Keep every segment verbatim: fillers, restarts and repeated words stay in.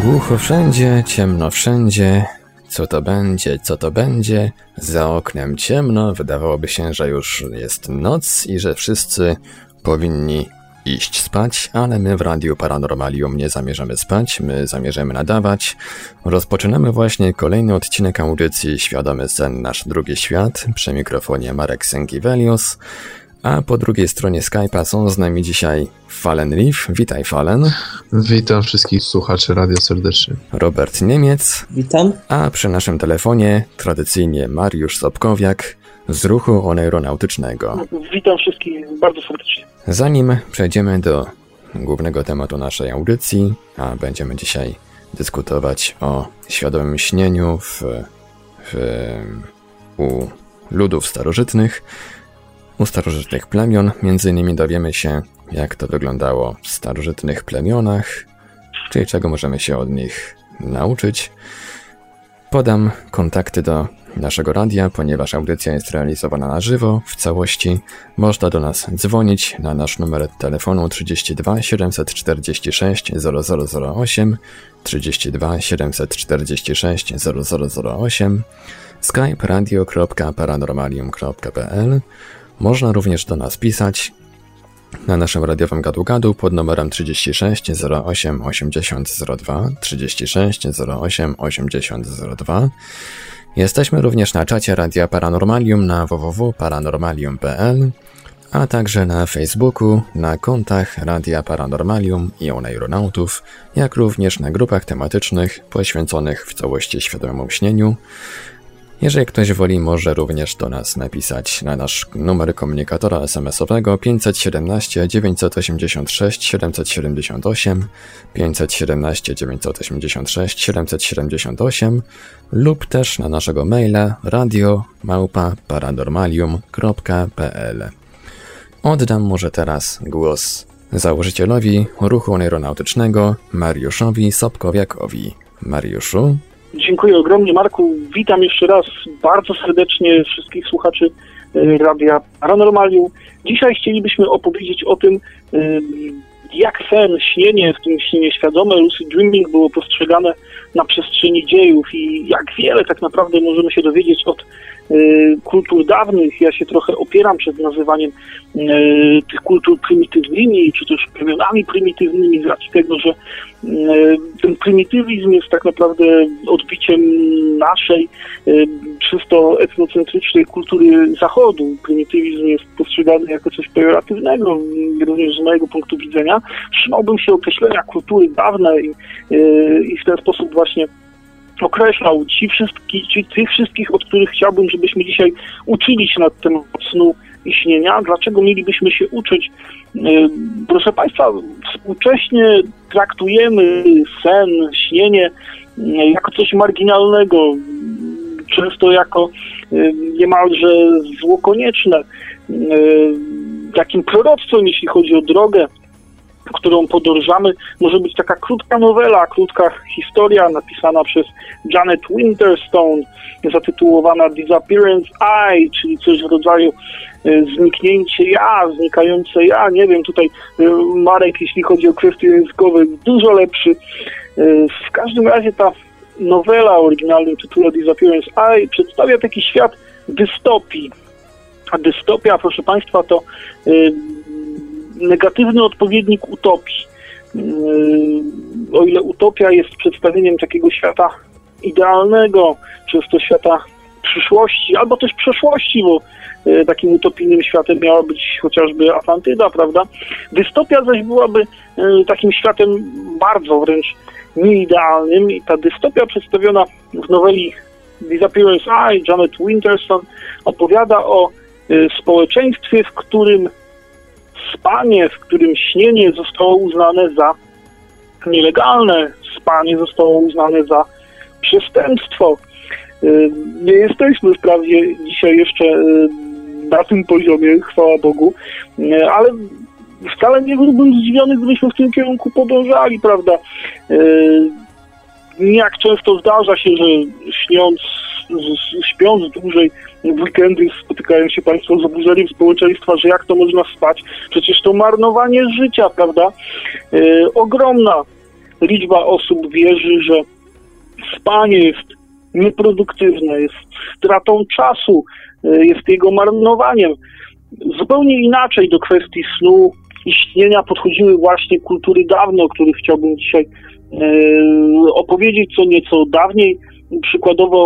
Głucho wszędzie, ciemno wszędzie. Co to będzie, co to będzie? Za oknem ciemno, wydawałoby się, że już jest noc i że wszyscy powinni iść spać, ale my w Radiu Paranormalium nie zamierzamy spać, my zamierzamy nadawać. Rozpoczynamy właśnie kolejny odcinek audycji Świadomy Sen, Nasz Drugi Świat. Przy mikrofonie Marek Sękiewelius, a po drugiej stronie Skype'a są z nami dzisiaj Fallen Leaf. Witaj, Fallen. Witam wszystkich słuchaczy radia serdecznie. Robert Niemiec. Witam. A przy naszym telefonie tradycyjnie Mariusz Sobkowiak z ruchu oneironautycznego. Witam wszystkich bardzo serdecznie. Zanim przejdziemy do głównego tematu naszej audycji, a będziemy dzisiaj dyskutować o świadomym śnieniu w, w, u ludów starożytnych, u starożytnych plemion. Między innymi dowiemy się, jak to wyglądało w starożytnych plemionach, czyli czego możemy się od nich nauczyć. Podam kontakty do naszego radia, ponieważ audycja jest realizowana na żywo, w całości. Można do nas dzwonić na nasz numer telefonu trzydzieści dwa siedemset czterdzieści sześć zero zero zero osiem, trzydzieści dwa siedemset czterdzieści sześć zero zero zero osiem, skype radio kropka paranormalium kropka p l. Można również do nas pisać na naszym radiowym gadu-gadu pod numerem trzydzieści sześć zero osiem osiemdziesiąt zero dwa, trzydzieści sześć zero osiem osiemdziesiąt zero dwa. Jesteśmy również na czacie Radia Paranormalium na w w w kropka paranormalium kropka p l, a także na Facebooku, na kontach Radia Paranormalium i Oneironautów, jak również na grupach tematycznych poświęconych w całości świadomemu śnieniu. Jeżeli ktoś woli, może również do nas napisać na nasz numer komunikatora es em esowego pięćset siedemnaście dziewięćset osiemdziesiąt sześć siedemset siedemdziesiąt osiem, pięćset siedemnaście dziewięćset osiemdziesiąt sześć siedemset siedemdziesiąt osiem lub też na naszego maila radio małpa paranormalium kropka p l. Oddam może teraz głos założycielowi ruchu oneironautycznego Mariuszowi Sobkowiakowi. Mariuszu? Dziękuję ogromnie, Marku. Witam jeszcze raz bardzo serdecznie wszystkich słuchaczy Radia Paranormalium. Dzisiaj chcielibyśmy opowiedzieć o tym, jak sen, śnienie, w tym śnienie świadome, lucid dreaming było postrzegane na przestrzeni dziejów i jak wiele tak naprawdę możemy się dowiedzieć od y, kultur dawnych. Ja się trochę opieram przed nazywaniem y, tych kultur prymitywnymi, czy też plemionami prymitywnymi z racji tego, że y, ten prymitywizm jest tak naprawdę odbiciem naszej y, czysto etnocentrycznej kultury Zachodu. Prymitywizm jest postrzegany jako coś pejoratywnego, również z mojego punktu widzenia. Trzymałbym się określenia kultury dawnej i, y, i w ten sposób właśnie określał ci wszystkich, ci, tych wszystkich, od których chciałbym, żebyśmy dzisiaj uczyli się na temat snu i śnienia. Dlaczego mielibyśmy się uczyć? Proszę Państwa, współcześnie traktujemy sen, śnienie jako coś marginalnego, często jako niemalże zło konieczne, takim proroctwem, jeśli chodzi o drogę, którą podążamy. Może być taka krótka nowela, krótka historia napisana przez Janet Winterstone, zatytułowana Disappearance I, czyli coś w rodzaju zniknięcie ja, znikające ja. Nie wiem, tutaj Marek, jeśli chodzi o kwestie językowe, dużo lepszy. W każdym razie ta nowela o oryginalnym tytule Disappearance I przedstawia taki świat dystopii. A dystopia, proszę Państwa, to negatywny odpowiednik utopii. O ile utopia jest przedstawieniem takiego świata idealnego, często świata przyszłości, albo też przeszłości, bo takim utopijnym światem miała być chociażby Atlantyda, prawda? Dystopia zaś byłaby takim światem bardzo wręcz nieidealnym i ta dystopia przedstawiona w noweli Disappearance I, Janet Winterstone, opowiada o społeczeństwie, w którym spanie, w którym śnienie zostało uznane za nielegalne, spanie zostało uznane za przestępstwo. Nie jesteśmy wprawdzie dzisiaj jeszcze na tym poziomie, chwała Bogu, ale wcale nie byłbym zdziwiony, gdybyśmy w tym kierunku podążali, prawda? Jak często zdarza się, że śniąc, śpiąc dłużej w weekendy spotykają się Państwo z oburzeniem społeczeństwa, że jak to można spać? Przecież to marnowanie życia, prawda? Yy, ogromna liczba osób wierzy, że spanie jest nieproduktywne, jest stratą czasu, jest jego marnowaniem. Zupełnie inaczej do kwestii snu i śnienia podchodziły właśnie kultury dawne, o których chciałbym dzisiaj opowiedzieć co nieco dawniej. Przykładowo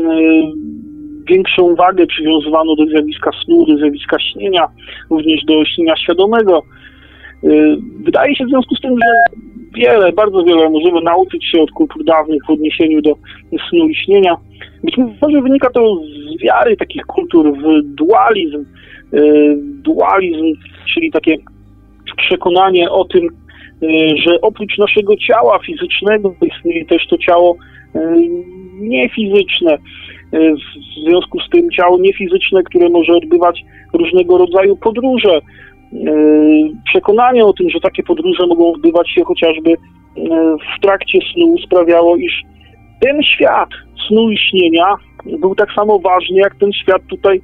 większą wagę przywiązywano do zjawiska snu, do zjawiska śnienia, również do śnienia świadomego. Wydaje się w związku z tym, że wiele, bardzo wiele możemy nauczyć się od kultur dawnych w odniesieniu do snu i śnienia. Być może wynika to z wiary takich kultur w dualizm. Dualizm, czyli takie przekonanie o tym, że oprócz naszego ciała fizycznego istnieje też to ciało niefizyczne. W związku z tym ciało niefizyczne, które może odbywać różnego rodzaju podróże. Przekonanie o tym, że takie podróże mogą odbywać się chociażby w trakcie snu, sprawiało, iż ten świat snu i śnienia był tak samo ważny, jak ten świat tutaj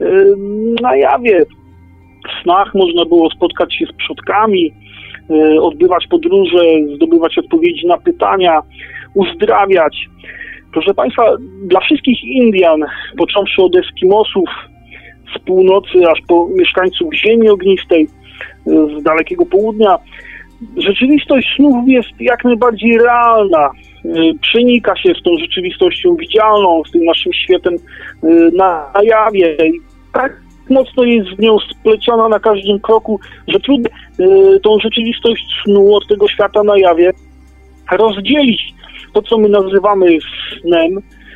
na jawie. W snach można było spotkać się z przodkami, odbywać podróże, zdobywać odpowiedzi na pytania, uzdrawiać. Proszę Państwa, dla wszystkich Indian, począwszy od Eskimosów z północy, aż po mieszkańców Ziemi Ognistej z dalekiego południa, rzeczywistość snów jest jak najbardziej realna. Przenika się z tą rzeczywistością widzialną, z tym naszym światem na jawie. I tak mocno jest z nią spleciona na każdym kroku, że trudno tą rzeczywistość snu od tego świata na jawie rozdzielić. To, co my nazywamy snem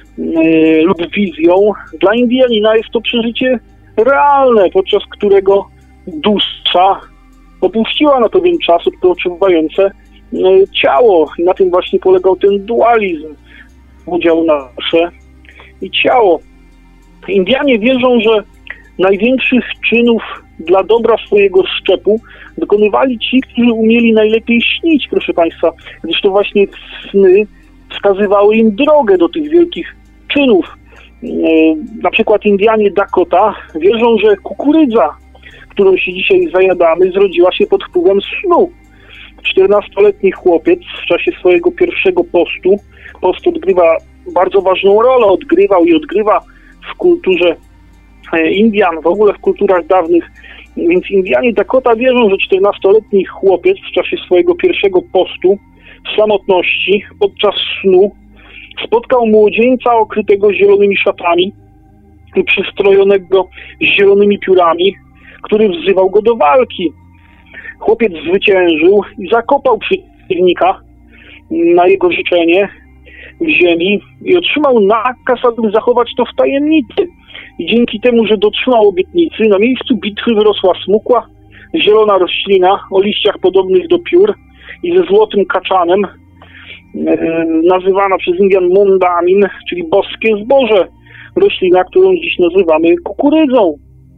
yy, lub wizją, dla Indianina jest to przeżycie realne, podczas którego dusza opuściła na pewien czas odpoczywające yy, ciało. I na tym właśnie polegał ten dualizm, podział na duszę i ciało. Indianie wierzą, że największych czynów dla dobra swojego szczepu dokonywali ci, którzy umieli najlepiej śnić, proszę Państwa, gdyż to właśnie sny wskazywały im drogę do tych wielkich czynów. Na przykład Indianie Dakota wierzą, że kukurydza, którą się dzisiaj zajadamy, zrodziła się pod wpływem snu. czternastoletni chłopiec w czasie swojego pierwszego postu, post odgrywa bardzo ważną rolę, odgrywał i odgrywa w kulturze Indian, w ogóle w kulturach dawnych, więc Indianie Dakota wierzą, że czternastoletni chłopiec w czasie swojego pierwszego postu w samotności podczas snu spotkał młodzieńca okrytego zielonymi szatami i przystrojonego zielonymi piórami, który wzywał go do walki. Chłopiec zwyciężył i zakopał przeciwnika na jego życzenie w ziemi i otrzymał nakaz, aby zachować to w tajemnicy. I dzięki temu, że dotrzymał obietnicy, na miejscu bitwy wyrosła smukła, zielona roślina o liściach podobnych do piór i ze złotym kaczanem, e, nazywana przez Indian Mondamin, czyli boskie zboże. Roślina, którą dziś nazywamy kukurydzą.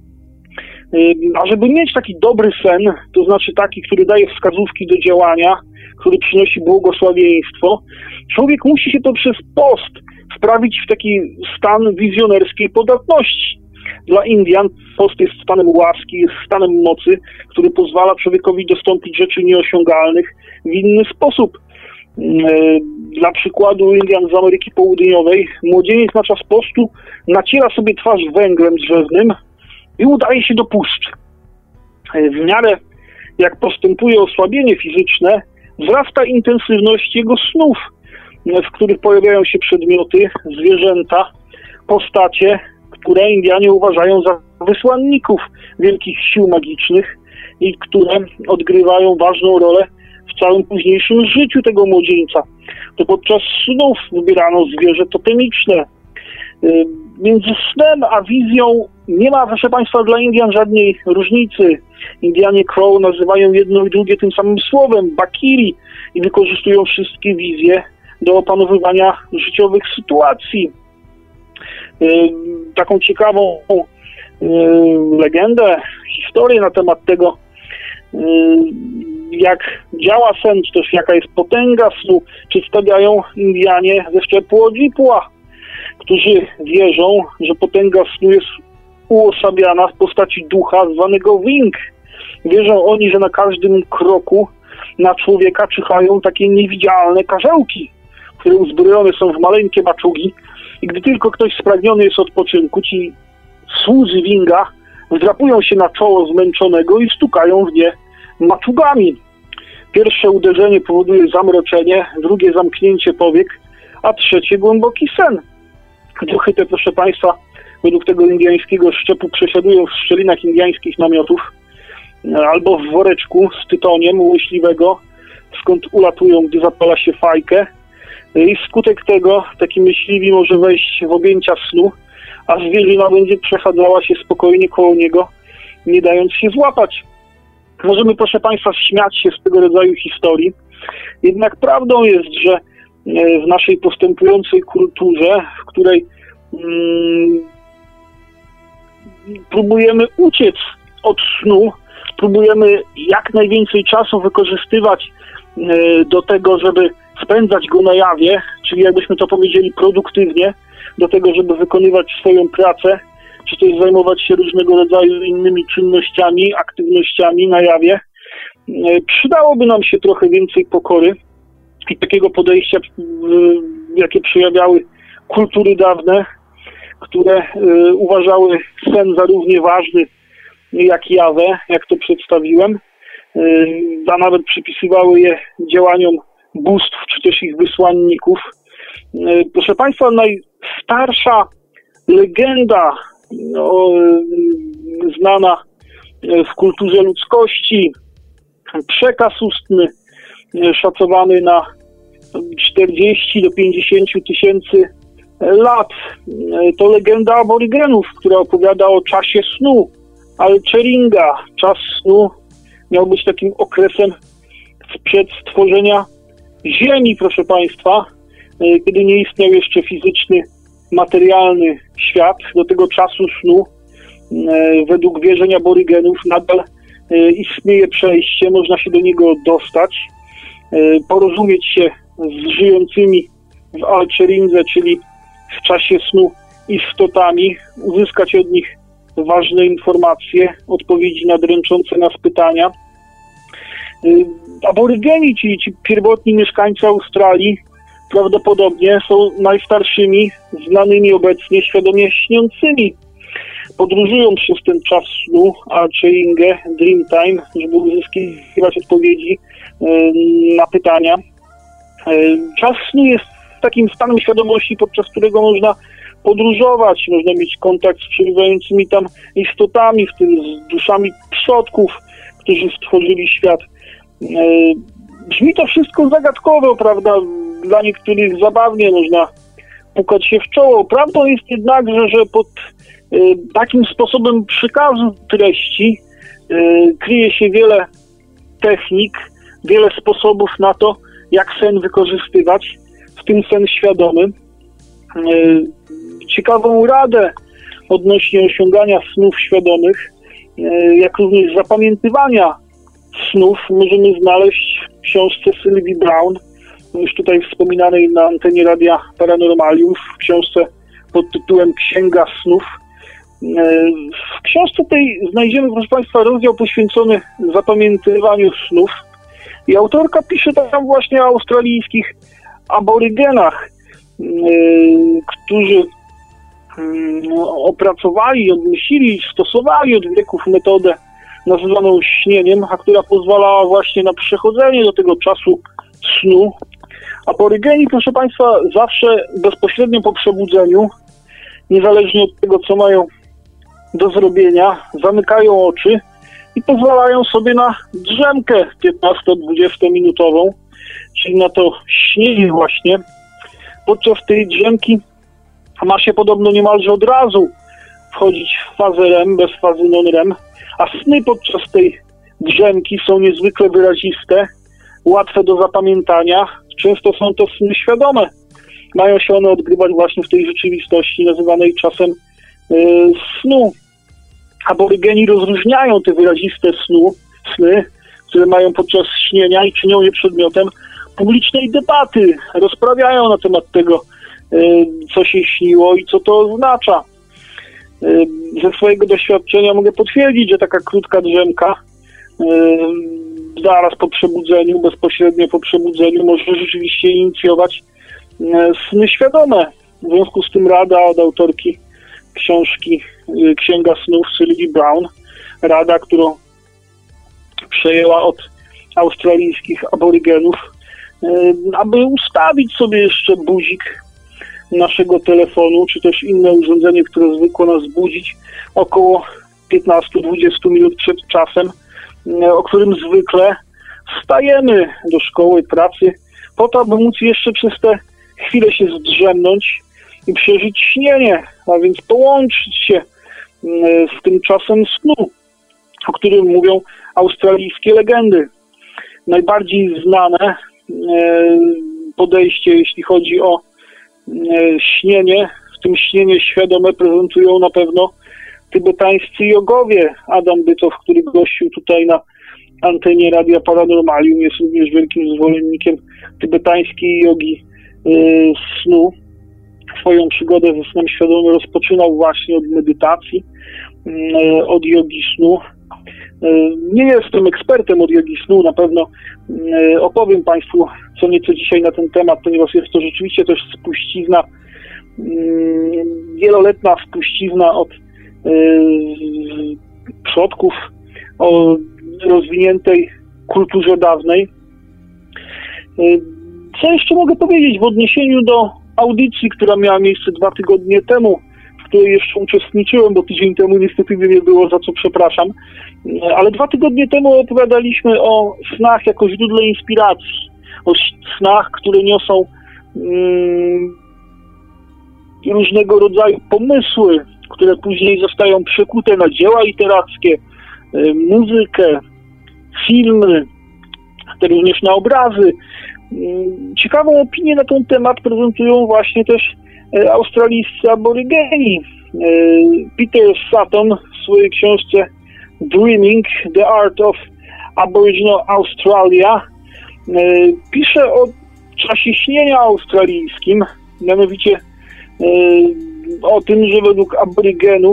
E, a żeby mieć taki dobry sen, to znaczy taki, który daje wskazówki do działania, który przynosi błogosławieństwo, człowiek musi się to przez post wprawić w taki stan wizjonerskiej podatności. Dla Indian post jest stanem łaski, jest stanem mocy, który pozwala człowiekowi dostąpić rzeczy nieosiągalnych w inny sposób. Dla przykładu Indian z Ameryki Południowej młodzieniec na czas postu naciera sobie twarz węglem drzewnym i udaje się do puszczy. W miarę jak postępuje osłabienie fizyczne, wzrasta intensywność jego snów, w których pojawiają się przedmioty, zwierzęta, postacie, które Indianie uważają za wysłanników wielkich sił magicznych i które odgrywają ważną rolę w całym późniejszym życiu tego młodzieńca. To podczas snów wybierano zwierzę totemiczne. Między snem a wizją nie ma, proszę Państwa, dla Indian żadnej różnicy. Indianie Crow nazywają jedno i drugie tym samym słowem, bakiri, i wykorzystują wszystkie wizje do opanowywania życiowych sytuacji. Taką ciekawą legendę, historię na temat tego, jak działa sen, czy też jaka jest potęga snu, przedstawiają Indianie ze szczepu Ojibwa, którzy wierzą, że potęga snu jest uosabiana w postaci ducha zwanego Wing. Wierzą oni, że na każdym kroku na człowieka czyhają takie niewidzialne karzełki, które uzbrojone są w maleńkie maczugi i gdy tylko ktoś spragniony jest odpoczynku, ci słudzy Winga wdrapują się na czoło zmęczonego i stukają w nie maczugami. Pierwsze uderzenie powoduje zamroczenie, drugie zamknięcie powiek, a trzecie głęboki sen. Duchy te, proszę Państwa, według tego indyjskiego szczepu przesiadują w szczelinach indyjskich namiotów albo w woreczku z tytoniem łyśliwego, skąd ulatują, gdy zapala się fajkę. I wskutek tego taki myśliwi może wejść w objęcia snu, a zwierzyna będzie przechadzała się spokojnie koło niego, nie dając się złapać. Możemy, proszę Państwa, śmiać się z tego rodzaju historii, jednak prawdą jest, że w naszej postępującej kulturze, w której mm, próbujemy uciec od snu, próbujemy jak najwięcej czasu wykorzystywać y, do tego, żeby spędzać go na jawie, czyli jakbyśmy to powiedzieli produktywnie, do tego, żeby wykonywać swoją pracę, czy też zajmować się różnego rodzaju innymi czynnościami, aktywnościami na jawie. Przydałoby nam się trochę więcej pokory i takiego podejścia, jakie przejawiały kultury dawne, które uważały sen za równie ważny jak jawę, jak to przedstawiłem, a nawet przypisywały je działaniom bóstw, czy też ich wysłanników. Proszę Państwa, najstarsza legenda no, znana w kulturze ludzkości, przekaz ustny szacowany na czterdzieści do pięćdziesięciu tysięcy lat. To legenda aborygenów, która opowiada o czasie snu, Alcheringa. Czas snu miał być takim okresem sprzed stworzenia Ziemi, proszę Państwa, kiedy nie istniał jeszcze fizyczny, materialny świat. Do tego czasu snu, według wierzeń aborygenów, nadal istnieje przejście, można się do niego dostać, porozumieć się z żyjącymi w Alcherinze, czyli w czasie snu, istotami, uzyskać od nich ważne informacje, odpowiedzi na dręczące nas pytania. Aborygeni, czyli ci pierwotni mieszkańcy Australii, prawdopodobnie są najstarszymi znanymi obecnie świadomie śniącymi. Podróżują przez ten czas snu, Alcheringę, Dreamtime, żeby uzyskiwać odpowiedzi na pytania. Czas snu jest takim stanem świadomości, podczas którego można podróżować, można mieć kontakt z przebywającymi tam istotami, w tym z duszami przodków, którzy stworzyli świat. Brzmi to wszystko zagadkowo, prawda? Dla niektórych zabawnie, można pukać się w czoło. Prawdą jest jednakże, że pod takim sposobem przekazu treści kryje się wiele technik, wiele sposobów na to, jak sen wykorzystywać, w tym sen świadomy. Ciekawą radę odnośnie osiągania snów świadomych, jak również zapamiętywania snów, możemy znaleźć w książce Sylwii Brown, już tutaj wspominanej na antenie Radia Paranormalium, w książce pod tytułem Księga snów. W książce tej znajdziemy, proszę Państwa, rozdział poświęcony zapamiętywaniu snów i autorka pisze tam właśnie o australijskich aborygenach, którzy opracowali, odmyślili, stosowali od wieków metodę nazywaną śnieniem, a która pozwalała właśnie na przechodzenie do tego czasu snu. Aborygeni, proszę Państwa, zawsze bezpośrednio po przebudzeniu, niezależnie od tego, co mają do zrobienia, zamykają oczy i pozwalają sobie na drzemkę piętnasto-dwudziestominutową, czyli na to śnienie właśnie. Podczas tej drzemki ma się podobno niemalże od razu wchodzić w fazę R E M, bez fazy non-R E M, a sny podczas tej drzemki są niezwykle wyraziste, łatwe do zapamiętania. Często są to sny świadome. Mają się one odgrywać właśnie w tej rzeczywistości nazywanej czasem yy, snu. Aborygeni rozróżniają te wyraziste snu, sny, które mają podczas śnienia i czynią je przedmiotem publicznej debaty. Rozprawiają na temat tego, yy, co się śniło i co to oznacza. Yy, ze swojego doświadczenia mogę potwierdzić, że taka krótka drzemka yy, zaraz po przebudzeniu, bezpośrednio po przebudzeniu może rzeczywiście inicjować sny świadome. W związku z tym rada od autorki książki Księga Snów Sylwii Brown, rada, którą przejęła od australijskich aborygenów, aby ustawić sobie jeszcze buzik naszego telefonu, czy też inne urządzenie, które zwykło nas budzić około piętnaście do dwudziestu minut przed czasem, o którym zwykle wstajemy do szkoły, pracy, po to, aby móc jeszcze przez te chwilę się zdrzemnąć i przeżyć śnienie, a więc połączyć się z tym czasem snu, o którym mówią australijskie legendy. Najbardziej znane podejście, jeśli chodzi o śnienie, w tym śnienie świadome prezentują na pewno tybetańscy jogowie. Adam Bytow, który gościł tutaj na antenie Radia Paranormalium, jest również wielkim zwolennikiem tybetańskiej jogi yy, snu. Swoją przygodę ze snem świadomym rozpoczynał właśnie od medytacji, yy, od jogi snu. Yy, nie jestem ekspertem od jogi snu, na pewno yy, opowiem Państwu co nieco dzisiaj na ten temat, ponieważ jest to rzeczywiście też spuścizna, yy, wieloletnia spuścizna od yy, przodków o rozwiniętej kulturze dawnej. Yy, Co jeszcze mogę powiedzieć w odniesieniu do audycji, która miała miejsce dwa tygodnie temu, w której jeszcze uczestniczyłem, bo tydzień temu niestety mnie nie było, za co przepraszam, ale dwa tygodnie temu opowiadaliśmy o snach jako źródle inspiracji, o snach, które niosą mm, różnego rodzaju pomysły, które później zostają przekute na dzieła literackie, y, muzykę, filmy, te również na obrazy. Ciekawą opinię na ten temat prezentują właśnie też australijscy aborygeni. Peter Sutton w swojej książce Dreaming, The Art of Aboriginal Australia pisze o czasie śnienia australijskim, mianowicie o tym, że według aborygenów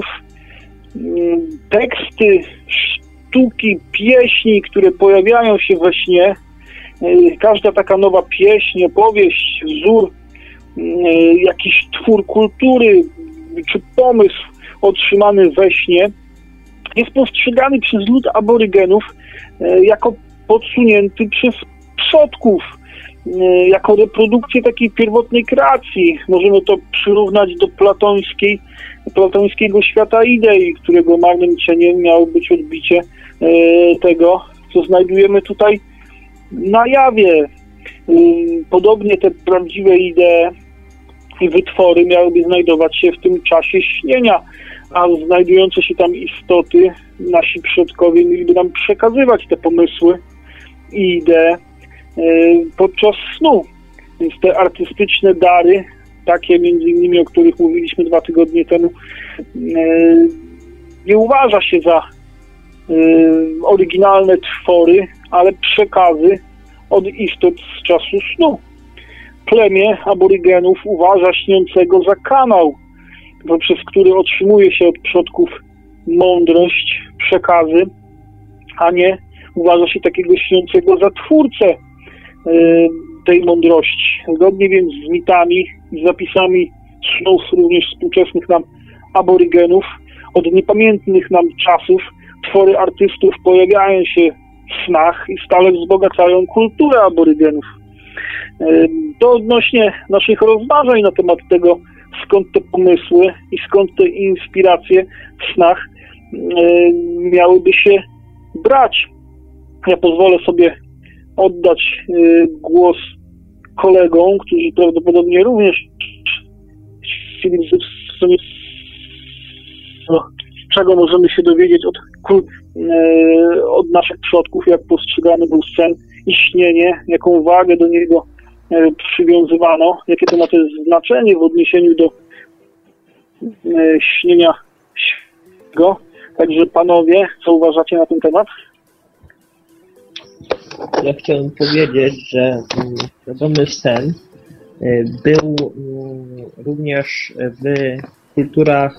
teksty, sztuki, pieśni, które pojawiają się we śnie, każda taka nowa pieśń, opowieść, wzór, jakiś twór kultury czy pomysł otrzymany we śnie jest postrzegany przez lud aborygenów jako podsunięty przez przodków, jako reprodukcję takiej pierwotnej kreacji. Możemy to przyrównać do platońskiej, platońskiego świata idei, którego marnym cieniem miało być odbicie tego, co znajdujemy tutaj na jawie. Podobnie te prawdziwe idee i wytwory miałyby znajdować się w tym czasie śnienia, a znajdujące się tam istoty, nasi przodkowie mieliby nam przekazywać te pomysły i idee podczas snu. Więc te artystyczne dary, takie między innymi, o których mówiliśmy dwa tygodnie temu, nie uważa się za oryginalne twory, ale przekazy od istot z czasu snu. Plemię aborygenów uważa śniącego za kanał, poprzez który otrzymuje się od przodków mądrość, przekazy, a nie uważa się takiego śniącego za twórcę y, tej mądrości. Zgodnie więc z mitami i zapisami snów również współczesnych nam aborygenów, od niepamiętnych nam czasów twory artystów pojawiają się w snach i stale wzbogacają kulturę aborygenów. To odnośnie naszych rozważań na temat tego, skąd te pomysły i skąd te inspiracje w snach miałyby się brać. Ja pozwolę sobie oddać głos kolegom, którzy prawdopodobnie również chcieli czego możemy się dowiedzieć od, od naszych przodków, jak postrzegany był sen i śnienie, jaką wagę do niego przywiązywano, jakie to ma też znaczenie w odniesieniu do śnienia świętego. Także panowie, co uważacie na ten temat? Ja chciałem powiedzieć, że świadomy sen był również w kulturach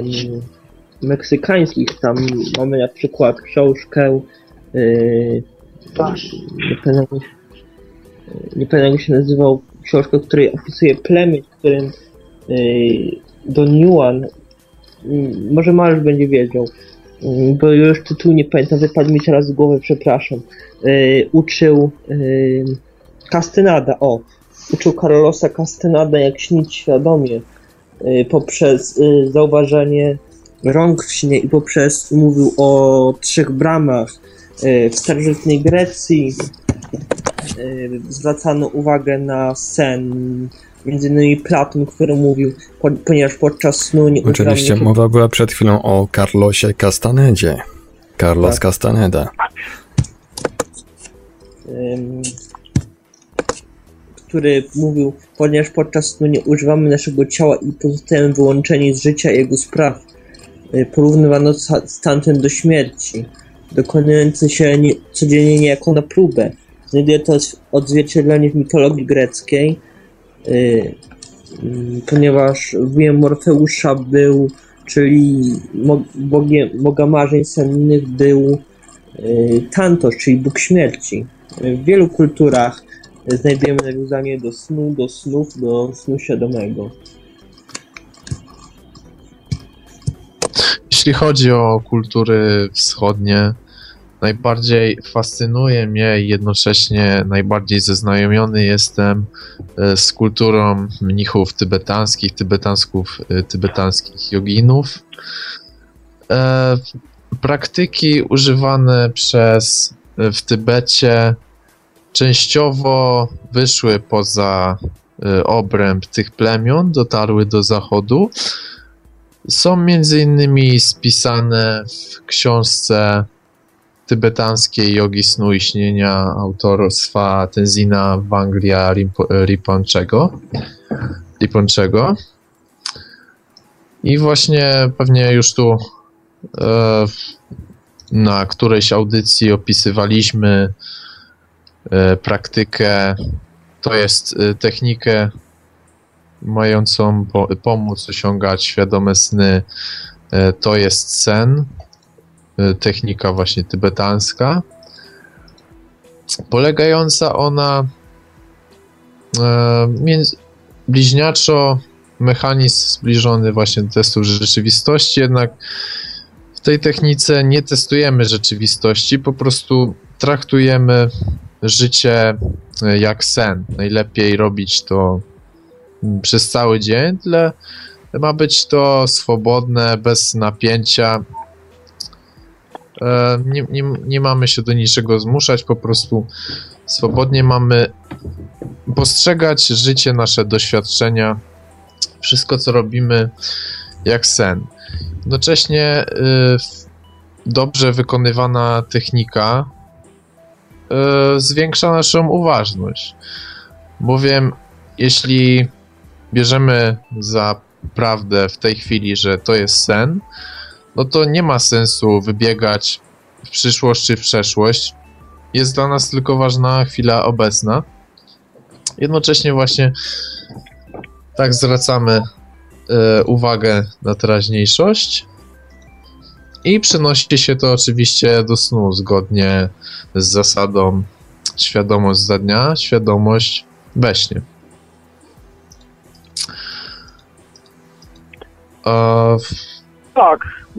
meksykańskich. Tam mamy na przykład książkę tak, nie pamiętam, nie pamiętam jak się nazywał, książka, w której opisuje plemię, w którym yy, Don Juan, yy, może Mariusz będzie wiedział, yy, bo już tytuł nie pamiętam, wypadł mi teraz z głowy, przepraszam, yy, uczył yy, Castaneda, o, uczył Carlosa Castaneda jak śnić świadomie, yy, poprzez yy, zauważanie rąk w śnie i poprzez, mówił o trzech bramach. W starożytnej Grecji zwracano uwagę na sen, między innymi Platon, który mówił, ponieważ podczas snu nie Oczywiście używamy... mowa była przed chwilą o Carlosie Castanedzie. Carlos tak. Castaneda. Który mówił, ponieważ podczas snu nie używamy naszego ciała i pozostajemy wyłączeni z życia i jego spraw. Porównywano stan ten do śmierci, dokonujący się nie, codziennie niejako na próbę. Znajduje to odzwierciedlenie w mitologii greckiej, yy, yy, ponieważ wujem Morfeusza był, czyli mo, bogiem, boga marzeń sennych był yy, Tantos, czyli Bóg śmierci. W wielu kulturach znajdujemy nawiązanie do snu, do snów, do snu świadomego. Jeśli chodzi o kultury wschodnie, najbardziej fascynuje mnie i jednocześnie najbardziej zaznajomiony jestem z kulturą mnichów tybetańskich, tybetańsków, tybetańskich joginów. E, praktyki używane przez w Tybecie częściowo wyszły poza obręb tych plemion, dotarły do zachodu. Są między innymi spisane w książce tybetańskiej Jogi Snu i Śnienia autorstwa Tenzina Wangyal Rinpochego. Rinpochego. I właśnie pewnie już tu e, na którejś audycji opisywaliśmy e, praktykę, to jest e, technikę mającą po, pomóc osiągać świadome sny, e, to jest sen, e, technika właśnie tybetańska, polegająca ona e, między, bliźniaczo mechanizm zbliżony właśnie do testów rzeczywistości, jednak w tej technice nie testujemy rzeczywistości, po prostu traktujemy życie jak sen. Najlepiej robić to przez cały dzień, tyle ma być to swobodne, bez napięcia. Nie, nie, nie mamy się do niczego zmuszać, po prostu swobodnie mamy postrzegać życie, nasze doświadczenia, wszystko co robimy jak sen. Jednocześnie y, dobrze wykonywana technika y, zwiększa naszą uważność, bowiem jeśli bierzemy za prawdę w tej chwili, że to jest sen, no to nie ma sensu wybiegać w przyszłość czy w przeszłość. Jest dla nas tylko ważna chwila obecna. Jednocześnie właśnie tak zwracamy y, uwagę na teraźniejszość i przenosi się to oczywiście do snu zgodnie z zasadą świadomość za dnia, świadomość we śnie. A... Tak.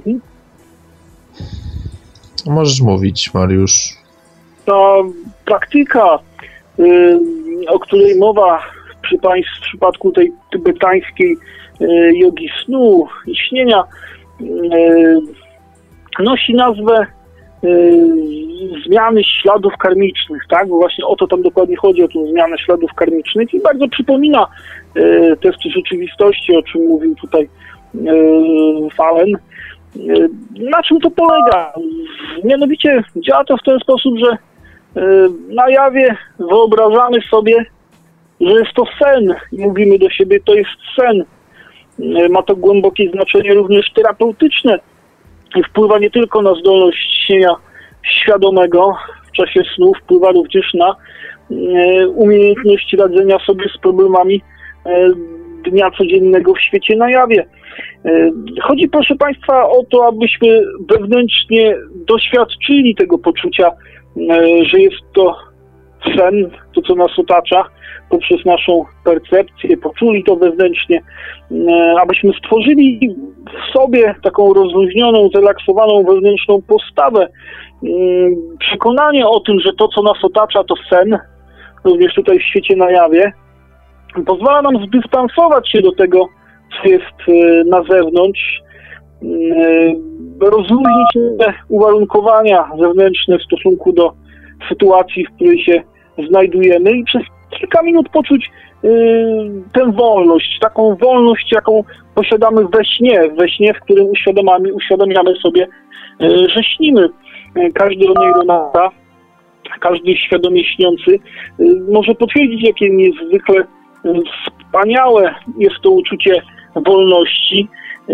Możesz mówić, Mariusz. Ta praktyka, y, o której mowa przy państw, w przypadku tej tybetańskiej y, jogi snu i śnienia, y, nosi nazwę y, zmiany śladów karmicznych, tak? Bo właśnie o to tam dokładnie chodzi, o tę zmianę śladów karmicznych i bardzo przypomina y, testy rzeczywistości, o czym mówił tutaj y, Fallen. Y, na czym to polega? Mianowicie działa to w ten sposób, że y, na jawie wyobrażamy sobie, że jest to sen i mówimy do siebie, to jest sen. Y, ma to głębokie znaczenie również terapeutyczne i wpływa nie tylko na zdolność śnienia świadomego w czasie snu, wpływa również na y, umiejętność radzenia sobie z problemami y, dnia codziennego w świecie na jawie. Chodzi, proszę Państwa, o to, abyśmy wewnętrznie doświadczyli tego poczucia, że jest to sen, to co nas otacza, poprzez naszą percepcję, poczuli to wewnętrznie, abyśmy stworzyli w sobie taką rozluźnioną, zrelaksowaną wewnętrzną postawę, przekonanie o tym, że to co nas otacza to sen, również tutaj w świecie na jawie, pozwala nam zdystansować się do tego, co jest na zewnątrz, rozluźnić te uwarunkowania zewnętrzne w stosunku do sytuacji, w której się znajdujemy i przez kilka minut poczuć tę wolność, taką wolność, jaką posiadamy we śnie, we śnie, w którym uświadamiamy, uświadamiamy sobie, że śnimy. Każdy oneironauta, każdy świadomie śniący może potwierdzić, jakie niezwykle wspaniałe jest to uczucie wolności,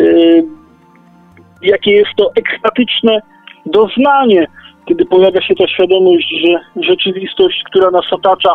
jakie jest to ekstatyczne doznanie, kiedy pojawia się ta świadomość, że rzeczywistość, która nas otacza,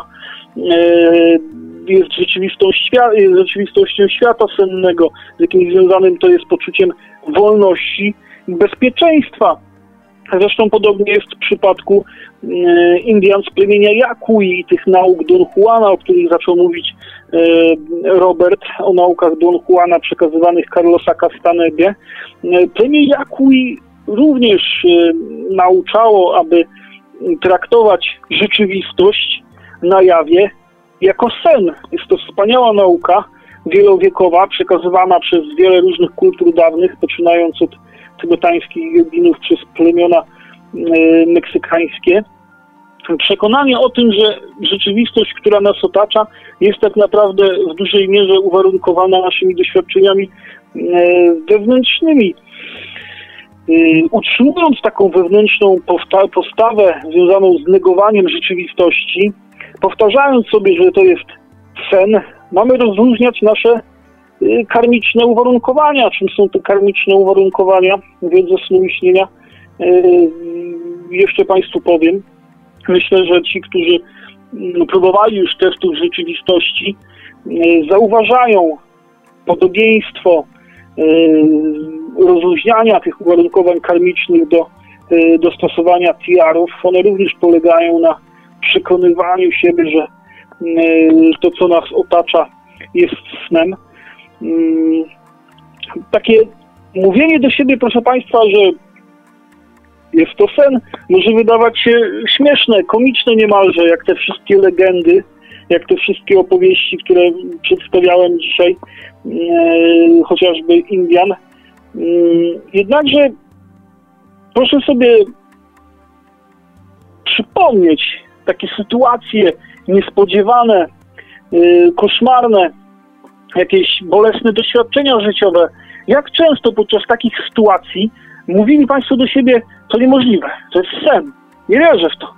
jest, rzeczywistą świa- jest rzeczywistością świata sennego, z jakimś związanym to jest poczuciem wolności i bezpieczeństwa. Zresztą podobnie jest w przypadku e, Indian z plemienia Yakui i tych nauk Don Juana, o których zaczął mówić e, Robert, o naukach Don Juana przekazywanych Carlosa Castanebie. E, plemię Yakui również e, nauczało, aby traktować rzeczywistość na jawie jako sen. Jest to wspaniała nauka, wielowiekowa, przekazywana przez wiele różnych kultur dawnych, poczynając od tybetańskich jogginów przez plemiona e, meksykańskie. Przekonanie o tym, że rzeczywistość, która nas otacza, jest tak naprawdę w dużej mierze uwarunkowana naszymi doświadczeniami e, wewnętrznymi. E, utrzymując taką wewnętrzną powta- postawę związaną z negowaniem rzeczywistości, powtarzając sobie, że to jest sen, mamy rozróżniać nasze karmiczne uwarunkowania. Czym są te karmiczne uwarunkowania? Wiedzy snu i śnienia jeszcze Państwu powiem. Myślę, że ci, którzy próbowali już testów rzeczywistości, zauważają podobieństwo rozluźniania tych uwarunkowań karmicznych do dostosowania T R-ów. One również polegają na przekonywaniu siebie, że to, co nas otacza, jest snem. Takie mówienie do siebie, proszę Państwa, że jest to sen, może wydawać się śmieszne, komiczne niemalże, jak te wszystkie legendy, jak te wszystkie opowieści, które przedstawiałem dzisiaj, e, chociażby Indian. E, jednakże proszę sobie przypomnieć takie sytuacje niespodziewane, e, koszmarne, jakieś bolesne doświadczenia życiowe. Jak często podczas takich sytuacji mówili Państwo do siebie, to niemożliwe, to jest sen, nie wierzę w to.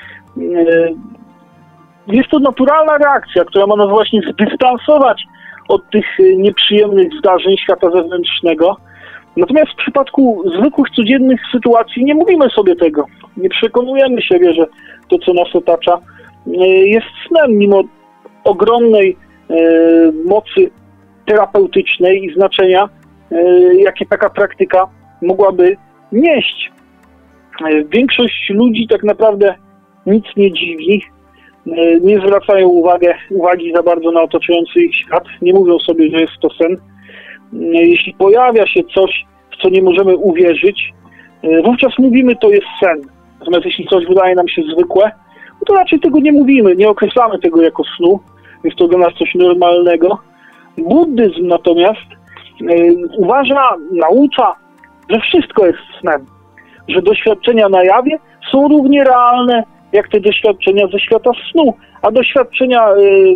Jest to naturalna reakcja, która ma nas właśnie zdystansować od tych nieprzyjemnych zdarzeń świata zewnętrznego. Natomiast w przypadku zwykłych, codziennych sytuacji nie mówimy sobie tego. Nie przekonujemy siebie, że to, co nas otacza, jest snem, mimo ogromnej mocy terapeutycznej i znaczenia, jakie taka praktyka mogłaby nieść. Większość ludzi tak naprawdę nic nie dziwi, nie zwracają uwagę, uwagi za bardzo na otaczający ich świat, nie mówią sobie, że jest to sen. Jeśli pojawia się coś, w co nie możemy uwierzyć, wówczas mówimy, to jest sen. Natomiast jeśli coś wydaje nam się zwykłe, no to raczej tego nie mówimy, nie określamy tego jako snu. Jest to dla nas coś normalnego. Buddyzm natomiast y, uważa, naucza, że wszystko jest snem. Że doświadczenia na jawie są równie realne, jak te doświadczenia ze świata snu. A doświadczenia y,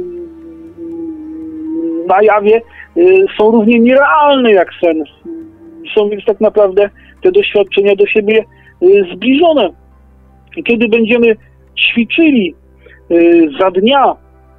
na jawie y, są równie nierealne jak sen. Są więc tak naprawdę te doświadczenia do siebie y, zbliżone. I kiedy będziemy ćwiczyli y, za dnia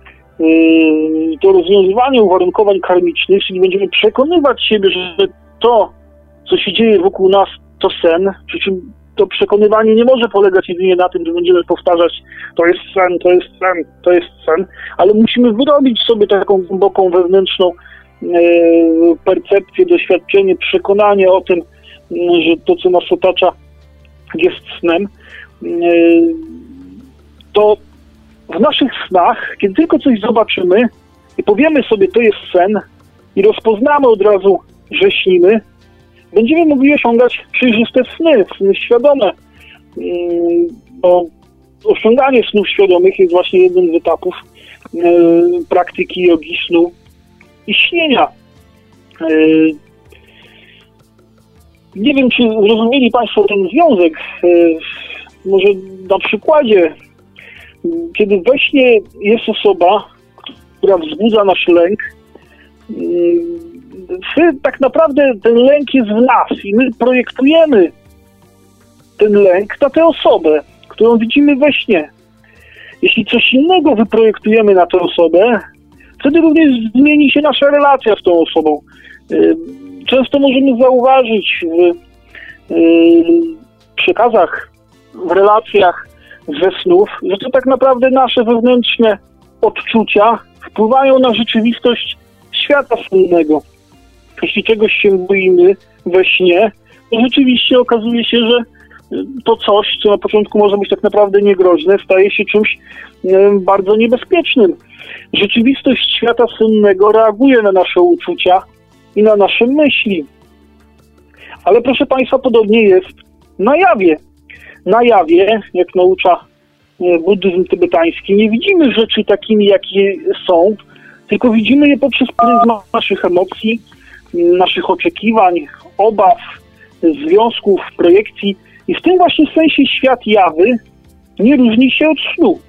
to rozwiązywanie uwarunkowań karmicznych, czyli będziemy przekonywać siebie, że to, co się dzieje wokół nas, to sen, przy czym to przekonywanie nie może polegać jedynie na tym, że będziemy powtarzać, to jest sen, to jest sen, to jest sen, ale musimy wyrobić sobie taką głęboką wewnętrzną percepcję, doświadczenie, przekonanie o tym, że to, co nas otacza, jest snem, to w naszych snach, kiedy tylko coś zobaczymy i powiemy sobie, to jest sen i rozpoznamy od razu, że śnimy, będziemy mogli osiągać przejrzyste sny, sny świadome. Bo osiąganie snów świadomych jest właśnie jednym z etapów praktyki jogi snu i śnienia. Nie wiem, czy zrozumieli Państwo ten związek. Może na przykładzie, kiedy we śnie jest osoba, która wzbudza nasz lęk, tak naprawdę ten lęk jest w nas i my projektujemy ten lęk na tę osobę, którą widzimy we śnie. Jeśli coś innego wyprojektujemy na tę osobę, wtedy również zmieni się nasza relacja z tą osobą. Często możemy zauważyć w przekazach, w relacjach ze snów, że to tak naprawdę nasze wewnętrzne odczucia wpływają na rzeczywistość świata sennego. Jeśli czegoś się boimy we śnie, to rzeczywiście okazuje się, że to coś, co na początku może być tak naprawdę niegroźne, staje się czymś bardzo niebezpiecznym. Rzeczywistość świata sennego reaguje na nasze uczucia i na nasze myśli. Ale proszę Państwa, podobnie jest na jawie. Na jawie, jak naucza buddyzm tybetański, nie widzimy rzeczy takimi, jakie są, tylko widzimy je poprzez pryzmat naszych emocji, naszych oczekiwań, obaw, związków, projekcji. I w tym właśnie sensie świat jawy nie różni się od snu.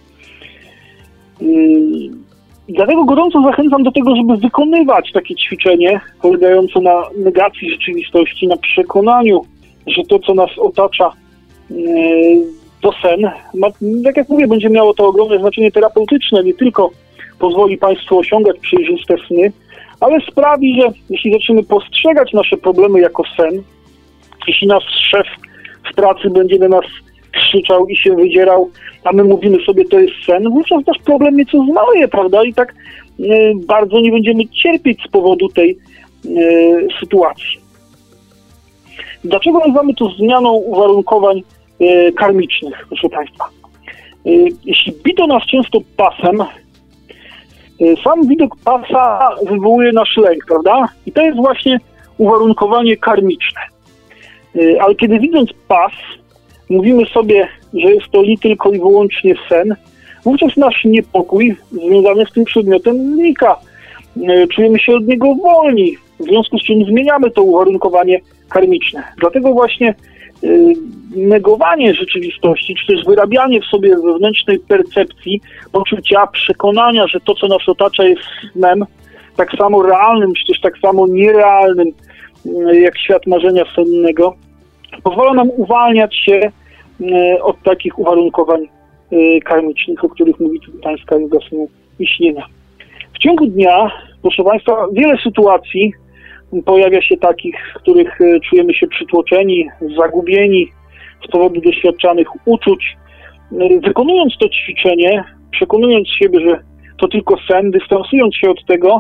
Dlatego gorąco zachęcam do tego, żeby wykonywać takie ćwiczenie polegające na negacji rzeczywistości, na przekonaniu, że to, co nas otacza, to sen. Tak jak mówię, będzie miało to ogromne znaczenie terapeutyczne, nie tylko pozwoli Państwu osiągać przejrzyste sny, ale sprawi, że jeśli zaczniemy postrzegać nasze problemy jako sen, jeśli nasz szef w pracy będzie na nas krzyczał i się wydzierał, a my mówimy sobie, to jest sen, wówczas nasz problem nieco zmaleje, prawda? I tak y, bardzo nie będziemy cierpieć z powodu tej y, sytuacji. Dlaczego nazywamy to zmianą uwarunkowań y, karmicznych, proszę Państwa? Y, jeśli bito nas często pasem, y, sam widok pasa wywołuje nasz lęk, prawda? I to jest właśnie uwarunkowanie karmiczne. Y, ale kiedy widząc pas, mówimy sobie, że jest to li tylko i wyłącznie sen, wówczas nasz niepokój związany z tym przedmiotem znika. Czujemy się od niego wolni, w związku z czym zmieniamy to uwarunkowanie karmiczne. Dlatego właśnie y, negowanie rzeczywistości, czy też wyrabianie w sobie wewnętrznej percepcji, poczucia, przekonania, że to, co nas otacza, jest snem, tak samo realnym, czy też tak samo nierealnym, y, jak świat marzenia sennego, pozwala nam uwalniać się od takich uwarunkowań karmicznych, o których mówi tybetańska joga snu i śnienia. W ciągu dnia, proszę Państwa, wiele sytuacji pojawia się takich, w których czujemy się przytłoczeni, zagubieni z powodu doświadczanych uczuć. Wykonując to ćwiczenie, przekonując siebie, że to tylko sen, dystansując się od tego,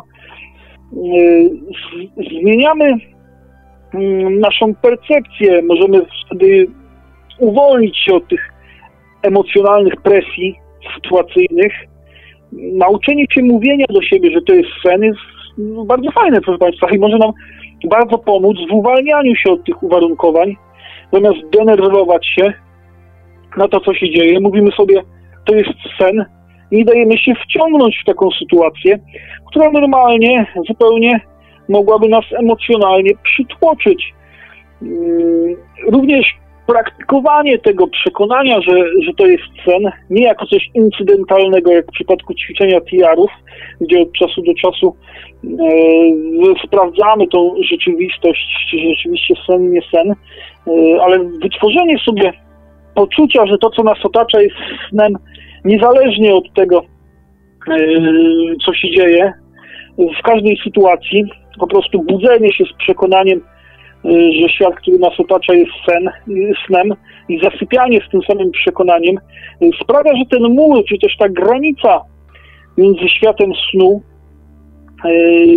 zmieniamy naszą percepcję, możemy wtedy uwolnić się od tych emocjonalnych presji sytuacyjnych. Nauczenie się mówienia do siebie, że to jest sen, jest bardzo fajne, proszę Państwa, i może nam bardzo pomóc w uwalnianiu się od tych uwarunkowań. Zamiast denerwować się na to, co się dzieje, mówimy sobie, to jest sen, i nie dajemy się wciągnąć w taką sytuację, która normalnie zupełnie mogłaby nas emocjonalnie przytłoczyć. Również praktykowanie tego przekonania, że, że to jest sen, nie jako coś incydentalnego, jak w przypadku ćwiczenia T R ów, gdzie od czasu do czasu e, sprawdzamy tą rzeczywistość, czy rzeczywiście sen, nie sen, e, ale wytworzenie sobie poczucia, że to, co nas otacza, jest snem, niezależnie od tego, e, co się dzieje, w każdej sytuacji, po prostu budzenie się z przekonaniem, że świat, który nas otacza, jest sen, snem, i zasypianie z tym samym przekonaniem sprawia, że ten mur, czy też ta granica między światem snu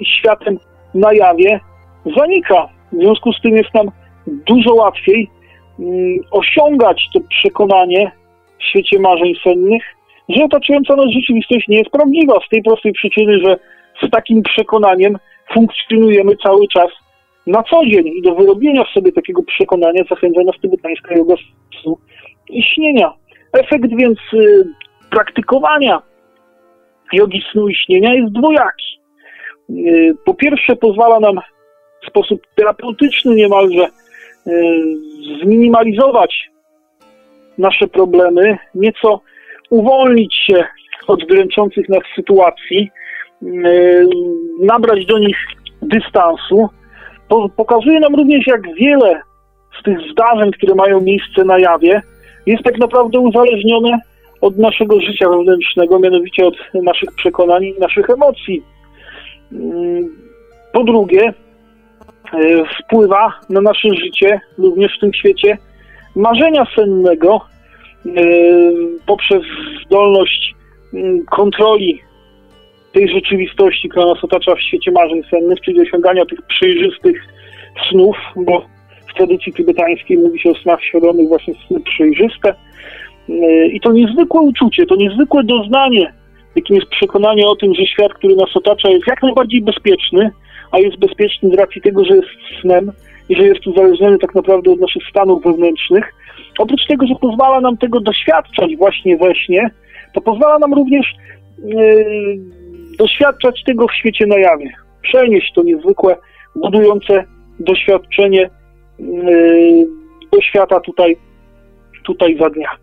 światem na jawie zanika. W związku z tym jest nam dużo łatwiej mm, osiągać to przekonanie w świecie marzeń sennych, że otaczająca nas rzeczywistość nie jest prawdziwa, z tej prostej przyczyny, że z takim przekonaniem funkcjonujemy cały czas na co dzień i do wyrobienia w sobie takiego przekonania zachęca nas tybetańska joga snu i śnienia. Efekt więc y, praktykowania jogi snu i śnienia jest dwojaki. Y, po pierwsze pozwala nam w sposób terapeutyczny niemalże y, zminimalizować nasze problemy, nieco uwolnić się od dręczących nas sytuacji, y, nabrać do nich dystansu. Po, pokazuje nam również, jak wiele z tych zdarzeń, które mają miejsce na jawie, jest tak naprawdę uzależnione od naszego życia wewnętrznego, mianowicie od naszych przekonań i naszych emocji. Po drugie, wpływa na nasze życie również w tym świecie marzenia sennego poprzez zdolność kontroli tej rzeczywistości, która nas otacza w świecie marzeń sennych, czyli osiągania tych przejrzystych snów, bo w tradycji tybetańskiej mówi się o snach świadomych właśnie sny przejrzyste. I to niezwykłe uczucie, to niezwykłe doznanie, jakim jest przekonanie o tym, że świat, który nas otacza, jest jak najbardziej bezpieczny, a jest bezpieczny z racji tego, że jest snem i że jest uzależniony tak naprawdę od naszych stanów wewnętrznych. Oprócz tego, że pozwala nam tego doświadczać właśnie we śnie, to pozwala nam również yy, doświadczać tego w świecie na jawie. Przenieść to niezwykłe, budujące doświadczenie yy, do świata tutaj, tutaj za dnia.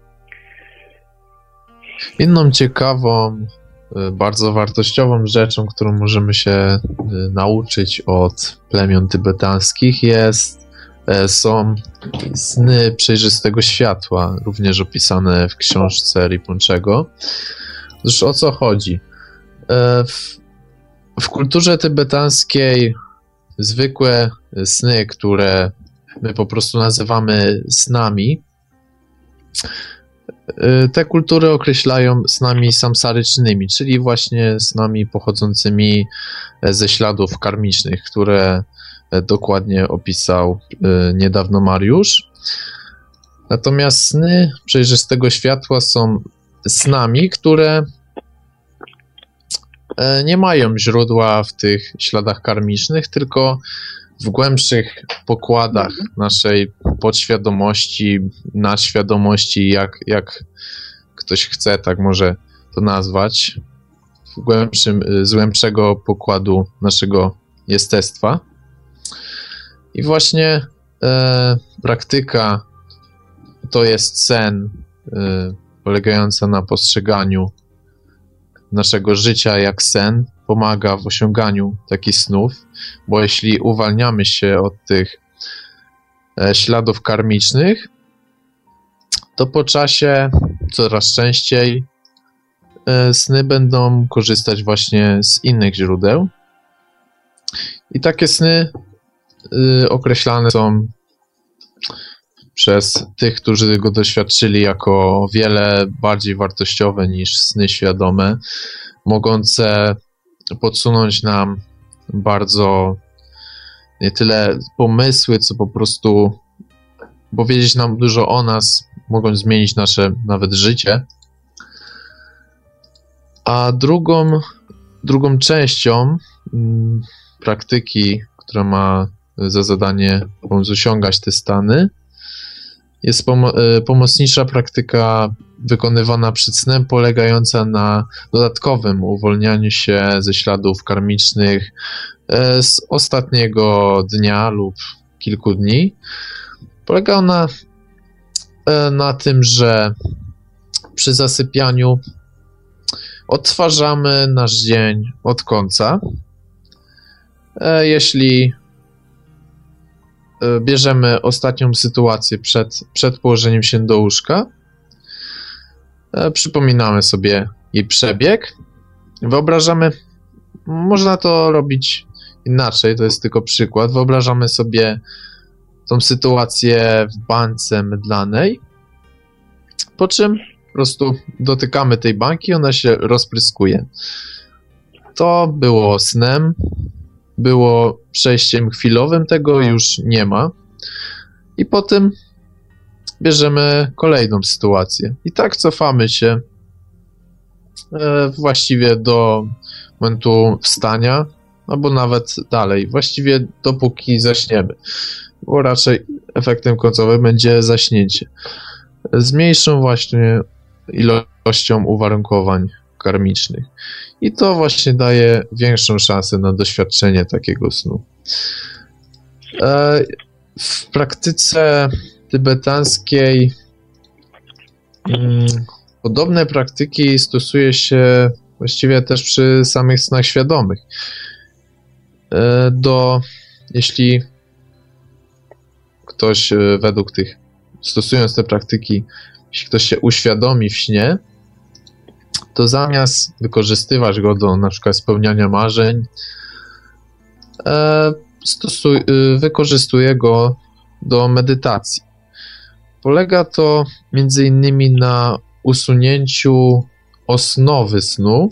Inną ciekawą, bardzo wartościową rzeczą, którą możemy się nauczyć od plemion tybetańskich jest, są sny przejrzystego światła, również opisane w książce Rinpochego. Otóż o co chodzi? W, w kulturze tybetańskiej zwykłe sny, które my po prostu nazywamy snami, te kultury określają snami samsarycznymi, czyli właśnie snami pochodzącymi ze śladów karmicznych, które dokładnie opisał niedawno Mariusz. Natomiast sny przejrzystego światła są snami, które nie mają źródła w tych śladach karmicznych, tylko w głębszych pokładach naszej podświadomości, nadświadomości, jak, jak ktoś chce, tak może to nazwać, w głębszym, z głębszego pokładu naszego jestestwa. I właśnie e, praktyka to jest sen e, polegająca na postrzeganiu naszego życia jak sen, pomaga w osiąganiu takich snów, bo jeśli uwalniamy się od tych e, śladów karmicznych, to po czasie coraz częściej e, sny będą korzystać właśnie z innych źródeł. I takie sny e, określane są przez tych, którzy go doświadczyli, jako o wiele bardziej wartościowe niż sny świadome, mogące podsunąć nam bardzo nie tyle pomysły, co po prostu powiedzieć nam dużo o nas, mogą zmienić nasze nawet życie. A drugą, drugą częścią mm, praktyki, która ma za zadanie pomóc osiągać te stany, jest pom- pomocnicza praktyka wykonywana przed snem, polegająca na dodatkowym uwolnianiu się ze śladów karmicznych z ostatniego dnia lub kilku dni. Polega ona na tym, że przy zasypianiu odtwarzamy nasz dzień od końca. Jeśli bierzemy ostatnią sytuację przed, przed położeniem się do łóżka, przypominamy sobie jej przebieg, wyobrażamy, można to robić inaczej, to jest tylko przykład, wyobrażamy sobie tą sytuację w bańce mydlanej, po czym po prostu dotykamy tej bańki i ona się rozpryskuje. To było snem, było przejściem chwilowym, tego już nie ma. I potem bierzemy kolejną sytuację. I tak cofamy się e, właściwie do momentu wstania, albo nawet dalej, właściwie dopóki zaśniemy, bo raczej efektem końcowym będzie zaśnięcie z mniejszą właśnie ilością uwarunkowań karmicznych. I to właśnie daje większą szansę na doświadczenie takiego snu. E, w praktyce tybetańskiej mm, podobne praktyki stosuje się właściwie też przy samych snach świadomych. E, do, jeśli ktoś e, według tych, stosując te praktyki, jeśli ktoś się uświadomi w śnie, to zamiast wykorzystywać go do na przykład spełniania marzeń, e, stosuj, e, wykorzystuje go do medytacji. Polega to między innymi na usunięciu osnowy snu,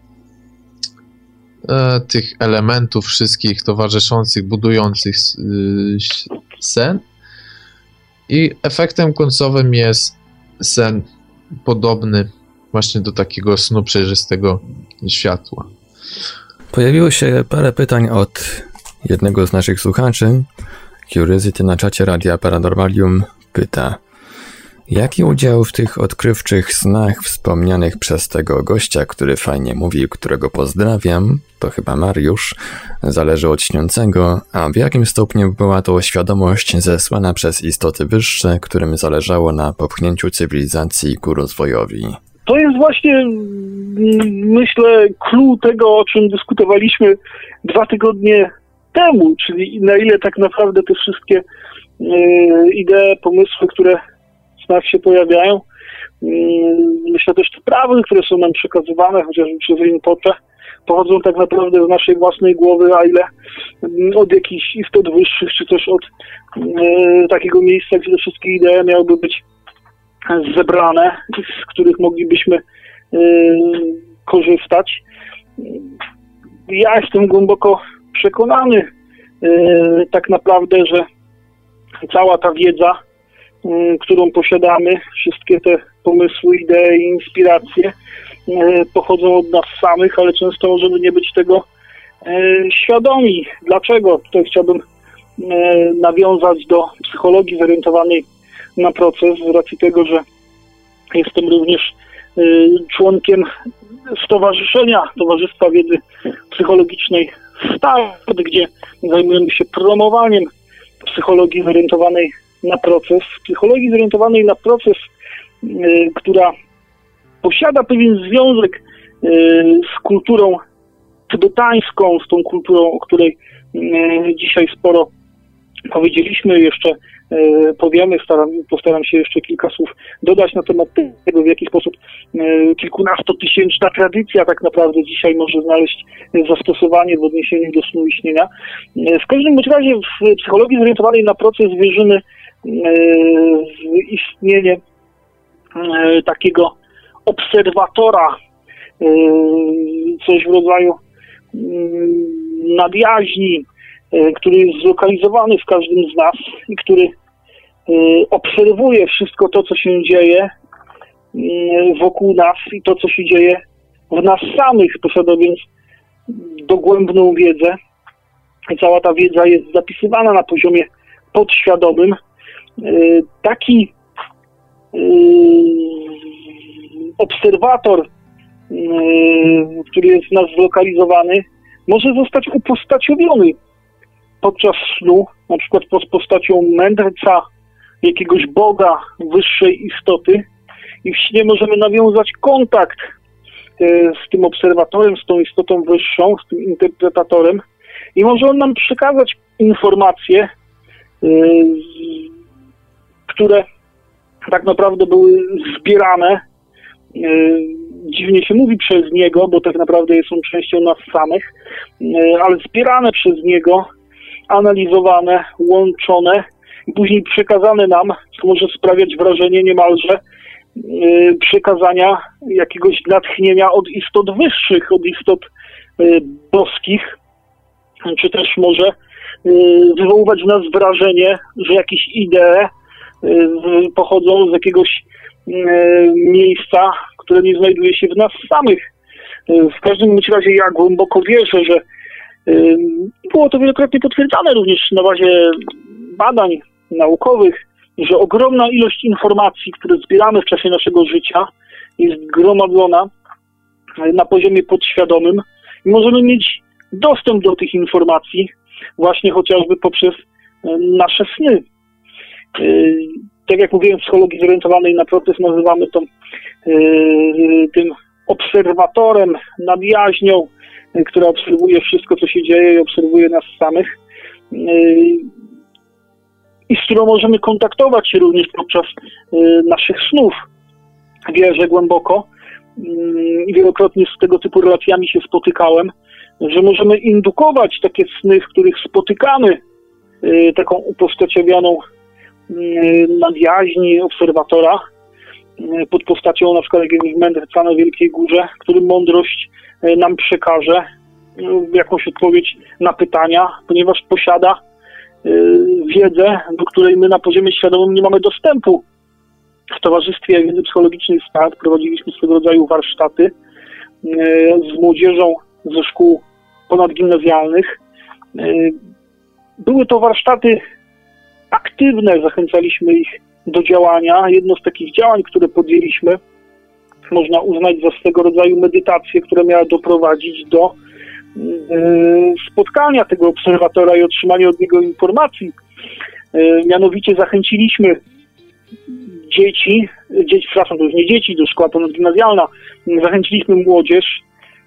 e, tych elementów wszystkich towarzyszących, budujących e, sen, i efektem końcowym jest sen podobny właśnie do takiego snu przejrzystego światła. Pojawiło się parę pytań od jednego z naszych słuchaczy. Curiosity na czacie Radia Paranormalium pyta: jaki udział w tych odkrywczych snach wspomnianych przez tego gościa, który fajnie mówił, którego pozdrawiam, to chyba Mariusz, zależy od śniącego, a w jakim stopniu była to świadomość zesłana przez istoty wyższe, którym zależało na popchnięciu cywilizacji ku rozwojowi? To jest właśnie, myślę, clue tego, o czym dyskutowaliśmy dwa tygodnie temu, czyli na ile tak naprawdę te wszystkie y, idee, pomysły, które w snach się pojawiają, y, myślę też te prawdy, które są nam przekazywane, chociażby przez Rinpoche, pochodzą tak naprawdę z naszej własnej głowy, a ile y, od jakichś istot wyższych, czy też od y, takiego miejsca, gdzie te wszystkie idee miałyby być zebrane, z których moglibyśmy y, korzystać. Ja jestem głęboko przekonany y, tak naprawdę, że cała ta wiedza, y, którą posiadamy, wszystkie te pomysły, idee i inspiracje y, pochodzą od nas samych, ale często możemy nie być tego y, świadomi. Dlaczego? Tutaj chciałbym y, nawiązać do psychologii zorientowanej na proces, z racji tego, że jestem również y, członkiem stowarzyszenia, Towarzystwa Wiedzy Psychologicznej START, gdzie zajmujemy się promowaniem psychologii zorientowanej na proces. Psychologii zorientowanej na proces, y, która posiada pewien związek y, z kulturą tybetańską, z tą kulturą, o której y, dzisiaj sporo powiedzieliśmy, jeszcze e, powiemy, staram, postaram się jeszcze kilka słów dodać na temat tego, w jaki sposób e, kilkunastotysięczna tradycja tak naprawdę dzisiaj może znaleźć zastosowanie w odniesieniu do snu i śnienia. E, w każdym bądź razie w psychologii zorientowanej na proces wierzymy e, w istnienie e, takiego obserwatora, e, coś w rodzaju e, nadjaźni, który jest zlokalizowany w każdym z nas i który obserwuje wszystko to, co się dzieje wokół nas i to, co się dzieje w nas samych, posiada więc dogłębną wiedzę. I cała ta wiedza jest zapisywana na poziomie podświadomym. Taki obserwator, który jest w nas zlokalizowany, może zostać upostaciowiony podczas snu, na przykład pod postacią mędrca, jakiegoś Boga, wyższej istoty, i w śnie możemy nawiązać kontakt z tym obserwatorem, z tą istotą wyższą, z tym interpretatorem, i może on nam przekazać informacje, które tak naprawdę były zbierane, dziwnie się mówi, przez niego, bo tak naprawdę są częścią nas samych, ale zbierane przez niego, analizowane, łączone i później przekazane nam, co może sprawiać wrażenie niemalże yy, przekazania jakiegoś natchnienia od istot wyższych, od istot yy, boskich. czy też może wywoływać w nas wrażenie, że jakieś idee pochodzą z jakiegoś miejsca, które nie znajduje się w nas samych. W każdym razie ja głęboko wierzę, że było to wielokrotnie potwierdzane również na bazie badań naukowych, że ogromna ilość informacji, które zbieramy w czasie naszego życia, jest gromadzona na poziomie podświadomym i możemy mieć dostęp do tych informacji właśnie chociażby poprzez nasze sny. Tak jak mówiłem, w psychologii zorientowanej na proces nazywamy to tym obserwatorem, nad jaźnią, która obserwuje wszystko, co się dzieje i obserwuje nas samych i z którą możemy kontaktować się również podczas naszych snów. Wierzę głęboko i wielokrotnie z tego typu relacjami się spotykałem, że możemy indukować takie sny, w których spotykamy taką upostaciowioną nadjaźni obserwatora pod postacią na przykład jakiegoś mędrca na Wielkiej Górze, który mądrość nam przekaże, jakąś odpowiedź na pytania, ponieważ posiada wiedzę, do której my na poziomie świadomym nie mamy dostępu. W Towarzystwie Wiedzy Psychologicznej START prowadziliśmy swego rodzaju warsztaty z młodzieżą ze szkół ponadgimnazjalnych. Były to warsztaty aktywne, zachęcaliśmy ich do działania. Jedno z takich działań, które podjęliśmy, można uznać za swego rodzaju medytację, która miała doprowadzić do spotkania tego obserwatora i otrzymania od niego informacji. Mianowicie zachęciliśmy dzieci, dzieci, przepraszam, to już nie dzieci, to szkoła ponadgimnazjalna, zachęciliśmy młodzież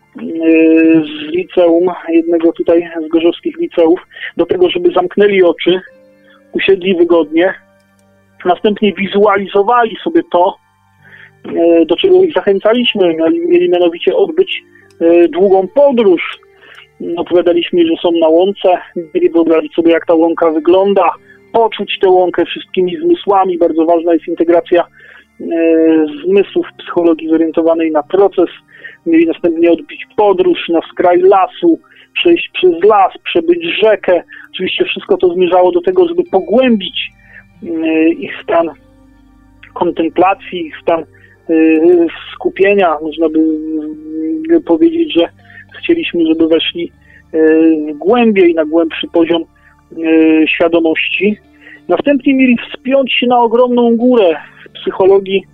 z liceum, jednego tutaj z gorzowskich liceów, do tego, żeby zamknęli oczy, usiedli wygodnie, następnie wizualizowali sobie to, do czego ich zachęcaliśmy. Mieli mianowicie odbyć długą podróż. Opowiadaliśmy, że są na łące, mieli wyobrazić sobie, jak ta łąka wygląda, poczuć tę łąkę wszystkimi zmysłami. Bardzo ważna jest integracja zmysłów psychologii zorientowanej na proces. Mieli następnie odbyć podróż na skraj lasu, przejść przez las, przebyć rzekę. Oczywiście wszystko to zmierzało do tego, żeby pogłębić ich stan kontemplacji, ich stan skupienia. Można by powiedzieć, że chcieliśmy, żeby weszli głębiej, na głębszy poziom świadomości. Następnie mieli wspiąć się na ogromną górę. W psychologii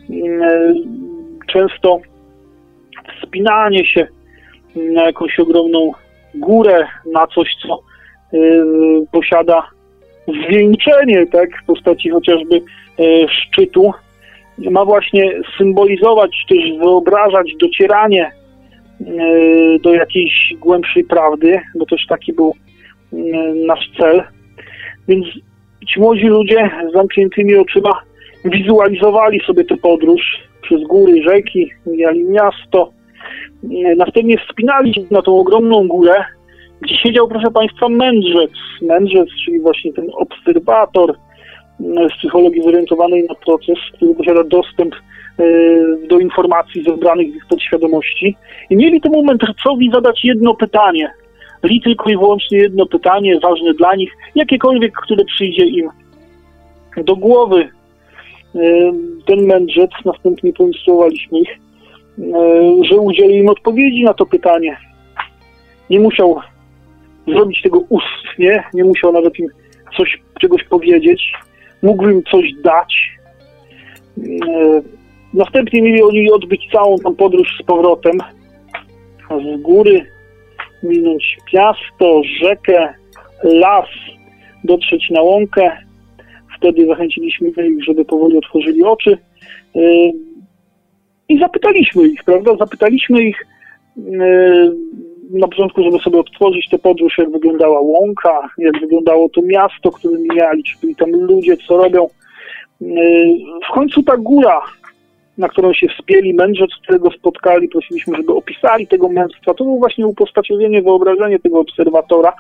często wspinanie się na jakąś ogromną górę, na coś, co posiada zwieńczenie, tak, w postaci chociażby szczytu, ma właśnie symbolizować, czy też wyobrażać docieranie do jakiejś głębszej prawdy, bo też taki był nasz cel. Więc ci młodzi ludzie z zamkniętymi oczyma wizualizowali sobie tę podróż przez góry, rzeki, mijali miasto, następnie wspinali się na tą ogromną górę, gdzie siedział, proszę Państwa, mędrzec. Mędrzec, czyli właśnie ten obserwator z psychologii zorientowanej na proces, który posiada dostęp do informacji zebranych w ich podświadomości. I mieli temu mędrcowi zadać jedno pytanie. Li tylko i wyłącznie jedno pytanie, ważne dla nich, jakiekolwiek, które przyjdzie im do głowy. Ten mędrzec, następnie poinstruowaliśmy ich, że udzieli im odpowiedzi na to pytanie. Nie musiał zrobić tego ustnie, nie musiał nawet im coś, czegoś powiedzieć, mógł im coś dać. Następnie mieli oni odbyć całą tą podróż z powrotem, z góry minąć miasto, rzekę, las, dotrzeć na łąkę. Wtedy zachęciliśmy ich, żeby powoli otworzyli oczy i zapytaliśmy ich, prawda? Zapytaliśmy ich na początku, żeby sobie odtworzyć tę podróż, jak wyglądała łąka, jak wyglądało to miasto, które mijali, czy byli tam ludzie, co robią. W końcu ta góra, na którą się wspięli, mędrzec, którego spotkali, prosiliśmy, żeby opisali tego męstwa. To było właśnie upostaciowienie, wyobrażenie tego obserwatora.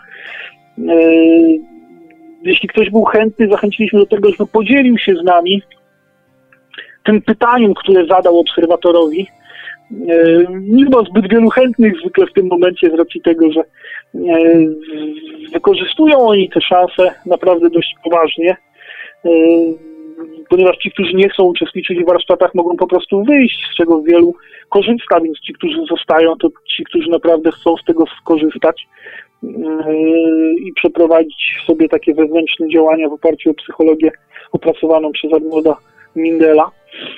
Jeśli ktoś był chętny, zachęciliśmy do tego, żeby podzielił się z nami tym pytaniem, które zadał obserwatorowi, nie ma zbyt wielu chętnych zwykle w tym momencie z racji tego, że wykorzystują oni te szanse naprawdę dość poważnie, ponieważ ci, którzy nie chcą uczestniczyć w warsztatach, mogą po prostu wyjść, z czego wielu korzysta, więc ci, którzy zostają, to ci, którzy naprawdę chcą z tego skorzystać i przeprowadzić sobie takie wewnętrzne działania w oparciu o psychologię opracowaną przez Arnolda Mindela.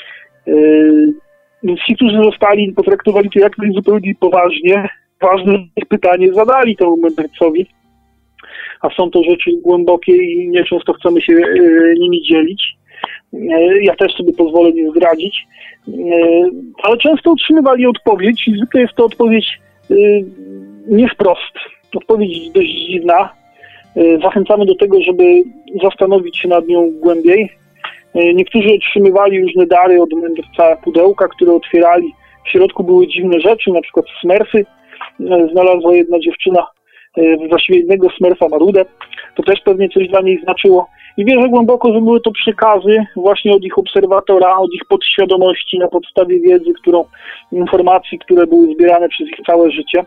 Więc ci, którzy zostali, potraktowali to jak najzupełniej poważnie. Ważne pytanie zadali temu mędrcowi, a są to rzeczy głębokie i nieczęsto chcemy się nimi dzielić. Ja też sobie pozwolę nie zdradzić, ale często otrzymywali odpowiedź i zwykle jest to odpowiedź nie wprost. Odpowiedź dość dziwna. Zachęcamy do tego, żeby zastanowić się nad nią głębiej. Niektórzy otrzymywali różne dary od mędrca, pudełka, które otwierali. W środku były dziwne rzeczy, na przykład smerfy. Znalazła jedna dziewczyna, właściwie jednego smerfa marudę. To też pewnie coś dla niej znaczyło. I wierzę głęboko, że były to przekazy właśnie od ich obserwatora, od ich podświadomości na podstawie wiedzy, którą, informacji, które były zbierane przez ich całe życie.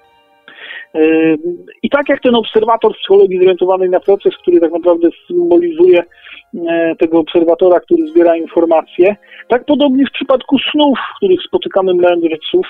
I tak jak ten obserwator psychologii zorientowanej na proces, który tak naprawdę symbolizuje tego obserwatora, który zbiera informacje, tak podobnie w przypadku snów, w których spotykamy mędrców,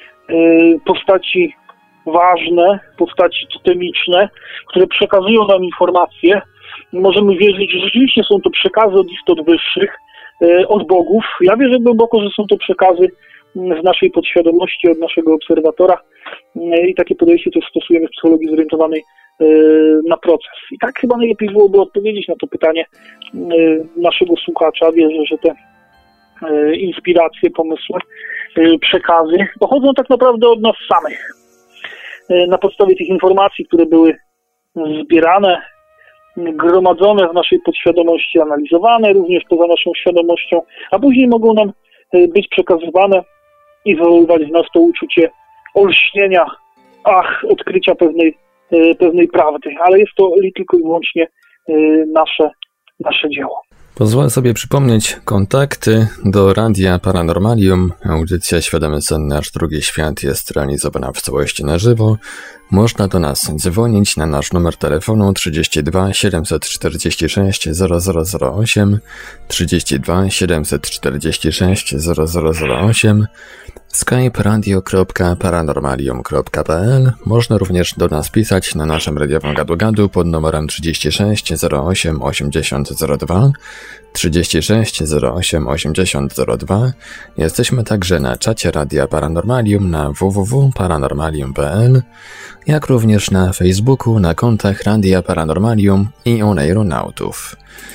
postaci ważne, postaci totemiczne, które przekazują nam informacje. Możemy wierzyć, że rzeczywiście są to przekazy od istot wyższych, od bogów. Ja wierzę głęboko, że są to przekazy z naszej podświadomości, od naszego obserwatora i takie podejście też stosujemy w psychologii zorientowanej na proces. I tak chyba najlepiej byłoby odpowiedzieć na to pytanie naszego słuchacza. Wierzę, że te inspiracje, pomysły, przekazy pochodzą tak naprawdę od nas samych. Na podstawie tych informacji, które były zbierane, gromadzone w naszej podświadomości, analizowane również poza naszą świadomością, a później mogą nam być przekazywane i wywoływać w nas to uczucie olśnienia, ach, odkrycia pewnej, pewnej prawdy, ale jest to tylko i wyłącznie nasze, nasze dzieło. Pozwolę sobie przypomnieć kontakty do Radia Paranormalium. Audycja Świadomy Sen Nasz Drugi Świat jest realizowana w całości na żywo. Można do nas dzwonić na nasz numer telefonu trzydzieści dwa siedemset czterdzieści sześć zero zero zero osiem, trzydzieści dwa siedemset czterdzieści sześć zero zero zero osiem, skype radio kropka paranormalium kropka p l. Można również do nas pisać na naszym radiowym gadu-gadu pod numerem trzydzieści sześć zero osiem osiemdziesiąt zero dwa, trzydzieści sześć zero osiem osiemdziesiąt zero dwa. Jesteśmy także na czacie Radia Paranormalium na w w w kropka paranormalium kropka p l, jak również na Facebooku, na kontach Radia Paranormalium i Oneironautów.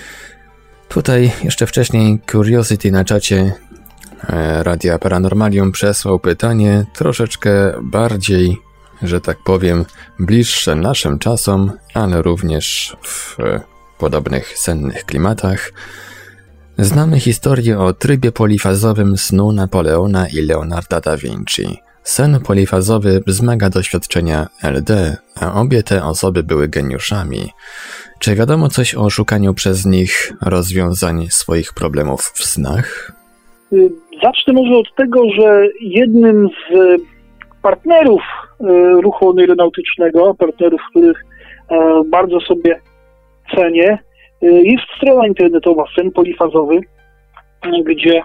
Tutaj jeszcze wcześniej Curiosity na czacie Radia Paranormalium przesłał pytanie troszeczkę bardziej, że tak powiem, bliższe naszym czasom, ale również w podobnych sennych klimatach. Znamy historię o trybie polifazowym snu Napoleona i Leonarda da Vinci. Sen polifazowy wzmaga doświadczenia L D, a obie te osoby były geniuszami. Czy wiadomo coś o szukaniu przez nich rozwiązań swoich problemów w snach? Zacznę może od tego, że jednym z partnerów ruchu oneironautycznego, partnerów, których bardzo sobie cenię, jest strona internetowa Sen Polifazowy, gdzie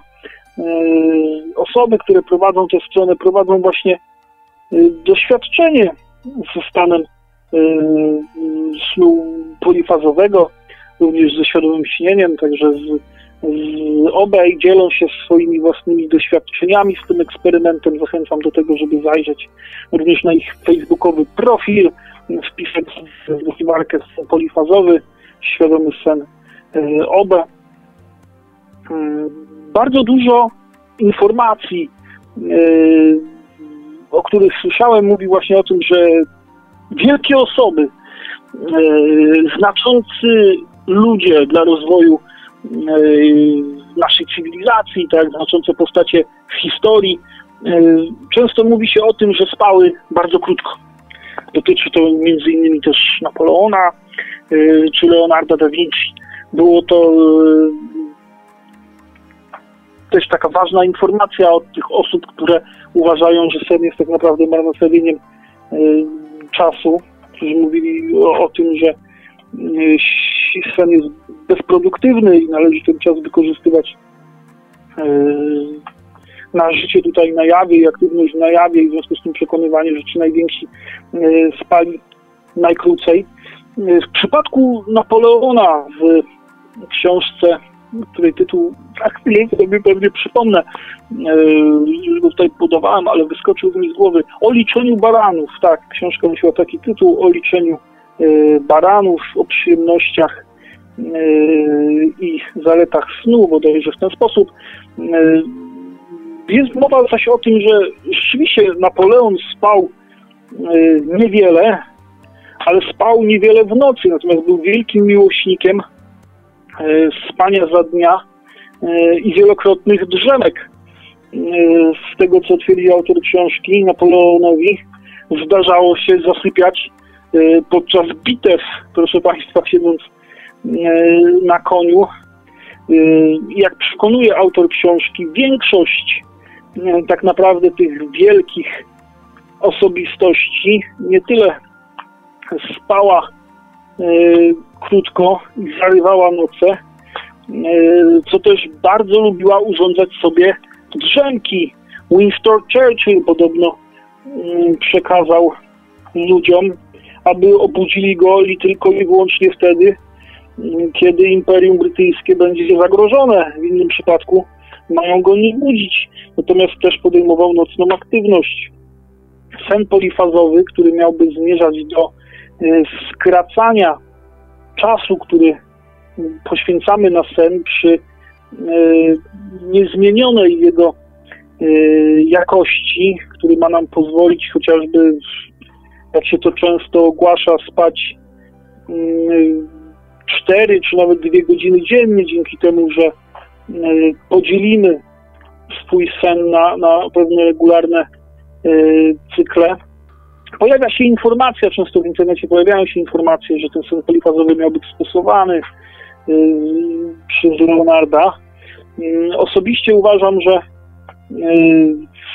osoby, które prowadzą tę stronę, prowadzą właśnie doświadczenie ze stanem snu polifazowego, również ze świadomym śnieniem, także z, z obaj dzielą się swoimi własnymi doświadczeniami z tym eksperymentem. Zachęcam do tego, żeby zajrzeć również na ich facebookowy profil, wpisać w wyszukiwarkę sen polifazowy, świadomy sen O B. Bardzo dużo informacji, o których słyszałem, mówi właśnie o tym, że wielkie osoby, znaczący ludzie dla rozwoju naszej cywilizacji, tak, znaczące postacie w historii, często mówi się o tym, że spały bardzo krótko. Dotyczy to między innymi też Napoleona czy Leonarda da Vinci. Było to też taka ważna informacja od tych osób, które uważają, że sen jest tak naprawdę marnotrawieniem y, czasu, którzy mówili o, o tym, że y, sen jest bezproduktywny i należy ten czas wykorzystywać y, na życie tutaj na jawie i aktywność na jawie i w związku z tym przekonywanie, że ci najwięksi y, spali najkrócej. Y, w przypadku Napoleona w książce, której tytuł za chwilę sobie pewnie przypomnę, już go tutaj podawałem, ale wyskoczył mi z głowy, o liczeniu baranów, tak, książka nosiła taki tytuł, o liczeniu baranów, o przyjemnościach i zaletach snu, bodajże w ten sposób. Jest mowa zaś o tym, że rzeczywiście Napoleon spał niewiele, ale spał niewiele w nocy, natomiast był wielkim miłośnikiem spania za dnia i wielokrotnych drzemek. Z tego, co twierdzi autor książki, Napoleonowi zdarzało się zasypiać podczas bitew, proszę Państwa, siedząc na koniu. Jak przekonuje autor książki, większość tak naprawdę tych wielkich osobistości nie tyle spała krótko i zarywała noce, co też bardzo lubiła urządzać sobie drzemki. Winston Churchill podobno przekazał ludziom, aby obudzili go tylko i wyłącznie wtedy, kiedy Imperium Brytyjskie będzie zagrożone. W innym przypadku mają go nie budzić. Natomiast też podejmował nocną aktywność. Sen polifazowy, który miałby zmierzać do skracania czasu, który poświęcamy na sen przy niezmienionej jego jakości, który ma nam pozwolić chociażby, jak się to często ogłasza, spać cztery czy nawet dwie godziny dziennie, dzięki temu, że podzielimy swój sen na, na pewne regularne cykle. Pojawia się informacja, często w internecie pojawiają się informacje, że ten sen polifazowy miał być stosowany yy, przez Leonarda. Yy, osobiście uważam, że yy,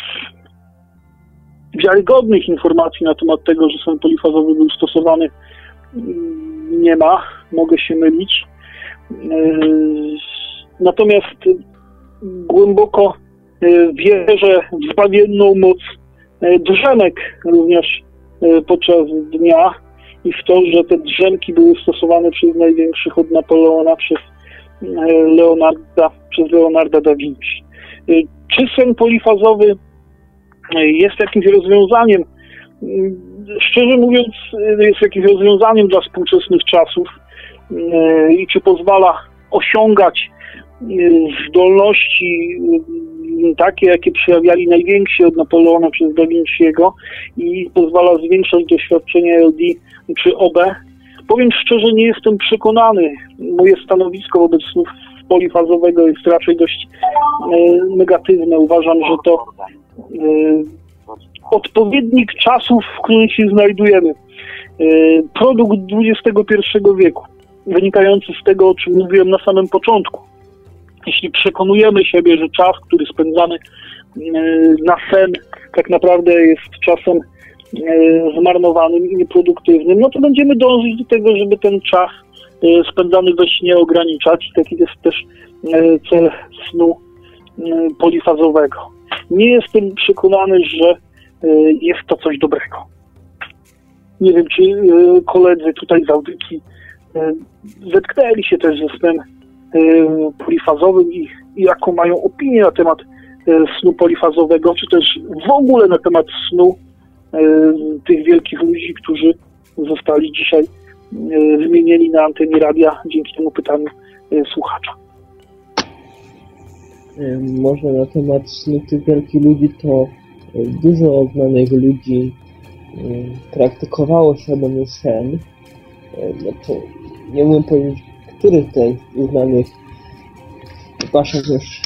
wiarygodnych informacji na temat tego, że sen polifazowy był stosowany, yy, nie ma. Mogę się mylić. Yy, natomiast yy, głęboko yy, wierzę w zbawienną moc yy, drzemek również podczas dnia i w to, że te drzemki były stosowane przez największych od Napoleona, przez Leonarda, przez Leonarda da Vinci. Czy sen polifazowy jest jakimś rozwiązaniem? Szczerze mówiąc, jest jakimś rozwiązaniem dla współczesnych czasów i czy pozwala osiągać zdolności takie, jakie przejawiali najwięksi od Napoleona przez Da Vinciego i pozwala zwiększać doświadczenie L D czy O B. Powiem szczerze, nie jestem przekonany. Moje stanowisko wobec snu polifazowego jest raczej dość e, negatywne. Uważam, że to e, odpowiednik czasów, w których się znajdujemy. E, produkt dwudziestego pierwszego wieku, wynikający z tego, o czym mówiłem na samym początku. Jeśli przekonujemy siebie, że czas, który spędzamy na sen, tak naprawdę jest czasem zmarnowanym i nieproduktywnym, no to będziemy dążyć do tego, żeby ten czas spędzany we śnie ograniczać. Taki jest też cel snu polifazowego. Nie jestem przekonany, że jest to coś dobrego. Nie wiem, czy koledzy tutaj z audycji zetknęli się też ze snem polifazowym i, i jaką mają opinię na temat snu polifazowego, czy też w ogóle na temat snu tych wielkich ludzi, którzy zostali dzisiaj wymienieni na antenie radia dzięki temu pytaniu słuchacza. Może na temat snu tych wielkich ludzi to dużo znanych ludzi praktykowało świadomy sen. No to nie umiem powiedzieć, których z tych znanych, przepraszam już,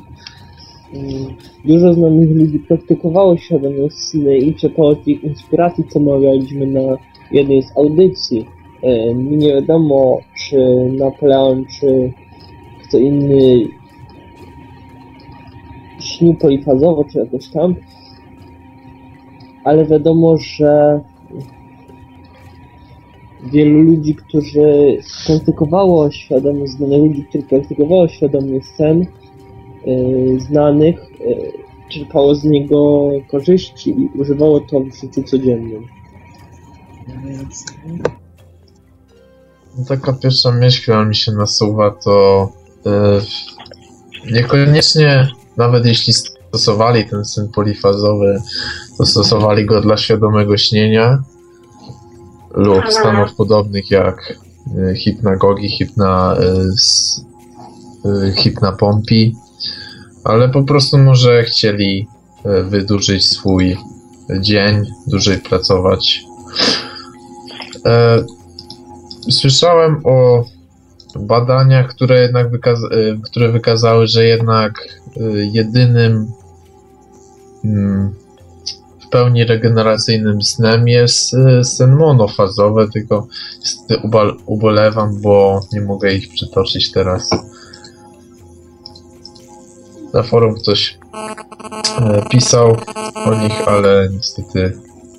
dużo znanych ludzi praktykowało świadome sny i czerpało tych inspiracji, co omawialiśmy na jednej z audycji. Mi nie wiadomo, czy Napoleon, czy kto inny śni polifazowo, czy jakoś tam. Ale wiadomo, że wielu ludzi, którzy praktykowało świadomie, znanych ludzi, którzy praktykowało świadomie sen yy, znanych, yy, czerpało z niego korzyści i używało to w życiu codziennym. No, taka pierwsza myśl, która mi się nasuwa, to yy, niekoniecznie, nawet jeśli stosowali ten sen polifazowy, to stosowali go dla świadomego śnienia lub stanów podobnych jak yy, hipnagogi, hipna, yy, yy, hipnapompi, ale po prostu może chcieli yy, wydłużyć swój dzień, dłużej pracować. Yy, Słyszałem o badaniach, które jednak wykaza- które wykazały, że jednak jedynym w pełni regeneracyjnym snem jest sen monofazowy, tylko niestety ubolewam, bo nie mogę ich przytoczyć teraz. Na forum ktoś pisał o nich, ale niestety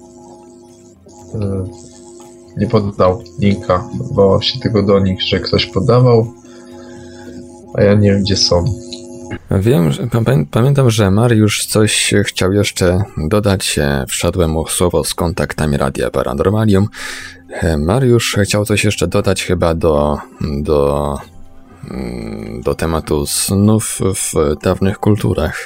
nie podał linka, bo się tego do nich, że ktoś podawał, a ja nie wiem, gdzie są. Wiem, że, pamiętam, że Mariusz coś chciał jeszcze dodać. Wszedłem mu słowo z kontaktami Radia Paranormalium. Mariusz chciał coś jeszcze dodać chyba do, do, do tematu snów w dawnych kulturach.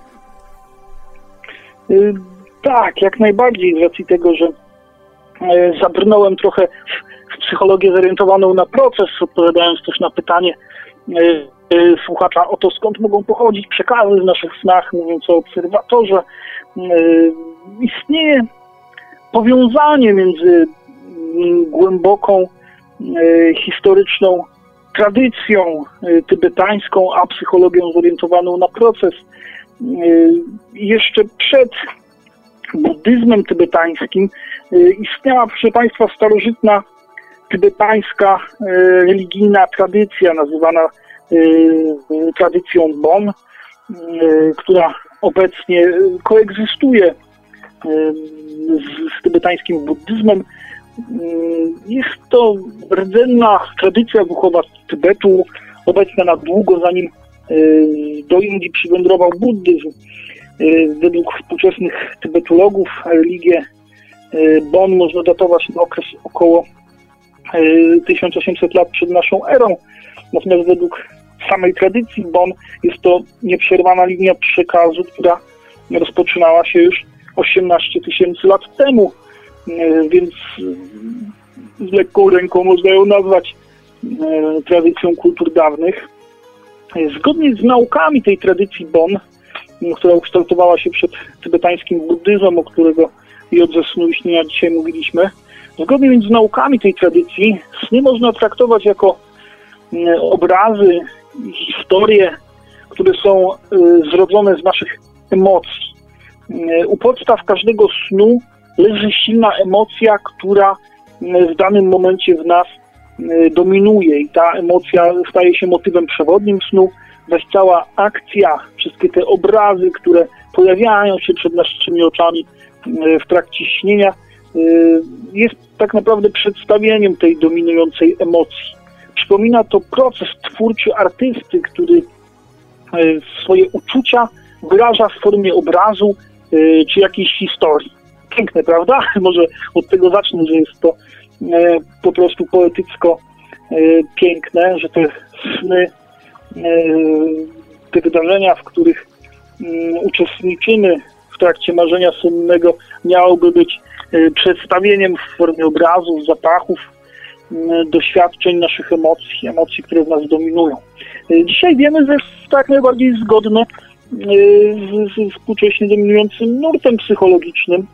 Yy, tak, jak najbardziej, z racji tego, że zabrnąłem trochę w psychologię zorientowaną na proces, odpowiadając też na pytanie słuchacza o to, skąd mogą pochodzić przekazy w naszych snach, mówiąc o obserwatorze. Istnieje powiązanie między głęboką historyczną tradycją tybetańską, a psychologią zorientowaną na proces. Jeszcze przed buddyzmem tybetańskim istniała, proszę Państwa, starożytna tybetańska religijna tradycja nazywana tradycją Bon, która obecnie koegzystuje z, z tybetańskim buddyzmem. Jest to rdzenna tradycja duchowa Tybetu, obecna na długo, zanim do Indii przywędrował buddyzm. Według współczesnych tybetologów religię Bon można datować na okres około tysiąc osiemset lat przed naszą erą. Natomiast według samej tradycji Bon jest to nieprzerwana linia przekazu, która rozpoczynała się już osiemnaście tysięcy lat temu, więc z lekką ręką można ją nazwać tradycją kultur dawnych. Zgodnie z naukami tej tradycji Bon, która ukształtowała się przed tybetańskim buddyzmem, o którego i od ze snu i śnienia dzisiaj mówiliśmy, zgodnie więc z naukami tej tradycji sny można traktować jako obrazy, historie, które są zrodzone z naszych emocji. U podstaw każdego snu leży silna emocja, która w danym momencie w nas dominuje i ta emocja staje się motywem przewodnim snu, zaś cała akcja, wszystkie te obrazy, które pojawiają się przed naszymi oczami w trakcie śnienia, jest tak naprawdę przedstawieniem tej dominującej emocji. Przypomina to proces twórczy artysty, który swoje uczucia wyraża w formie obrazu czy jakiejś historii. Piękne, prawda? Może od tego zacznę, że jest to po prostu poetycko piękne, że te sny, te wydarzenia, w których uczestniczymy w trakcie marzenia sennego, miałoby być przedstawieniem w formie obrazów, zapachów, doświadczeń naszych emocji, emocji, które w nas dominują. Dzisiaj wiemy, że jest tak najbardziej zgodne z, z współcześnie dominującym nurtem psychologicznym,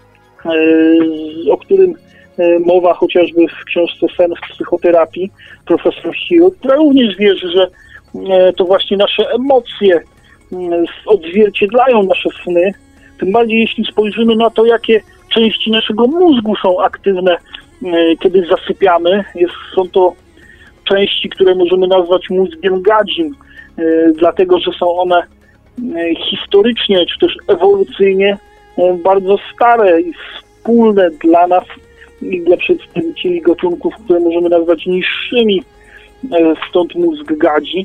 o którym mowa chociażby w książce Sen w psychoterapii profesor Hill, która również wierzy, że to właśnie nasze emocje odzwierciedlają nasze sny, tym bardziej jeśli spojrzymy na to, jakie części naszego mózgu są aktywne, kiedy zasypiamy. Jest, są to części, które możemy nazwać mózgiem gadzim, dlatego że są one historycznie, czy też ewolucyjnie bardzo stare i wspólne dla nas i dla przedstawicieli gatunków, które możemy nazwać niższymi, stąd mózg gadzi.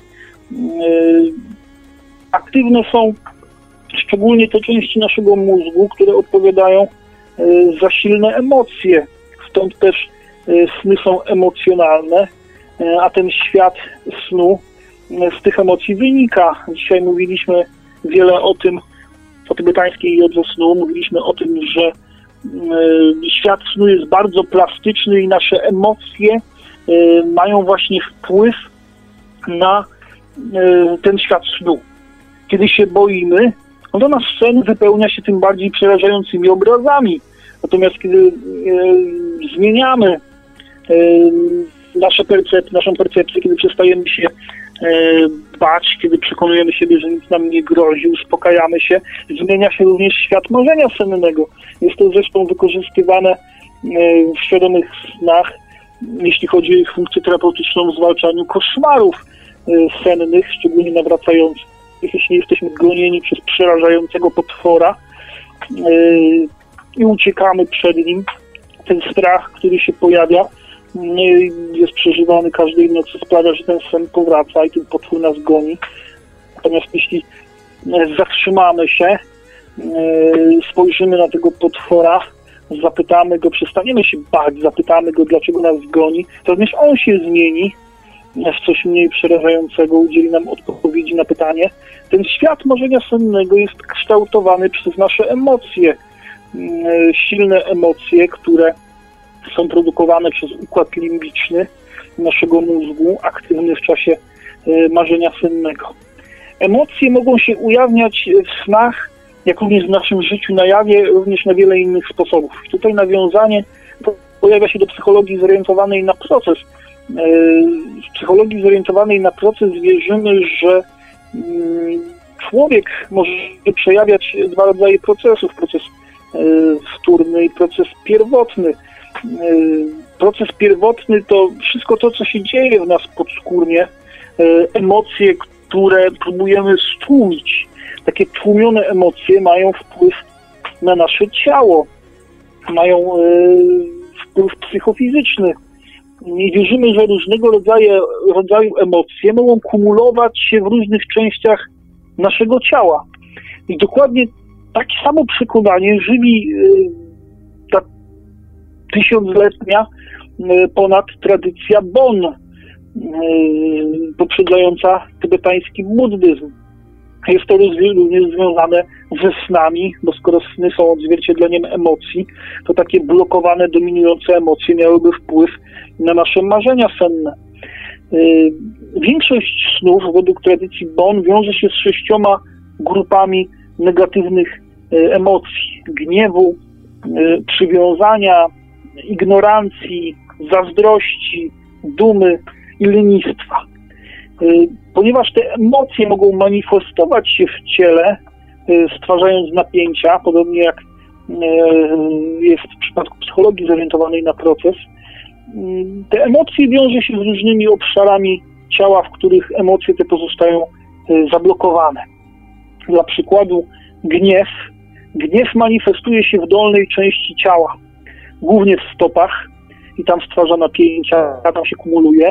Aktywne są szczególnie te części naszego mózgu, które odpowiadają za silne emocje, stąd też sny są emocjonalne, a ten świat snu z tych emocji wynika. Dzisiaj mówiliśmy wiele o tym, o tybetańskiej jodze snu, mówiliśmy o tym, że świat snu jest bardzo plastyczny i nasze emocje mają właśnie wpływ na ten świat snu. Kiedy się boimy, no to nasz sen wypełnia się tym bardziej przerażającymi obrazami. Natomiast kiedy e, zmieniamy e, nasze percep- naszą percepcję, kiedy przestajemy się e, bać, kiedy przekonujemy siebie, że nic nam nie grozi, uspokajamy się, zmienia się również świat marzenia sennego. Jest to zresztą wykorzystywane e, w świadomych snach, jeśli chodzi o ich funkcję terapeutyczną w zwalczaniu koszmarów e, sennych, szczególnie nawracających, jeśli jesteśmy gonieni przez przerażającego potwora yy, i uciekamy przed nim. Ten strach, który się pojawia, yy, jest przeżywany każdej nocy, sprawia, że ten sen powraca i ten potwór nas goni. Natomiast jeśli yy, zatrzymamy się, yy, spojrzymy na tego potwora, zapytamy go, przestaniemy się bać, zapytamy go, dlaczego nas goni, to również on się zmieni w coś mniej przerażającego, udzieli nam odpowiedzi na pytanie. Ten świat marzenia sennego jest kształtowany przez nasze emocje. Silne emocje, które są produkowane przez układ limbiczny naszego mózgu, aktywny w czasie marzenia sennego. Emocje mogą się ujawniać w snach, jak również w naszym życiu na jawie, również na wiele innych sposobów. Tutaj nawiązanie pojawia się do psychologii zorientowanej na proces. W psychologii zorientowanej na proces wierzymy, że człowiek może przejawiać dwa rodzaje procesów. Proces wtórny i proces pierwotny. Proces pierwotny to wszystko to, co się dzieje w nas podskórnie, emocje, które próbujemy stłumić. Takie tłumione emocje mają wpływ na nasze ciało, mają wpływ psychofizyczny. I wierzymy, że różnego rodzaju, rodzaju emocje mogą kumulować się w różnych częściach naszego ciała. I dokładnie takie samo przekonanie żywi ta tysiącletnia ponad tradycja Bon, poprzedzająca tybetański buddyzm. Jest to również związane ze snami, bo skoro sny są odzwierciedleniem emocji, to takie blokowane, dominujące emocje miałyby wpływ na nasze marzenia senne. Większość snów według tradycji Bon wiąże się z sześcioma grupami negatywnych emocji: gniewu, przywiązania, ignorancji, zazdrości, dumy i lenistwa. Ponieważ te emocje mogą manifestować się w ciele, stwarzając napięcia, podobnie jak jest w przypadku psychologii zorientowanej na proces, te emocje wiąże się z różnymi obszarami ciała, w których emocje te pozostają zablokowane. Dla przykładu gniew. Gniew manifestuje się w dolnej części ciała, głównie w stopach, i tam stwarza napięcia, tam się kumuluje.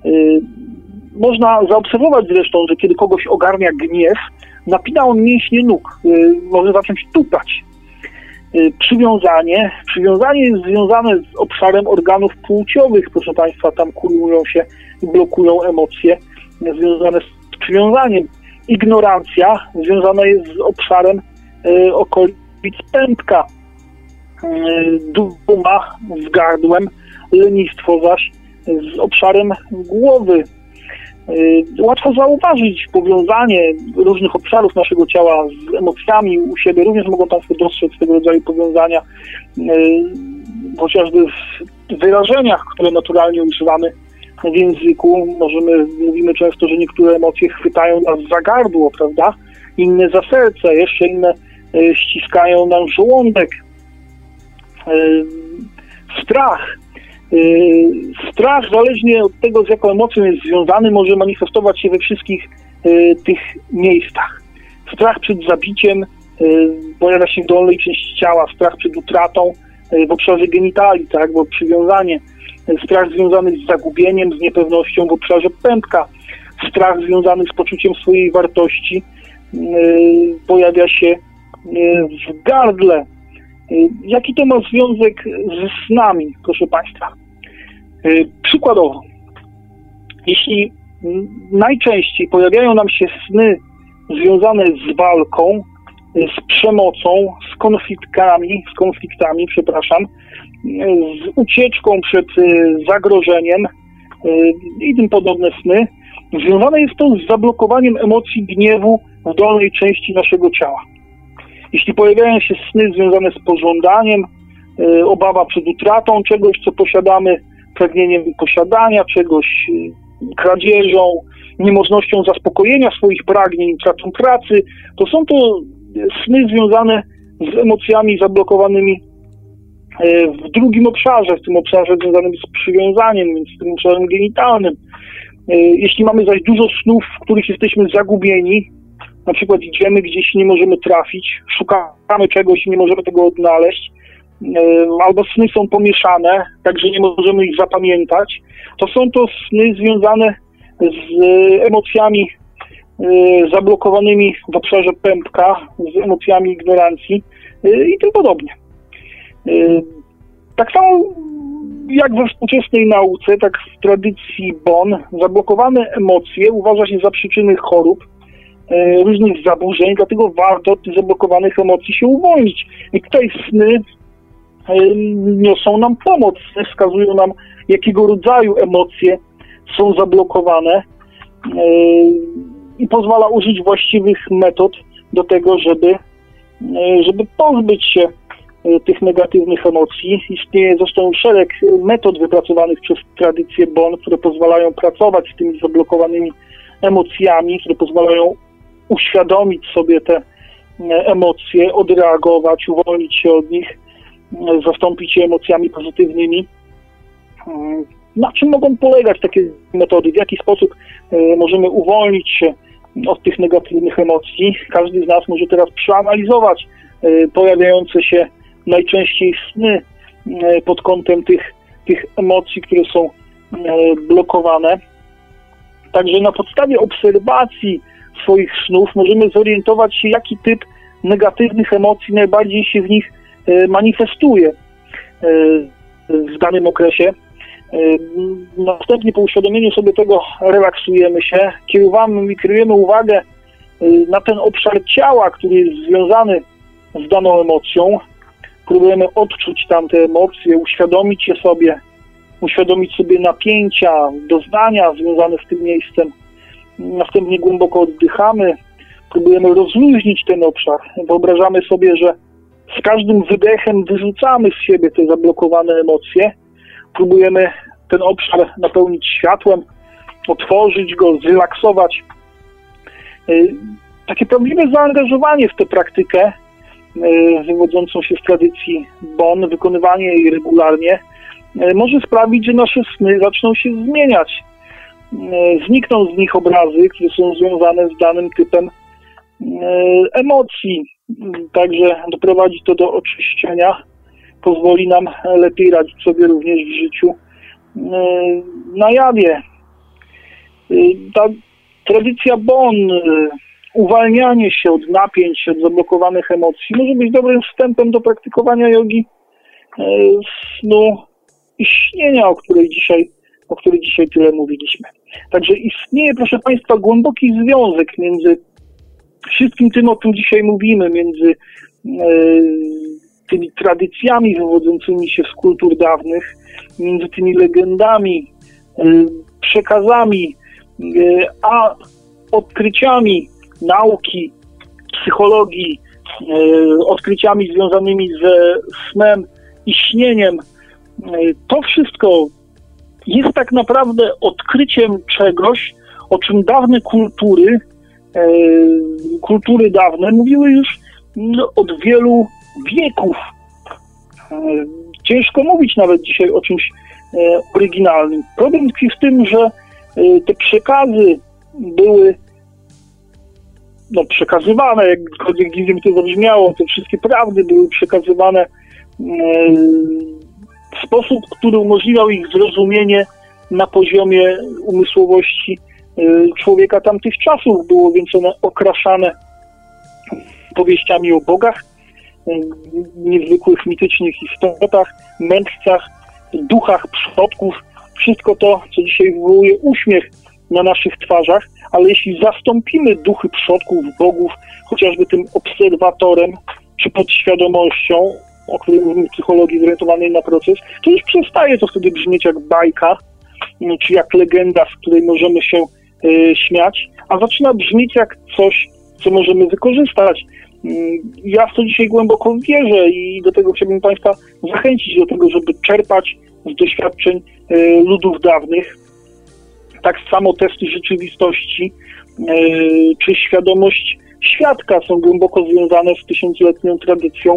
Można zaobserwować zresztą, że kiedy kogoś ogarnia gniew, napina on mięśnie nóg, może zacząć tupać. Przywiązanie. Przywiązanie jest związane z obszarem organów płciowych, proszę Państwa, tam kumulują się i blokują emocje związane z przywiązaniem. Ignorancja związana jest z obszarem y, okolic pępka. Y, duma z gardłem, lenistwo zaś z obszarem głowy. Y, łatwo zauważyć powiązanie różnych obszarów naszego ciała z emocjami u siebie. Również mogą Państwo dostrzec tego rodzaju powiązania, y, chociażby w wyrażeniach, które naturalnie używamy w języku. Możemy, mówimy często, że niektóre emocje chwytają nas za gardło, prawda? Inne za serce, jeszcze inne y, ściskają nam żołądek. Y, strach. Y, strach, zależnie od tego, z jaką emocją jest związany, może manifestować się we wszystkich y, tych miejscach. strach przed zabiciem pojawia się w dolnej części ciała, strach przed utratą w obszarze genitali, tak, bo przywiązanie, strach związany z zagubieniem, z niepewnością w obszarze pępka, strach związany z poczuciem swojej wartości pojawia się w gardle. Jaki to ma związek z snami, proszę Państwa? Przykładowo, jeśli najczęściej pojawiają nam się sny związane z walką, z przemocą, z konfliktami, z konfliktami, przepraszam, z ucieczką przed zagrożeniem i tym podobne sny, związane jest to z zablokowaniem emocji gniewu w dolnej części naszego ciała. Jeśli pojawiają się sny związane z pożądaniem, obawa przed utratą czegoś, co posiadamy, pragnieniem posiadania czegoś, kradzieżą, niemożnością zaspokojenia swoich pragnień, utratą pracy, to są to sny związane z emocjami zablokowanymi w drugim obszarze, w tym obszarze związanym z przywiązaniem, więc w tym obszarze genitalnym. Jeśli mamy zaś dużo snów, w których jesteśmy zagubieni, na przykład idziemy gdzieś i nie możemy trafić, szukamy czegoś i nie możemy tego odnaleźć, albo sny są pomieszane, także nie możemy ich zapamiętać, to są to sny związane z emocjami zablokowanymi w obszarze pępka, z emocjami ignorancji i tym podobnie. Tak samo jak we współczesnej nauce, tak w tradycji Bon, zablokowane emocje uważa się za przyczyny chorób, różnych zaburzeń, dlatego warto od tych zablokowanych emocji się uwolnić. I tutaj sny niosą nam pomoc, wskazują nam, jakiego rodzaju emocje są zablokowane i pozwala użyć właściwych metod do tego, żeby, żeby pozbyć się tych negatywnych emocji. Istnieje zresztą szereg metod wypracowanych przez tradycję Bon, które pozwalają pracować z tymi zablokowanymi emocjami, które pozwalają uświadomić sobie te emocje, odreagować, uwolnić się od nich, zastąpić je emocjami pozytywnymi. Na czym mogą polegać takie metody? W jaki sposób możemy uwolnić się od tych negatywnych emocji? Każdy z nas może teraz przeanalizować pojawiające się najczęściej sny pod kątem tych, tych emocji, które są blokowane. Także na podstawie obserwacji swoich snów możemy zorientować się, jaki typ negatywnych emocji najbardziej się w nich manifestuje w danym okresie. Następnie po uświadomieniu sobie tego relaksujemy się, kierujemy, kierujemy uwagę na ten obszar ciała, który jest związany z daną emocją. Próbujemy odczuć tamte emocje, uświadomić je sobie, uświadomić sobie napięcia, doznania związane z tym miejscem. Następnie głęboko oddychamy, próbujemy rozluźnić ten obszar. Wyobrażamy sobie, że z każdym wydechem wyrzucamy z siebie te zablokowane emocje. Próbujemy ten obszar napełnić światłem, otworzyć go, zrelaksować. Takie prawdziwe zaangażowanie w tę praktykę wywodzącą się z tradycji Bon, wykonywanie jej regularnie może sprawić, że nasze sny zaczną się zmieniać. Znikną z nich obrazy, które są związane z danym typem emocji. Także doprowadzi to do oczyszczenia, pozwoli nam lepiej radzić sobie również w życiu na jawie. Ta tradycja Bon, uwalnianie się od napięć, od zablokowanych emocji może być dobrym wstępem do praktykowania jogi snu i śnienia, o której dzisiaj, o której dzisiaj tyle mówiliśmy. Także istnieje, proszę Państwa, głęboki związek między wszystkim tym, o czym dzisiaj mówimy, między e, tymi tradycjami wywodzącymi się z kultur dawnych, między tymi legendami, e, przekazami, e, a odkryciami nauki, psychologii, e, odkryciami związanymi ze snem i śnieniem. E, to wszystko jest tak naprawdę odkryciem czegoś, o czym dawne kultury, e, kultury dawne mówiły już no, od wielu wieków. E, ciężko mówić nawet dzisiaj o czymś e, oryginalnym. Problem tkwi w tym, że e, te przekazy były no, przekazywane, jakkolwiek dziwnie to zabrzmiało, te wszystkie prawdy były przekazywane w sposób, który umożliwiał ich zrozumienie na poziomie umysłowości człowieka tamtych czasów. Było więc one okraszane powieściami o bogach, niezwykłych, mitycznych istotach, mędrcach, duchach przodków. Wszystko to, co dzisiaj wywołuje uśmiech na naszych twarzach, ale jeśli zastąpimy duchy przodków, bogów, chociażby tym obserwatorem, czy podświadomością, o której mówimy w psychologii zorientowanej na proces, to już przestaje to wtedy brzmieć jak bajka, czy jak legenda, z której możemy się y, śmiać, a zaczyna brzmieć jak coś, co możemy wykorzystać. Ja w to dzisiaj głęboko wierzę i do tego chciałbym Państwa zachęcić do tego, żeby czerpać z doświadczeń y, ludów dawnych. Tak samo testy rzeczywistości y, czy świadomość świadka są głęboko związane z tysiącletnią tradycją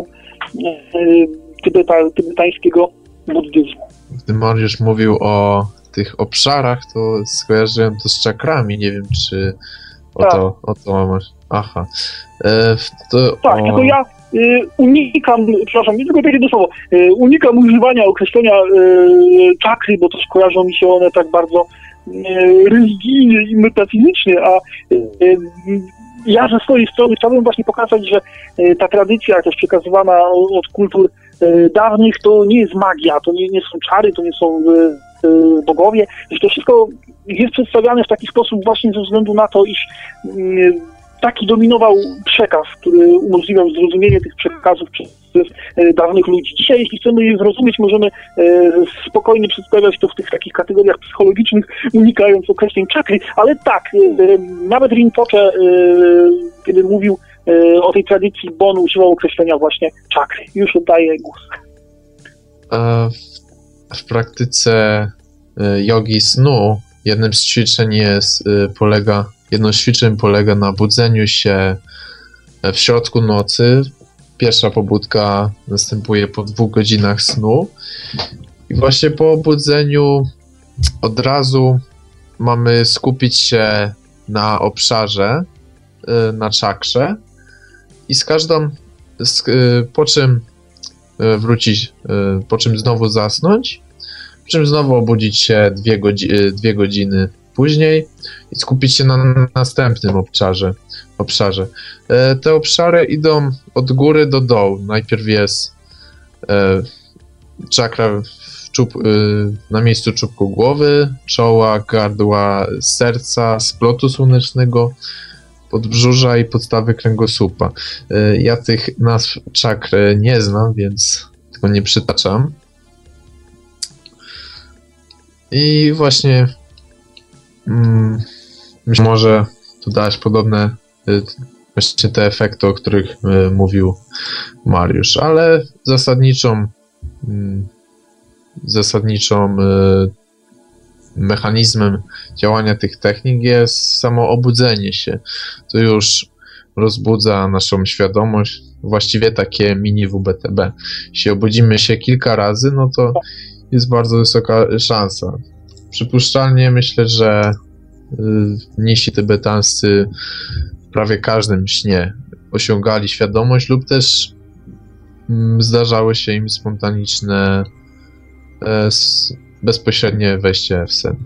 y, tybeta, tybetańskiego buddyzmu. Gdy Mariusz mówił o tych obszarach, to skojarzyłem to z czakrami. Nie wiem, czy o tak. to, o to masz. Aha. E, to, tak, o... tylko ja y, unikam, przepraszam, nie tylko takie to słowo, y, unikam używania określenia y, czakry, bo to skojarzą mi się one tak bardzo y, religijnie i metafizycznie, a y, y, ja ze swojej strony chciałbym właśnie pokazać, że y, ta tradycja też przekazywana od kultur y, dawnych to nie jest magia, to nie, nie są czary, to nie są y, y, bogowie, że to wszystko jest przedstawiane w taki sposób właśnie ze względu na to, iż y, taki dominował przekaz, który umożliwiał zrozumienie tych przekazów przez e, dawnych ludzi. Dzisiaj, jeśli chcemy je zrozumieć, możemy e, spokojnie przedstawiać to w tych takich kategoriach psychologicznych, unikając określeń czakry, ale tak, e, nawet Rinpoche, e, kiedy mówił e, o tej tradycji Bon, używał określenia właśnie czakry. Już oddaję głos. A w, w praktyce jogi snu jednym z ćwiczeń jest, polega Jedno z ćwiczeń polega na budzeniu się w środku nocy. Pierwsza pobudka następuje po dwóch godzinach snu. I właśnie po obudzeniu od razu mamy skupić się na obszarze, na czakrze i z każdą, po czym wrócić, po czym znowu zasnąć, po czym znowu obudzić się dwie, godzi- dwie godziny później i skupić się na następnym obszarze. obszarze. E, te obszary idą od góry do dołu. Najpierw jest e, czakra w czub, e, na miejscu czubku głowy, czoła, gardła, serca, splotu słonecznego, podbrzusza i podstawy kręgosłupa. E, ja tych nazw czakr nie znam, więc tego nie przytaczam. I właśnie Mm, myślę, może tu dałeś podobne y, właśnie te efekty, o których y, mówił Mariusz, ale zasadniczą y, zasadniczą y, mechanizmem działania tych technik jest samo obudzenie się. To już rozbudza naszą świadomość, właściwie takie mini W B T B. Jeśli obudzimy się kilka razy, no to jest bardzo wysoka szansa. Przypuszczalnie myślę, że mnisi tybetańscy w prawie każdym śnie osiągali świadomość lub też zdarzały się im spontaniczne, bezpośrednie wejście w sen.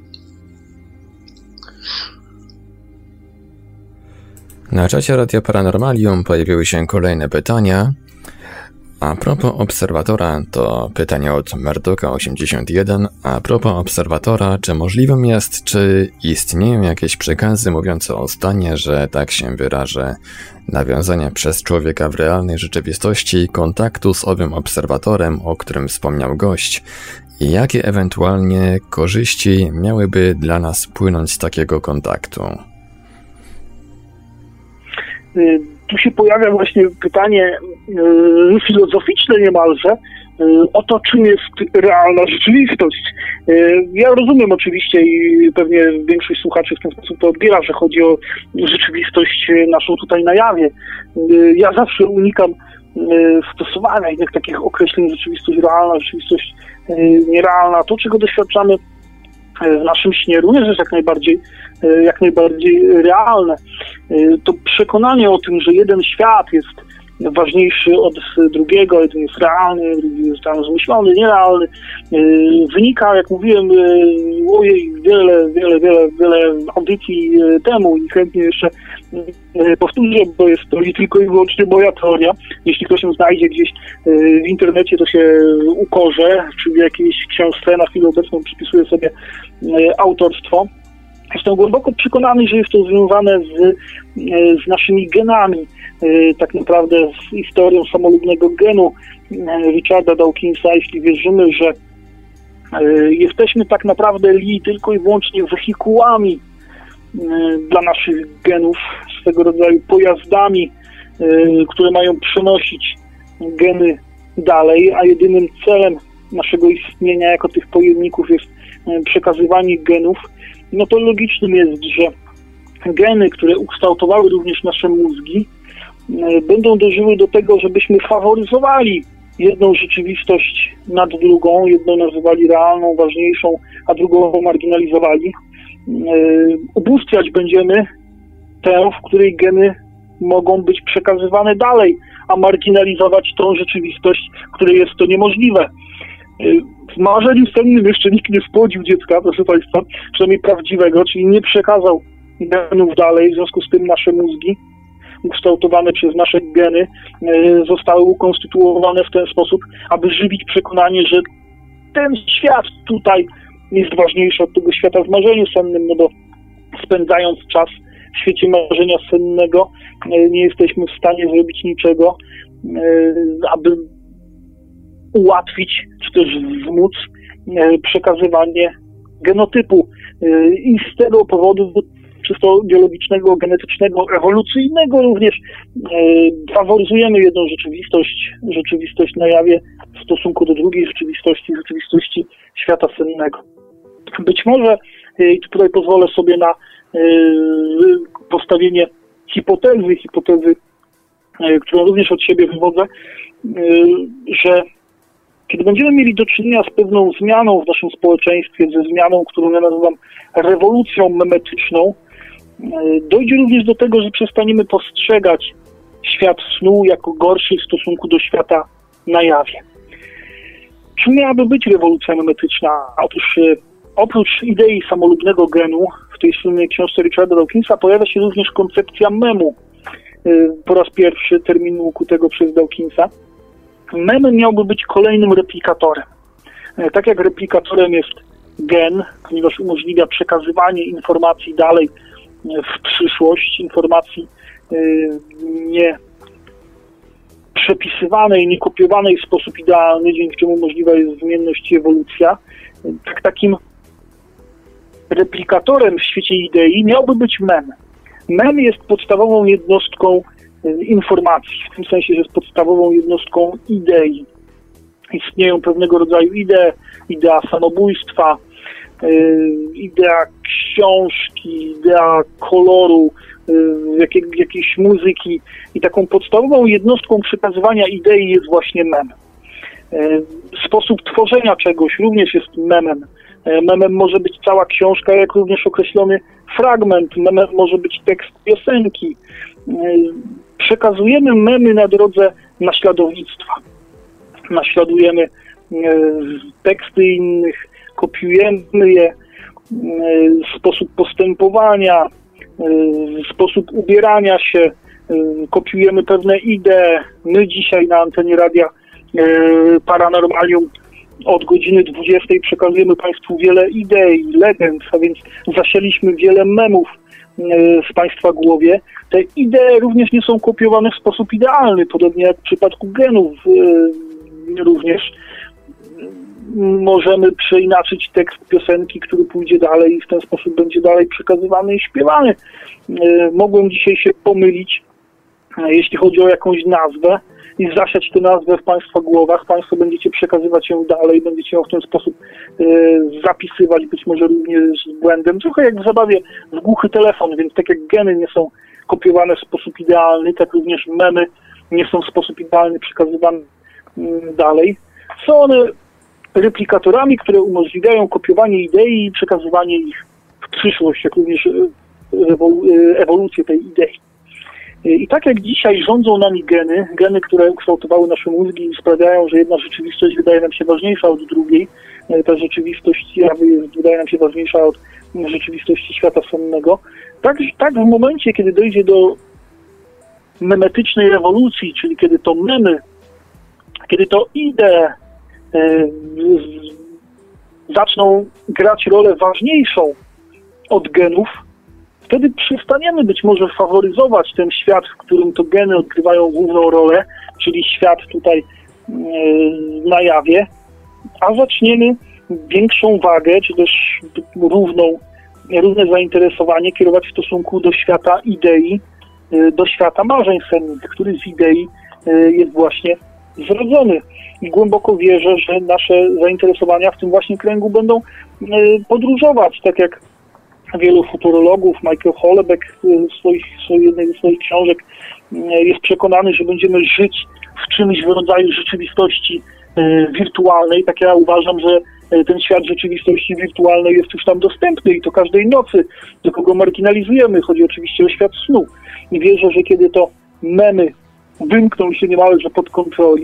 Na czacie Radia Paranormalium pojawiły się kolejne pytania. A propos obserwatora, to pytanie od Merdoka osiemdziesiąt jeden. A propos obserwatora, czy możliwym jest, czy istnieją jakieś przekazy mówiące o stanie, że tak się wyrażę, nawiązania przez człowieka w realnej rzeczywistości kontaktu z owym obserwatorem, o którym wspomniał gość, i jakie ewentualnie korzyści miałyby dla nas płynąć z takiego kontaktu? Tu się pojawia właśnie pytanie yy, filozoficzne niemalże yy, o to, czym jest realna rzeczywistość. Yy, ja rozumiem oczywiście i pewnie większość słuchaczy w ten sposób to odbiera, że chodzi o rzeczywistość naszą tutaj na jawie. Yy, ja zawsze unikam yy, stosowania jednak takich określeń rzeczywistość realna, rzeczywistość yy, nierealna. To, czego doświadczamy w naszym śnie również jest jak najbardziej, jak najbardziej realne. To przekonanie o tym, że jeden świat jest ważniejszy od drugiego, jeden jest realny, drugi jest tam zmyślony, nierealny, wynika, jak mówiłem, ojej, wiele, wiele, wiele, wiele audycji temu i chętnie jeszcze powtórzę, bo jest to nie tylko i wyłącznie moja teoria. Jeśli ktoś ją znajdzie gdzieś w internecie, to się ukorzę, czy w jakiejś książce, na chwilę obecną przypisuję sobie autorstwo. Jestem głęboko przekonany, że jest to związane z, z naszymi genami, tak naprawdę z historią samolubnego genu Richarda Dawkinsa, jeśli wierzymy, że jesteśmy tak naprawdę li tylko i wyłącznie wehikułami dla naszych genów, swego rodzaju pojazdami, które mają przenosić geny dalej, a jedynym celem naszego istnienia jako tych pojemników jest przekazywanie genów, no to logicznym jest, że geny, które ukształtowały również nasze mózgi, będą dążyły do tego, żebyśmy faworyzowali jedną rzeczywistość nad drugą, jedną nazywali realną, ważniejszą, a drugą marginalizowali. Ubóstwiać będziemy tę, w której geny mogą być przekazywane dalej, a marginalizować tą rzeczywistość, w której jest to niemożliwe. W marzeniu sennym jeszcze nikt nie spłodził dziecka, proszę Państwa, przynajmniej prawdziwego, czyli nie przekazał genów dalej, w związku z tym nasze mózgi ukształtowane przez nasze geny zostały ukonstytuowane w ten sposób, aby żywić przekonanie, że ten świat tutaj jest ważniejszy od tego świata w marzeniu sennym, no bo spędzając czas w świecie marzenia sennego nie jesteśmy w stanie zrobić niczego, aby ułatwić, czy też wmóc przekazywanie genotypu. I z tego powodu czysto biologicznego, genetycznego, ewolucyjnego również faworyzujemy jedną rzeczywistość, rzeczywistość na jawie w stosunku do drugiej rzeczywistości, rzeczywistości świata sennego. Być może, i tutaj pozwolę sobie na postawienie hipotezy, hipotezy, którą również od siebie wywodzę, że kiedy będziemy mieli do czynienia z pewną zmianą w naszym społeczeństwie, ze zmianą, którą ja nazywam rewolucją memetyczną, dojdzie również do tego, że przestaniemy postrzegać świat snu jako gorszy w stosunku do świata na jawie. Czym miałaby być rewolucja memetyczna? Otóż oprócz idei samolubnego genu w tej słynnej książce Richarda Dawkinsa pojawia się również koncepcja memu. Po raz pierwszy terminu ukutego przez Dawkinsa. Mem miałby być kolejnym replikatorem. Tak jak replikatorem jest gen, ponieważ umożliwia przekazywanie informacji dalej w przyszłość, informacji nie przepisywanej, nie kopiowanej w sposób idealny, dzięki czemu możliwa jest zmienność i ewolucja. Tak takim replikatorem w świecie idei miałby być mem. Mem jest podstawową jednostką informacji, w tym sensie, że jest podstawową jednostką idei. Istnieją pewnego rodzaju idee, idea samobójstwa, idea książki, idea koloru, jakiej, jakiejś muzyki i taką podstawową jednostką przekazywania idei jest właśnie mem. Sposób tworzenia czegoś również jest memem. Memem może być cała książka, jak również określony fragment. Memem może być tekst piosenki. Przekazujemy memy na drodze naśladownictwa. Naśladujemy teksty innych, kopiujemy je, sposób postępowania, sposób ubierania się, kopiujemy pewne idee. My dzisiaj na antenie Radia Paranormalium od godziny dwudziestej przekazujemy Państwu wiele idei, legend, a więc zasialiśmy wiele memów w Państwa głowie. Te idee również nie są kopiowane w sposób idealny, podobnie jak w przypadku genów również. Możemy przeinaczyć tekst piosenki, który pójdzie dalej i w ten sposób będzie dalej przekazywany i śpiewany. Mogłem dzisiaj się pomylić, jeśli chodzi o jakąś nazwę i zasiać tę nazwę w Państwa głowach. Państwo będziecie przekazywać ją dalej, będziecie ją w ten sposób zapisywać, być może również z błędem. Trochę jak w zabawie w głuchy telefon, więc tak jak geny nie są kopiowane w sposób idealny, tak również memy nie są w sposób idealny przekazywane dalej. Są one replikatorami, które umożliwiają kopiowanie idei i przekazywanie ich w przyszłość, jak również ewolucję tej idei. I tak jak dzisiaj rządzą nami geny, geny, które ukształtowały nasze mózgi i sprawiają, że jedna rzeczywistość wydaje nam się ważniejsza od drugiej, ta rzeczywistość jawy jest, wydaje nam się ważniejsza od rzeczywistości świata sennego, tak, tak w momencie, kiedy dojdzie do memetycznej rewolucji, czyli kiedy to memy, kiedy to idee e, zaczną grać rolę ważniejszą od genów, wtedy przestaniemy być może faworyzować ten świat, w którym to geny odgrywają główną rolę, czyli świat tutaj e, na jawie, a zaczniemy większą wagę, czy też równą, równe zainteresowanie kierować w stosunku do świata idei, do świata marzeń sennych, który z idei jest właśnie zrodzony. I głęboko wierzę, że nasze zainteresowania w tym właśnie kręgu będą podróżować, tak jak wielu futurologów, Michael Houellebecq w swoich, w jednej ze swoich książek jest przekonany, że będziemy żyć w czymś w rodzaju rzeczywistości wirtualnej. Tak ja uważam, że ten świat rzeczywistości wirtualnej jest już tam dostępny i to każdej nocy, tylko go marginalizujemy. Chodzi oczywiście o świat snu. I wierzę, że kiedy to memy wymkną się niemalże pod kontroli,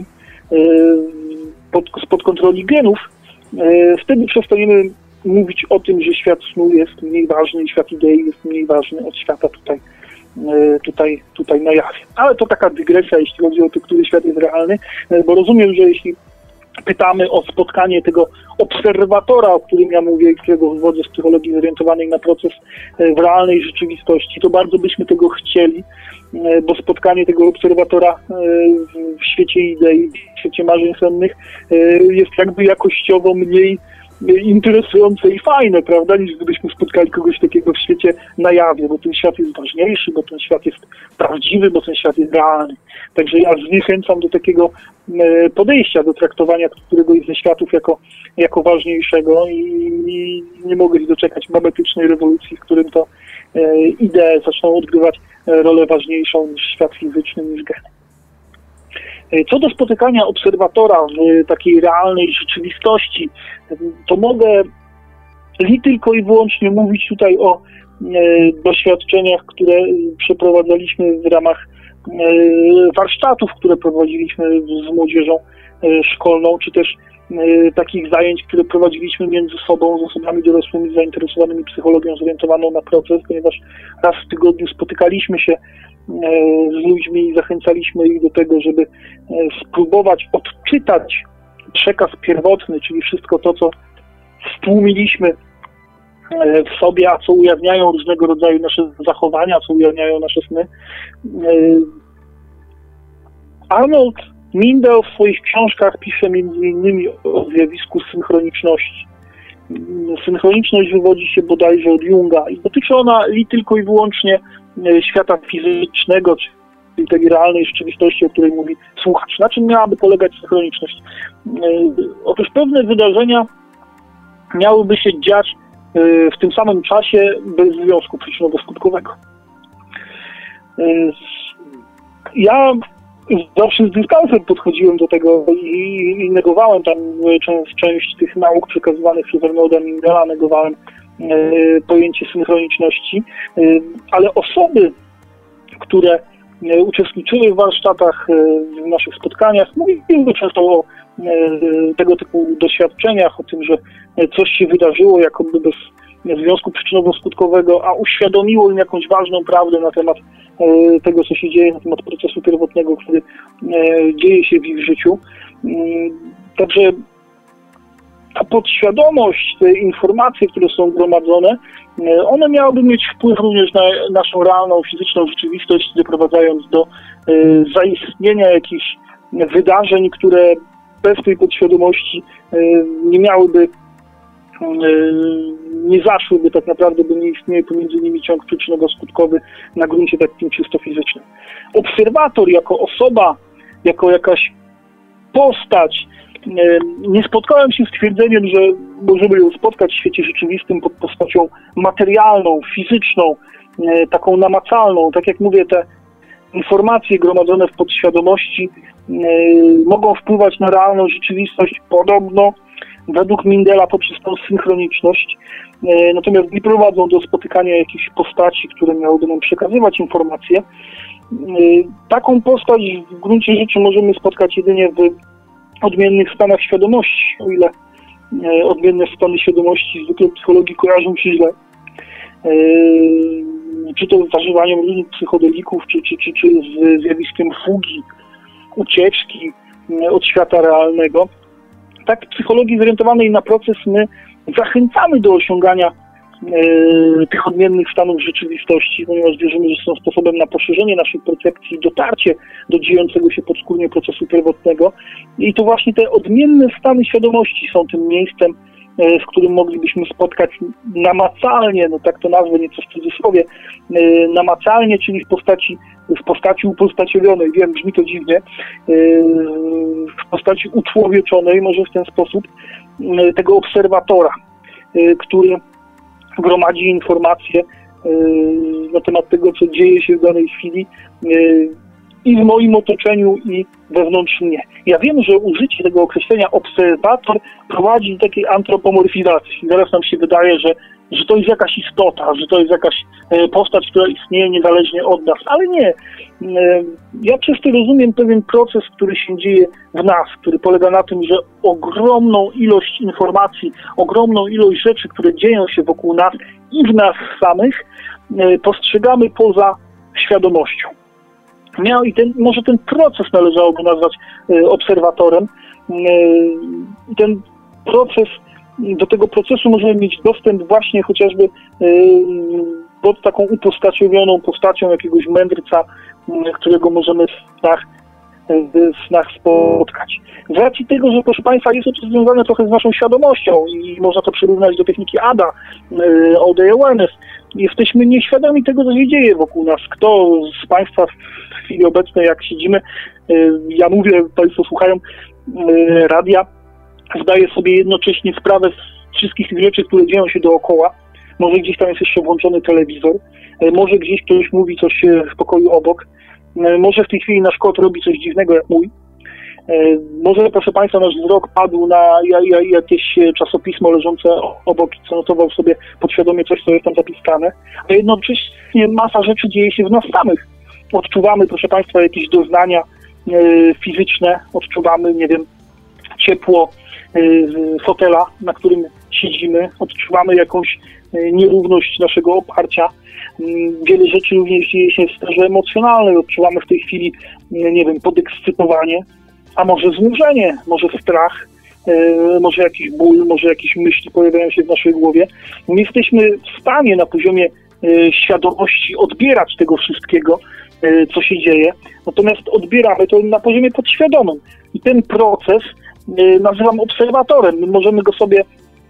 pod, spod kontroli genów, wtedy przestaniemy mówić o tym, że świat snu jest mniej ważny i świat idei jest mniej ważny od świata tutaj, tutaj, tutaj na jawie. Ale to taka dygresja, jeśli chodzi o to, który świat jest realny, bo rozumiem, że jeśli pytamy o spotkanie tego obserwatora, o którym ja mówię, którego wywodzę z psychologii zorientowanej na proces w realnej rzeczywistości, to bardzo byśmy tego chcieli, bo spotkanie tego obserwatora w świecie idei, w świecie marzeń sennych jest jakby jakościowo mniej interesujące i fajne, prawda, niż gdybyśmy spotkali kogoś takiego w świecie na jawie, bo ten świat jest ważniejszy, bo ten świat jest prawdziwy, bo ten świat jest realny. Także ja zniechęcam do takiego podejścia, do traktowania któregoś ze światów jako, jako ważniejszego i, i nie mogę się doczekać memetycznej rewolucji, w którym to e, idee zaczną odgrywać rolę ważniejszą niż świat fizyczny, niż geny. Co do spotykania obserwatora w takiej realnej rzeczywistości, to mogę li tylko i wyłącznie mówić tutaj o e, doświadczeniach, które przeprowadzaliśmy w ramach e, warsztatów, które prowadziliśmy z młodzieżą e, szkolną, czy też e, takich zajęć, które prowadziliśmy między sobą, z osobami dorosłymi zainteresowanymi psychologią zorientowaną na proces, ponieważ raz w tygodniu spotykaliśmy się z ludźmi i zachęcaliśmy ich do tego, żeby spróbować odczytać przekaz pierwotny, czyli wszystko to, co stłumiliśmy w sobie, a co ujawniają różnego rodzaju nasze zachowania, co ujawniają nasze sny. Arnold Mindell w swoich książkach pisze między innymi o zjawisku synchroniczności. Synchroniczność wywodzi się bodajże od Junga i dotyczy ona li tylko i wyłącznie świata fizycznego, czyli tej realnej rzeczywistości, o której mówi słuchacz. Na czym miałaby polegać synchroniczność? Otóż pewne wydarzenia miałyby się dziać w tym samym czasie bez związku przyczynowo-skutkowego. Ja zawsze z dystansem podchodziłem do tego i negowałem tam część, część tych nauk przekazywanych przez Arnolda Mindella, negowałem pojęcie synchroniczności, ale osoby, które uczestniczyły w warsztatach, w naszych spotkaniach, mówiły często o tego typu doświadczeniach, o tym, że coś się wydarzyło jakoby bez związku przyczynowo-skutkowego, a uświadomiło im jakąś ważną prawdę na temat tego, co się dzieje, na temat procesu pierwotnego, który dzieje się w ich życiu. Także ta podświadomość, te informacje, które są gromadzone, one miałyby mieć wpływ również na naszą realną, fizyczną rzeczywistość, doprowadzając do zaistnienia jakichś wydarzeń, które bez tej podświadomości nie miałyby, nie zaszłyby tak naprawdę, bo nie istnieje pomiędzy nimi ciąg przyczynowo-skutkowy na gruncie takim czysto fizycznym. Obserwator jako osoba, jako jakaś postać, nie spotkałem się z twierdzeniem, że możemy ją spotkać w świecie rzeczywistym pod postacią materialną, fizyczną, taką namacalną. Tak jak mówię, te informacje gromadzone w podświadomości mogą wpływać na realną rzeczywistość podobno według Mindela poprzez tą synchroniczność, natomiast nie prowadzą do spotykania jakichś postaci, które miałyby nam przekazywać informacje. Taką postać w gruncie rzeczy możemy spotkać jedynie w odmiennych stanach świadomości, o ile odmienne stany świadomości zwykle w psychologii kojarzą się źle. Czy to z zażywaniem różnych psychodelików, czy, czy, czy, czy z zjawiskiem fugi, ucieczki od świata realnego. Tak w psychologii zorientowanej na proces my zachęcamy do osiągania e, tych odmiennych stanów rzeczywistości, ponieważ wierzymy, że są sposobem na poszerzenie naszej percepcji, dotarcie do dziejącego się podskórnie procesu pierwotnego. I to właśnie te odmienne stany świadomości są tym miejscem, w którym moglibyśmy spotkać namacalnie, no tak to nazwę nieco w cudzysłowie, namacalnie, czyli w postaci, w postaci upostaciowionej, wiem, brzmi to dziwnie, w postaci uczłowieczonej, może w ten sposób, tego obserwatora, który gromadzi informacje na temat tego, co dzieje się w danej chwili i w moim otoczeniu, i wewnątrz mnie. Ja wiem, że użycie tego określenia obserwator prowadzi do takiej antropomorfizacji. Zaraz nam się wydaje, że, że to jest jakaś istota, że to jest jakaś postać, która istnieje niezależnie od nas, ale nie. Ja przez to rozumiem pewien proces, który się dzieje w nas, który polega na tym, że ogromną ilość informacji, ogromną ilość rzeczy, które dzieją się wokół nas i w nas samych, postrzegamy poza świadomością. Miał i ten, może ten proces należałoby nazwać e, obserwatorem. E, ten proces, do tego procesu możemy mieć dostęp właśnie chociażby e, pod taką upostaciowioną postacią jakiegoś mędrca, e, którego możemy w snach, e, w snach spotkać. Z racji tego, że proszę Państwa, jest to związane trochę z naszą świadomością i można to przyrównać do techniki A D A, e, All Day Awareness. Jesteśmy nieświadomi tego, co się dzieje wokół nas. Kto z Państwa w chwili obecnej, jak siedzimy, ja mówię, Państwo słuchają radia, zdaje sobie jednocześnie sprawę z wszystkich tych rzeczy, które dzieją się dookoła. Może gdzieś tam jest jeszcze włączony telewizor, może gdzieś ktoś mówi coś w pokoju obok, może w tej chwili nasz kot robi coś dziwnego jak mój. Może, proszę Państwa, nasz wzrok padł na jakieś czasopismo leżące obok i zanotował sobie podświadomie coś, co jest tam zapisane, a jednocześnie masa rzeczy dzieje się w nas samych. Odczuwamy, proszę Państwa, jakieś doznania fizyczne, odczuwamy, nie wiem, ciepło fotela, na którym siedzimy, odczuwamy jakąś nierówność naszego oparcia. Wiele rzeczy również dzieje się w sferze emocjonalnej, odczuwamy w tej chwili, nie wiem, podekscytowanie, a może znużenie, może strach, yy, może jakiś ból, może jakieś myśli pojawiają się w naszej głowie. My jesteśmy w stanie na poziomie yy, świadomości odbierać tego wszystkiego, yy, co się dzieje, natomiast odbieramy to na poziomie podświadomym. I ten proces yy, nazywam obserwatorem. My możemy go sobie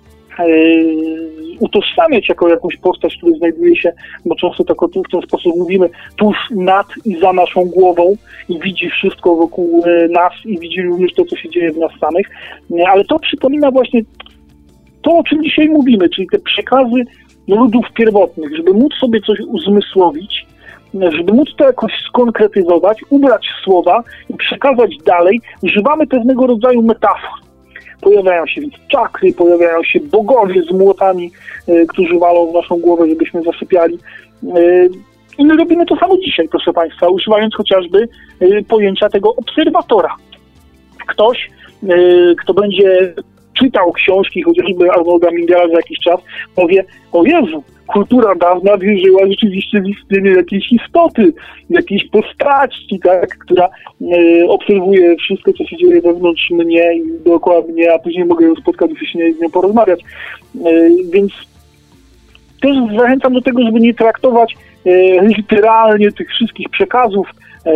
yy, utożsamiać jako jakąś postać, która znajduje się, bo często tak w ten sposób mówimy, tuż nad i za naszą głową i widzi wszystko wokół nas i widzi również to, co się dzieje w nas samych. Ale to przypomina właśnie to, o czym dzisiaj mówimy, czyli te przekazy ludów pierwotnych, żeby móc sobie coś uzmysłowić, żeby móc to jakoś skonkretyzować, ubrać w słowa i przekazać dalej, używamy pewnego rodzaju metafor. Pojawiają się więc czakry, pojawiają się bogowie z młotami, y, którzy walą w naszą głowę, żebyśmy zasypiali. Y, I my robimy to samo dzisiaj, proszę Państwa, używając chociażby y, pojęcia tego obserwatora. Ktoś, y, kto będzie czytał książki, chociażby Arnolda Mindela za jakiś czas, powie, o Jezu, kultura dawna wierzyła rzeczywiście w istnienie jakiejś istoty, jakiejś postaci, tak, która e, obserwuje wszystko, co się dzieje wewnątrz mnie i dookoła mnie, a później mogę ją spotkać i z nią porozmawiać. E, więc też zachęcam do tego, żeby nie traktować e, literalnie tych wszystkich przekazów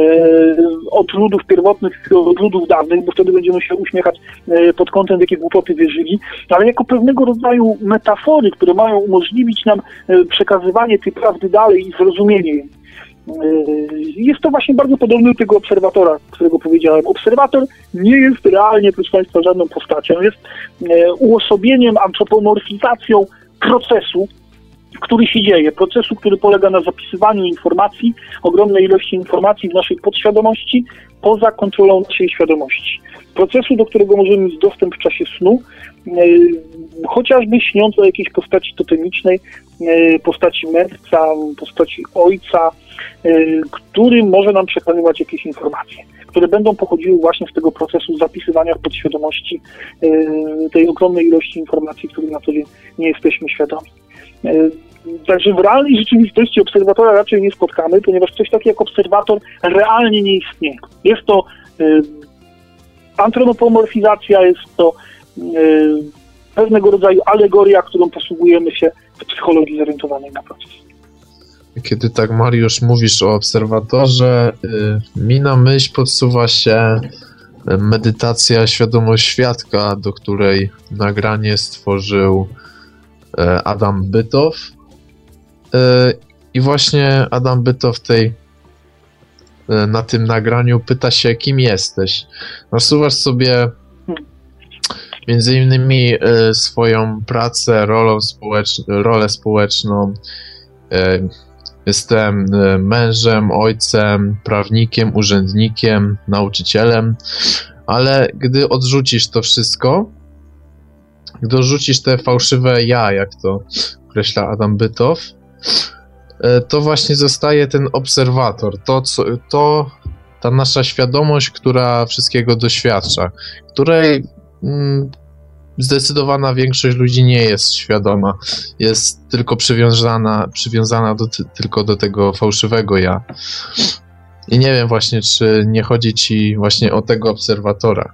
od ludów pierwotnych, od ludów dawnych, bo wtedy będziemy się uśmiechać pod kątem, w jakie głupoty wierzyli, ale jako pewnego rodzaju metafory, które mają umożliwić nam przekazywanie tej prawdy dalej i zrozumienie jej. Jest to właśnie bardzo podobne do tego obserwatora, którego powiedziałem. Obserwator nie jest realnie, proszę Państwa, żadną postacią. Jest uosobieniem, antropomorfizacją procesu, który się dzieje, procesu, który polega na zapisywaniu informacji, ogromnej ilości informacji w naszej podświadomości, poza kontrolą naszej świadomości. Procesu, do którego możemy mieć dostęp w czasie snu, chociażby śniąc o jakiejś postaci totemicznej, postaci mędrca, postaci ojca, który może nam przekazywać jakieś informacje, które będą pochodziły właśnie z tego procesu zapisywania w podświadomości tej ogromnej ilości informacji, których na co dzień nie jesteśmy świadomi. Także w realnej rzeczywistości obserwatora raczej nie spotkamy, ponieważ coś takiego jak obserwator realnie nie istnieje. Jest to y, antropomorfizacja, jest to y, pewnego rodzaju alegoria, którą posługujemy się w psychologii zorientowanej na proces. Kiedy tak, Mariusz, mówisz o obserwatorze, y, mi na myśl podsuwa się medytacja Świadomość Świadka, do której nagranie stworzył y, Adam Bytow. I właśnie Adam Bytow tej, na tym nagraniu pyta się, kim jesteś. Nasuwasz sobie między innymi swoją pracę, rolą społecz- rolę społeczną. Jestem mężem, ojcem, prawnikiem, urzędnikiem, nauczycielem, ale gdy odrzucisz to wszystko, gdy odrzucisz te fałszywe ja, jak to określa Adam Bytow, to właśnie zostaje ten obserwator, to, co, to ta nasza świadomość, która wszystkiego doświadcza, której mm, zdecydowana większość ludzi nie jest świadoma, jest tylko przywiązana, przywiązana do, tylko do tego fałszywego ja. I nie wiem właśnie, czy nie chodzi ci właśnie o tego obserwatora.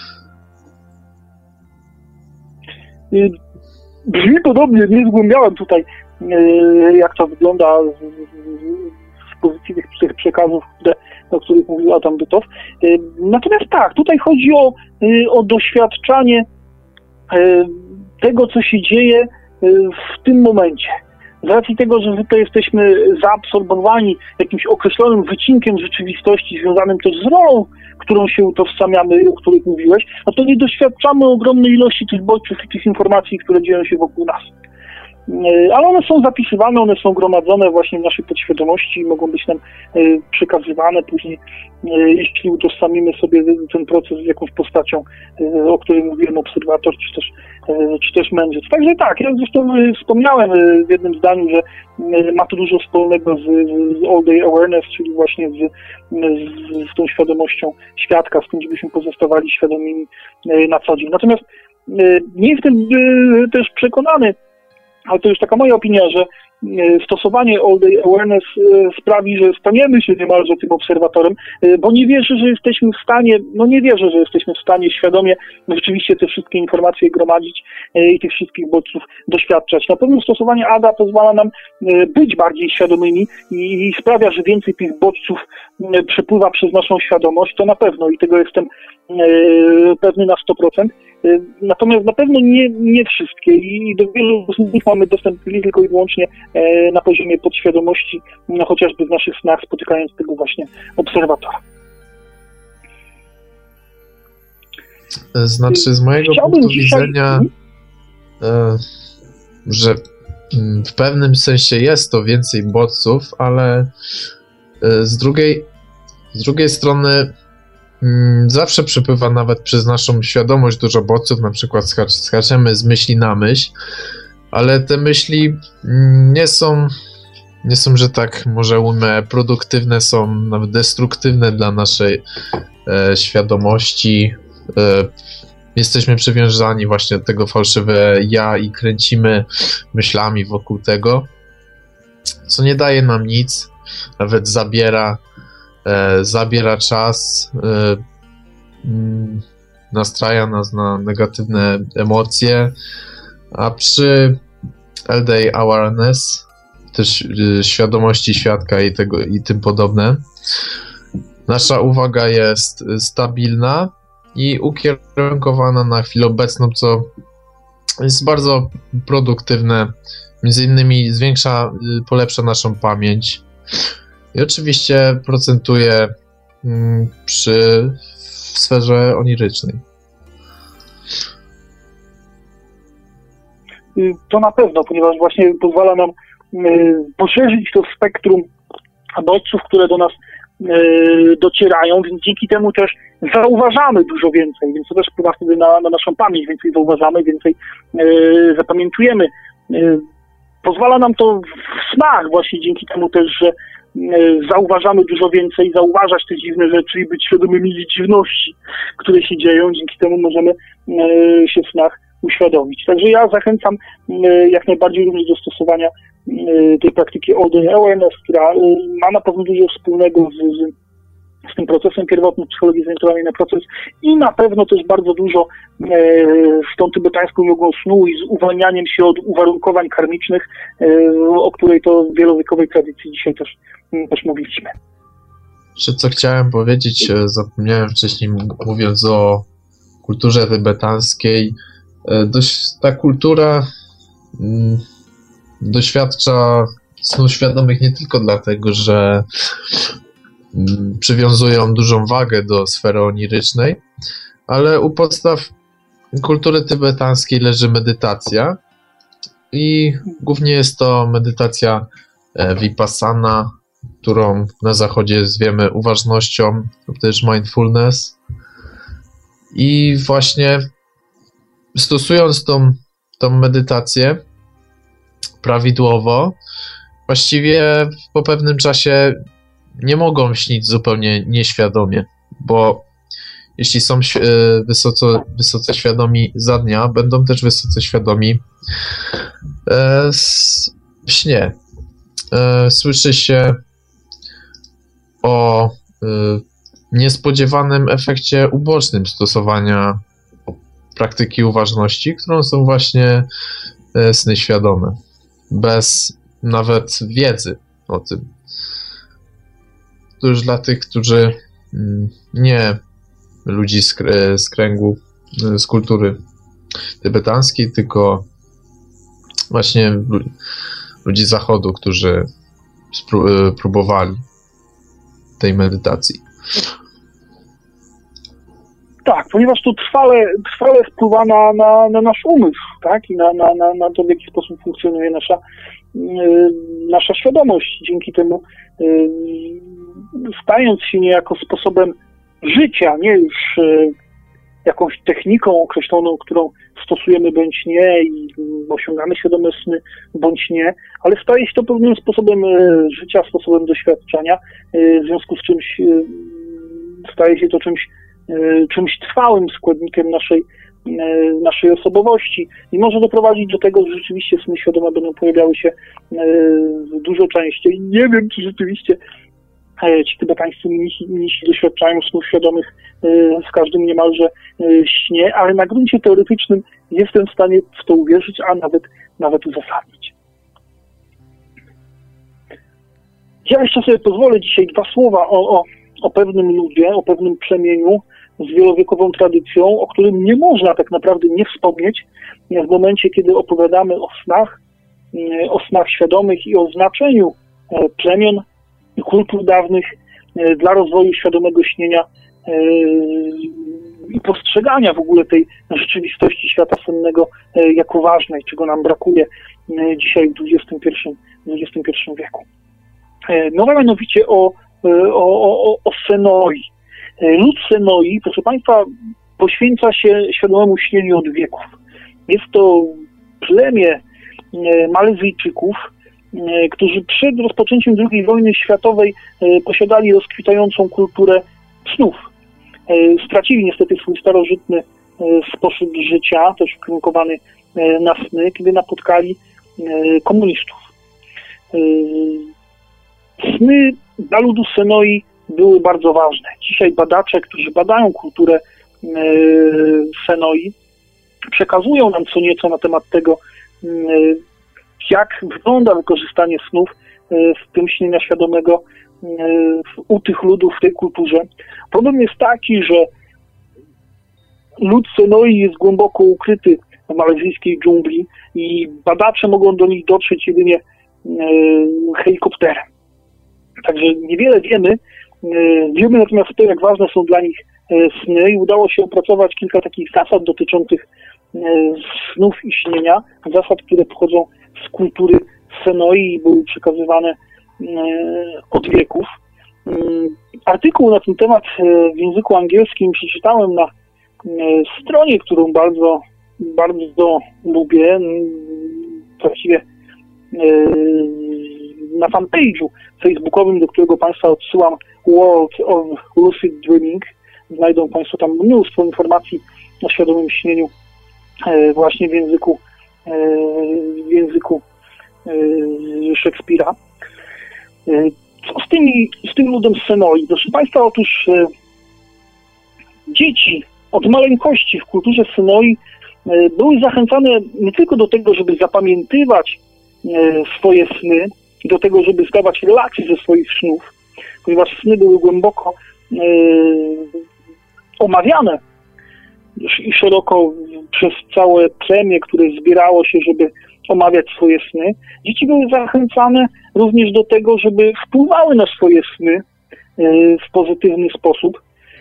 Brzmi podobnie, nie zgłębiałem tutaj, jak to wygląda z pozycji tych, tych przekazów, które, o których mówił Adam Bytow. Natomiast tak, tutaj chodzi o, o doświadczanie tego, co się dzieje w tym momencie. Z racji tego, że tutaj jesteśmy zaabsorbowani jakimś określonym wycinkiem rzeczywistości związanym też z rolą, którą się utożsamiamy, o których mówiłeś, no to nie doświadczamy ogromnej ilości tych bodźców i tych informacji, które dzieją się wokół nas. Ale one są zapisywane, one są gromadzone właśnie w naszej podświadomości i mogą być nam przekazywane później, jeśli utożsamimy sobie ten proces z jakąś postacią, o której mówiłem, obserwator, czy też, czy też mędrzec. Także tak, ja zresztą wspomniałem w jednym zdaniu, że ma to dużo wspólnego z, z All Day Awareness, czyli właśnie z, z, z tą świadomością świadka, z tym, żebyśmy pozostawali świadomymi na co dzień. Natomiast nie jestem też przekonany, ale to już taka moja opinia, że stosowanie All Day Awareness sprawi, że staniemy się niemalże tym obserwatorem, bo nie wierzę, że jesteśmy w stanie, no nie wierzę, że jesteśmy w stanie świadomie rzeczywiście te wszystkie informacje gromadzić i tych wszystkich bodźców doświadczać. Na pewno stosowanie A D A pozwala nam być bardziej świadomymi i sprawia, że więcej tych bodźców przepływa przez naszą świadomość, to na pewno i tego jestem pewny na sto procent. Natomiast na pewno nie, nie wszystkie i do wielu z nich mamy dostęp tylko i wyłącznie na poziomie podświadomości, no chociażby w naszych snach, spotykając tego właśnie obserwatora. Znaczy, z mojego Chciałbym punktu dzisiaj... widzenia, że w pewnym sensie jest to więcej bodźców, ale z drugiej, z drugiej strony zawsze przepływa nawet przez naszą świadomość dużo bodźców, na przykład skacz, skaczemy z myśli na myśl, ale te myśli nie są, nie są, że tak może ujmę, produktywne, są nawet destruktywne dla naszej e, świadomości. E, jesteśmy przywiązani właśnie do tego fałszywe ja i kręcimy myślami wokół tego, co nie daje nam nic, nawet zabiera E, zabiera czas, e, m, nastraja nas na negatywne emocje, a przy All Day Awareness, też e, świadomości świadka i, tego, i tym podobne, nasza uwaga jest stabilna i ukierunkowana na chwilę obecną, co jest bardzo produktywne, między innymi zwiększa, polepsza naszą pamięć. I oczywiście procentuje mm, przy w sferze onirycznej. to na pewno, ponieważ właśnie pozwala nam poszerzyć to spektrum bodźców, które do nas docierają, więc dzięki temu też zauważamy dużo więcej, więc to też wpływa wtedy na, na naszą pamięć, więcej zauważamy, więcej zapamiętujemy. Pozwala nam to w snach właśnie dzięki temu też, że zauważamy dużo więcej, zauważać te dziwne rzeczy i być świadomymi dziwności, które się dzieją. Dzięki temu możemy się w snach uświadomić. Także ja zachęcam jak najbardziej również do stosowania tej praktyki Ordinary Awareness, która ma na pewno dużo wspólnego z, z, z tym procesem pierwotnym psychologii zorientowanej na proces i na pewno też bardzo dużo e, z tą tybetańską jogą snu i z uwalnianiem się od uwarunkowań karmicznych, e, o której to w wielowiekowej tradycji dzisiaj też, też mówiliśmy. Jeszcze co chciałem powiedzieć, zapomniałem wcześniej mówiąc o kulturze tybetańskiej. Dość, ta kultura mm, doświadcza snu świadomych nie tylko dlatego, że mm, przywiązują dużą wagę do sfery onirycznej, ale u podstaw kultury tybetańskiej leży medytacja i głównie jest to medytacja vipassana, którą na zachodzie zwiemy uważnością lub też mindfulness. I właśnie stosując tą, tą medytację prawidłowo, właściwie po pewnym czasie nie mogą śnić zupełnie nieświadomie, bo jeśli są wysoce, wysoce świadomi za dnia, będą też wysoce świadomi w śnie. Słyszy się o niespodziewanym efekcie ubocznym stosowania praktyki uważności, którą są właśnie sny świadome. Bez nawet wiedzy o tym. To już dla tych, którzy nie ludzi z, z kręgu, z kultury tybetańskiej, tylko właśnie ludzi zachodu, którzy spró- próbowali tej medytacji. Tak, ponieważ to trwale, trwale wpływa na, na, na nasz umysł, tak? I na, na, na, na to, w jaki sposób funkcjonuje nasza, yy, nasza świadomość. Dzięki temu yy, stając się niejako sposobem życia, nie już yy, jakąś techniką określoną, którą stosujemy bądź nie i osiągamy świadome sny bądź nie, ale staje się to pewnym sposobem yy, życia, sposobem doświadczenia, yy, w związku z czymś yy, staje się to czymś czymś trwałym składnikiem naszej, naszej osobowości i może doprowadzić do tego, że rzeczywiście sny świadome będą pojawiały się dużo częściej. Nie wiem, czy rzeczywiście ci tybetańscy mnisi, mnisi doświadczają snów świadomych w każdym niemalże śnie, ale na gruncie teoretycznym jestem w stanie w to uwierzyć, a nawet, nawet uzasadnić. Ja jeszcze sobie pozwolę dzisiaj dwa słowa o, o, o pewnym ludzie, o pewnym plemieniu z wielowiekową tradycją, o którym nie można tak naprawdę nie wspomnieć w momencie, kiedy opowiadamy o snach, o snach świadomych i o znaczeniu plemion, kultur dawnych dla rozwoju świadomego śnienia i postrzegania w ogóle tej rzeczywistości świata sennego jako ważnej, czego nam brakuje dzisiaj w dwudziestym pierwszym wieku. Mowa mianowicie o, o, o, o Senoi. Lud Senoi, proszę Państwa, poświęca się świadomemu śnieniu od wieków. Jest to plemię Malezyjczyków, którzy przed rozpoczęciem drugiej wojny światowej posiadali rozkwitającą kulturę snów. Stracili niestety swój starożytny sposób życia, też ukierunkowany na sny, kiedy napotkali komunistów. Sny dla ludu Senoi były bardzo ważne. Dzisiaj badacze, którzy badają kulturę Senoi, przekazują nam co nieco na temat tego, jak wygląda wykorzystanie snów w tym śnienia świadomego u tych ludów w tej kulturze. Problem jest taki, że lud Senoi jest głęboko ukryty w malezyjskiej dżungli i badacze mogą do nich dotrzeć jedynie helikopterem. Także niewiele wiemy. Wiemy natomiast to, jak ważne są dla nich sny i udało się opracować kilka takich zasad dotyczących snów i śnienia, zasad, które pochodzą z kultury Senoi i były przekazywane od wieków. Artykuł na ten temat w języku angielskim przeczytałem na stronie, którą bardzo, bardzo lubię, właściwie na fanpage'u facebookowym, do którego Państwa odsyłam, World of Lucid Dreaming. Znajdą Państwo tam mnóstwo informacji o świadomym śnieniu właśnie w języku w języku Szekspira. Co z, tymi, z tym ludem Senoi? Proszę Państwa, otóż dzieci od maleńkości w kulturze Senoi były zachęcane nie tylko do tego, żeby zapamiętywać swoje sny, do tego, żeby zdawać relacje ze swoich snów, ponieważ sny były głęboko omawiane i szeroko przez całe plemię, które zbierało się, żeby omawiać swoje sny. Dzieci były zachęcane również do tego, żeby wpływały na swoje sny w pozytywny sposób.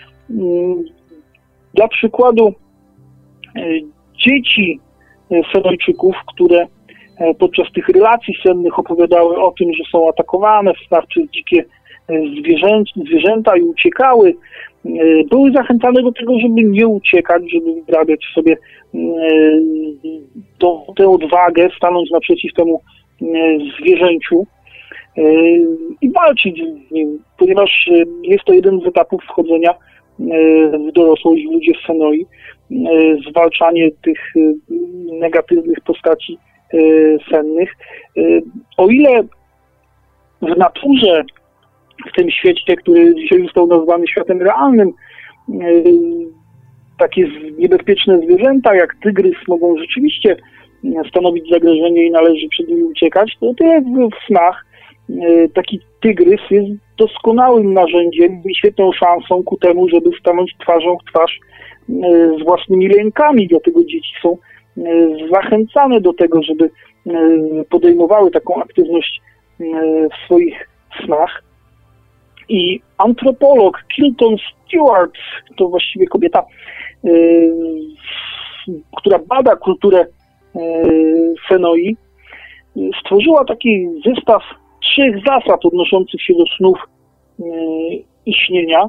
Dla przykładu dzieci Senojczyków, które podczas tych relacji sennych opowiadały o tym, że są atakowane w snach przez dzikie zwierzę, zwierzęta i uciekały, były zachęcane do tego, żeby nie uciekać, żeby wyrabiać sobie to, tę odwagę, stanąć naprzeciw temu zwierzęciu i walczyć z nim, ponieważ jest to jeden z etapów wchodzenia w dorosłość w ludzie Senoi, zwalczanie tych negatywnych postaci sennych. O ile w naturze, w tym świecie, który dzisiaj został nazwany światem realnym, takie niebezpieczne zwierzęta jak tygrys mogą rzeczywiście stanowić zagrożenie i należy przed nimi uciekać, to tyle w snach taki tygrys jest doskonałym narzędziem i świetną szansą ku temu, żeby stanąć twarzą w twarz z własnymi lękami. Dlatego dzieci są zachęcane do tego, żeby podejmowały taką aktywność w swoich snach. I antropolog Kilton Stewart, to właściwie kobieta, która bada kulturę Senoi, stworzyła taki zestaw trzech zasad odnoszących się do snów i śnienia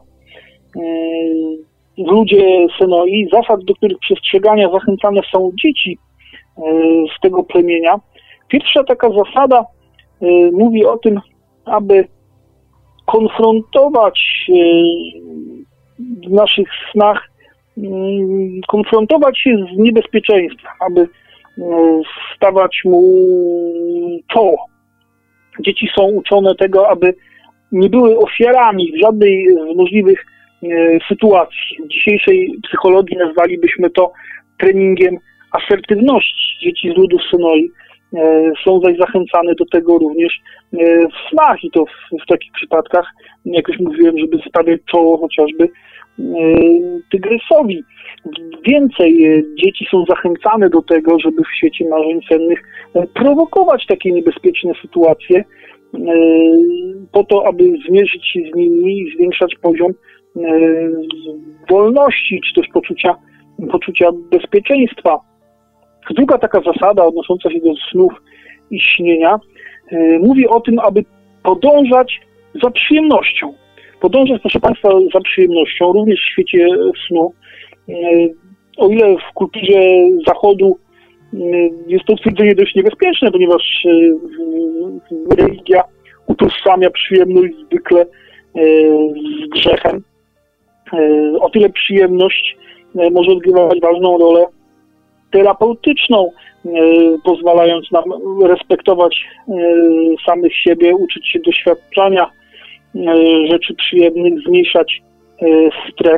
w ludzie Senoi, zasad, do których przestrzegania zachęcane są dzieci z tego plemienia. Pierwsza taka zasada mówi o tym, aby konfrontować w naszych snach, konfrontować się z niebezpieczeństwem, aby stawać mu czoło. Dzieci są uczone tego, aby nie były ofiarami w żadnej z możliwych sytuacji. W dzisiejszej psychologii nazwalibyśmy to treningiem asertywności. Dzieci z ludów Senoi są zaś zachęcane do tego również w snach i to w, w takich przypadkach, jak już mówiłem, żeby stawiać czoło chociażby tygrysowi. Więcej, dzieci są zachęcane do tego, żeby w świecie marzeń sennych prowokować takie niebezpieczne sytuacje po to, aby zmierzyć się z nimi i zwiększać poziom wolności, czy też poczucia, poczucia bezpieczeństwa. Druga taka zasada odnosząca się do snów i śnienia mówi o tym, aby podążać za przyjemnością. Podążać, proszę Państwa, za przyjemnością, również w świecie snu. O ile w kulturze Zachodu jest to stwierdzenie dość niebezpieczne, ponieważ religia utożsamia przyjemność zwykle z grzechem. O tyle przyjemność może odgrywać ważną rolę terapeutyczną, pozwalając nam respektować samych siebie, uczyć się doświadczania rzeczy przyjemnych, zmniejszać stres.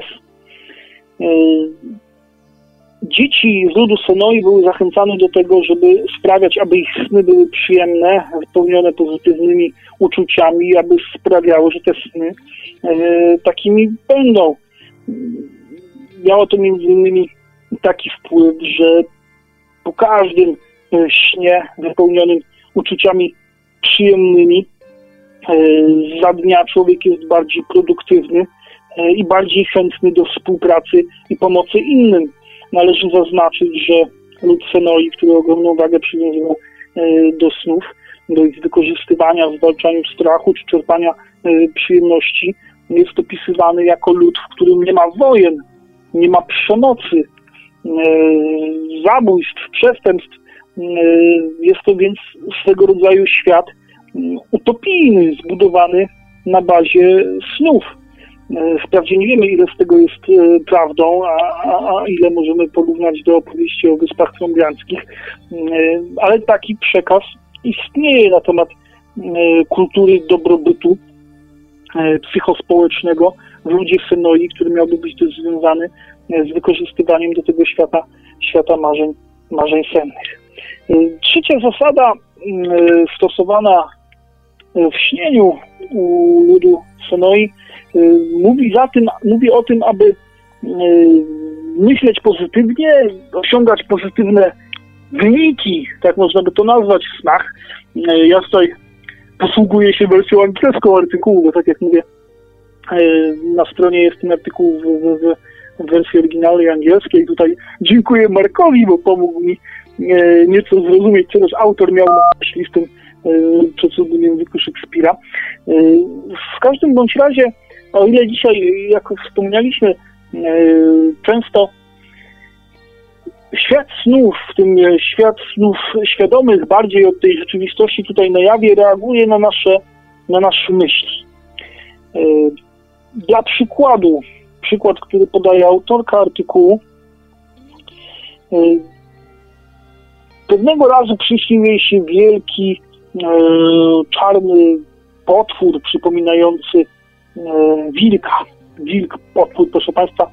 Dzieci z ludu Senoi były zachęcane do tego, żeby sprawiać, aby ich sny były przyjemne, wypełnione pozytywnymi uczuciami, aby sprawiały, że te sny takimi będą. Miało to między innymi taki wpływ, że po każdym śnie wypełnionym uczuciami przyjemnymi za dnia człowiek jest bardziej produktywny, i bardziej chętny do współpracy i pomocy innym. Należy zaznaczyć, że lud Senoi, który ogromną wagę przywiązywał do snów, do ich wykorzystywania w zwalczaniu strachu czy czerpania przyjemności, jest opisywany jako lud, w którym nie ma wojen, nie ma przemocy, zabójstw, przestępstw. Jest to więc swego rodzaju świat utopijny, zbudowany na bazie snów. Wprawdzie nie wiemy, ile z tego jest prawdą, a, a, a ile możemy porównać do opowieści o Wyspach Trąbianskich, ale taki przekaz istnieje na temat kultury dobrobytu psychospołecznego w ludzie Senoi, który miałby być też związany z wykorzystywaniem do tego świata, świata marzeń, marzeń sennych. Trzecia zasada stosowana w śnieniu u ludu Senoi mówi, za tym, mówi o tym, aby myśleć pozytywnie, osiągać pozytywne wyniki, tak można by to nazwać w snach. Ja tutaj posługuję się wersją angielską artykułu, bo tak jak mówię, na stronie jest ten artykuł w, w, w wersji oryginalnej angielskiej. Tutaj dziękuję Markowi, bo pomógł mi nieco zrozumieć, co też autor miał na myśli w tym przecudnym języku Szekspira. W każdym bądź razie, o ile dzisiaj, jak wspomnieliśmy, często świat snów, w tym świat snów świadomych, bardziej od tej rzeczywistości tutaj na jawie, reaguje na nasze, na nasze myśli. Dla przykładu, przykład, który podaje autorka artykułu, pewnego razu przyśnił jej się wielki, czarny potwór przypominający wilka. Wilk, potwór, proszę Państwa.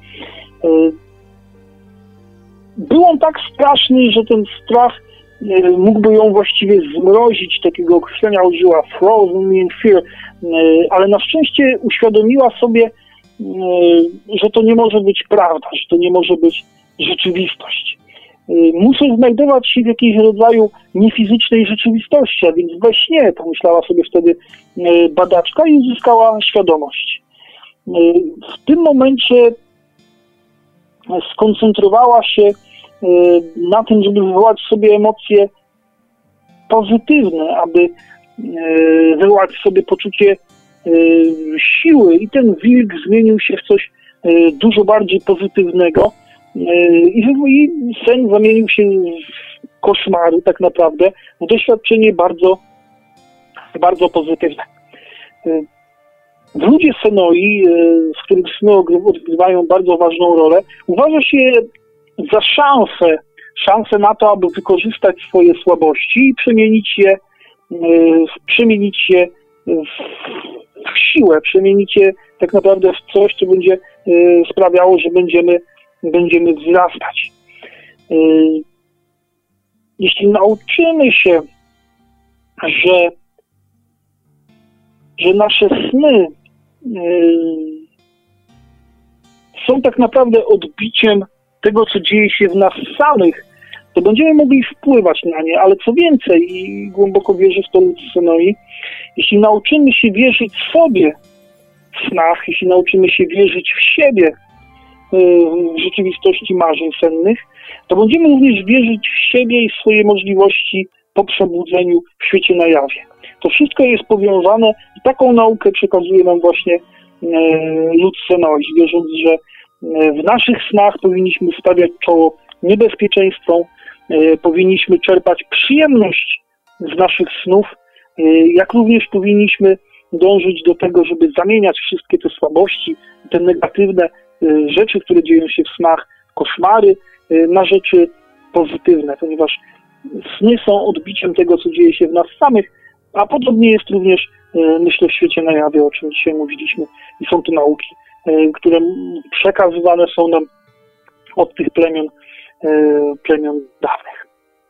Był on tak straszny, że ten strach mógłby ją właściwie zmrozić. Takiego określenia użyła, frozen me in fear, ale na szczęście uświadomiła sobie, że to nie może być prawda, że to nie może być rzeczywistość. Muszę znajdować się w jakimś rodzaju niefizycznej rzeczywistości, a więc we śnie, pomyślała sobie wtedy badaczka i uzyskała świadomość. W tym momencie skoncentrowała się na tym, żeby wywołać w sobie emocje pozytywne, aby wywołać w sobie poczucie siły i ten wilk zmienił się w coś dużo bardziej pozytywnego i sen zamienił się w koszmary tak naprawdę, w doświadczenie bardzo, bardzo pozytywne. W ludzie Senoi, w których sny odgrywają bardzo ważną rolę, uważa się za szansę, szansę na to, aby wykorzystać swoje słabości i przemienić je, przemienić je w siłę, przemienić je tak naprawdę w coś, co będzie sprawiało, że będziemy, będziemy wzrastać. Jeśli nauczymy się, że, że nasze sny są tak naprawdę odbiciem tego, co dzieje się w nas samych, to będziemy mogli wpływać na nie, ale co więcej, i głęboko wierzę w to lud Senoi, jeśli nauczymy się wierzyć sobie w snach, jeśli nauczymy się wierzyć w siebie w rzeczywistości marzeń sennych, to będziemy również wierzyć w siebie i w swoje możliwości po przebudzeniu w świecie na jawie. To wszystko jest powiązane i taką naukę przekazuje nam właśnie lud Senoi, wierząc, że w naszych snach powinniśmy stawiać czoło niebezpieczeństwom, powinniśmy czerpać przyjemność z naszych snów, jak również powinniśmy dążyć do tego, żeby zamieniać wszystkie te słabości, te negatywne rzeczy, które dzieją się w snach, koszmary, na rzeczy pozytywne, ponieważ sny są odbiciem tego, co dzieje się w nas samych, a podobnie jest również, myślę, w świecie na jawie, o czym dzisiaj mówiliśmy, i są to nauki, które przekazywane są nam od tych plemion, plemion dawnych.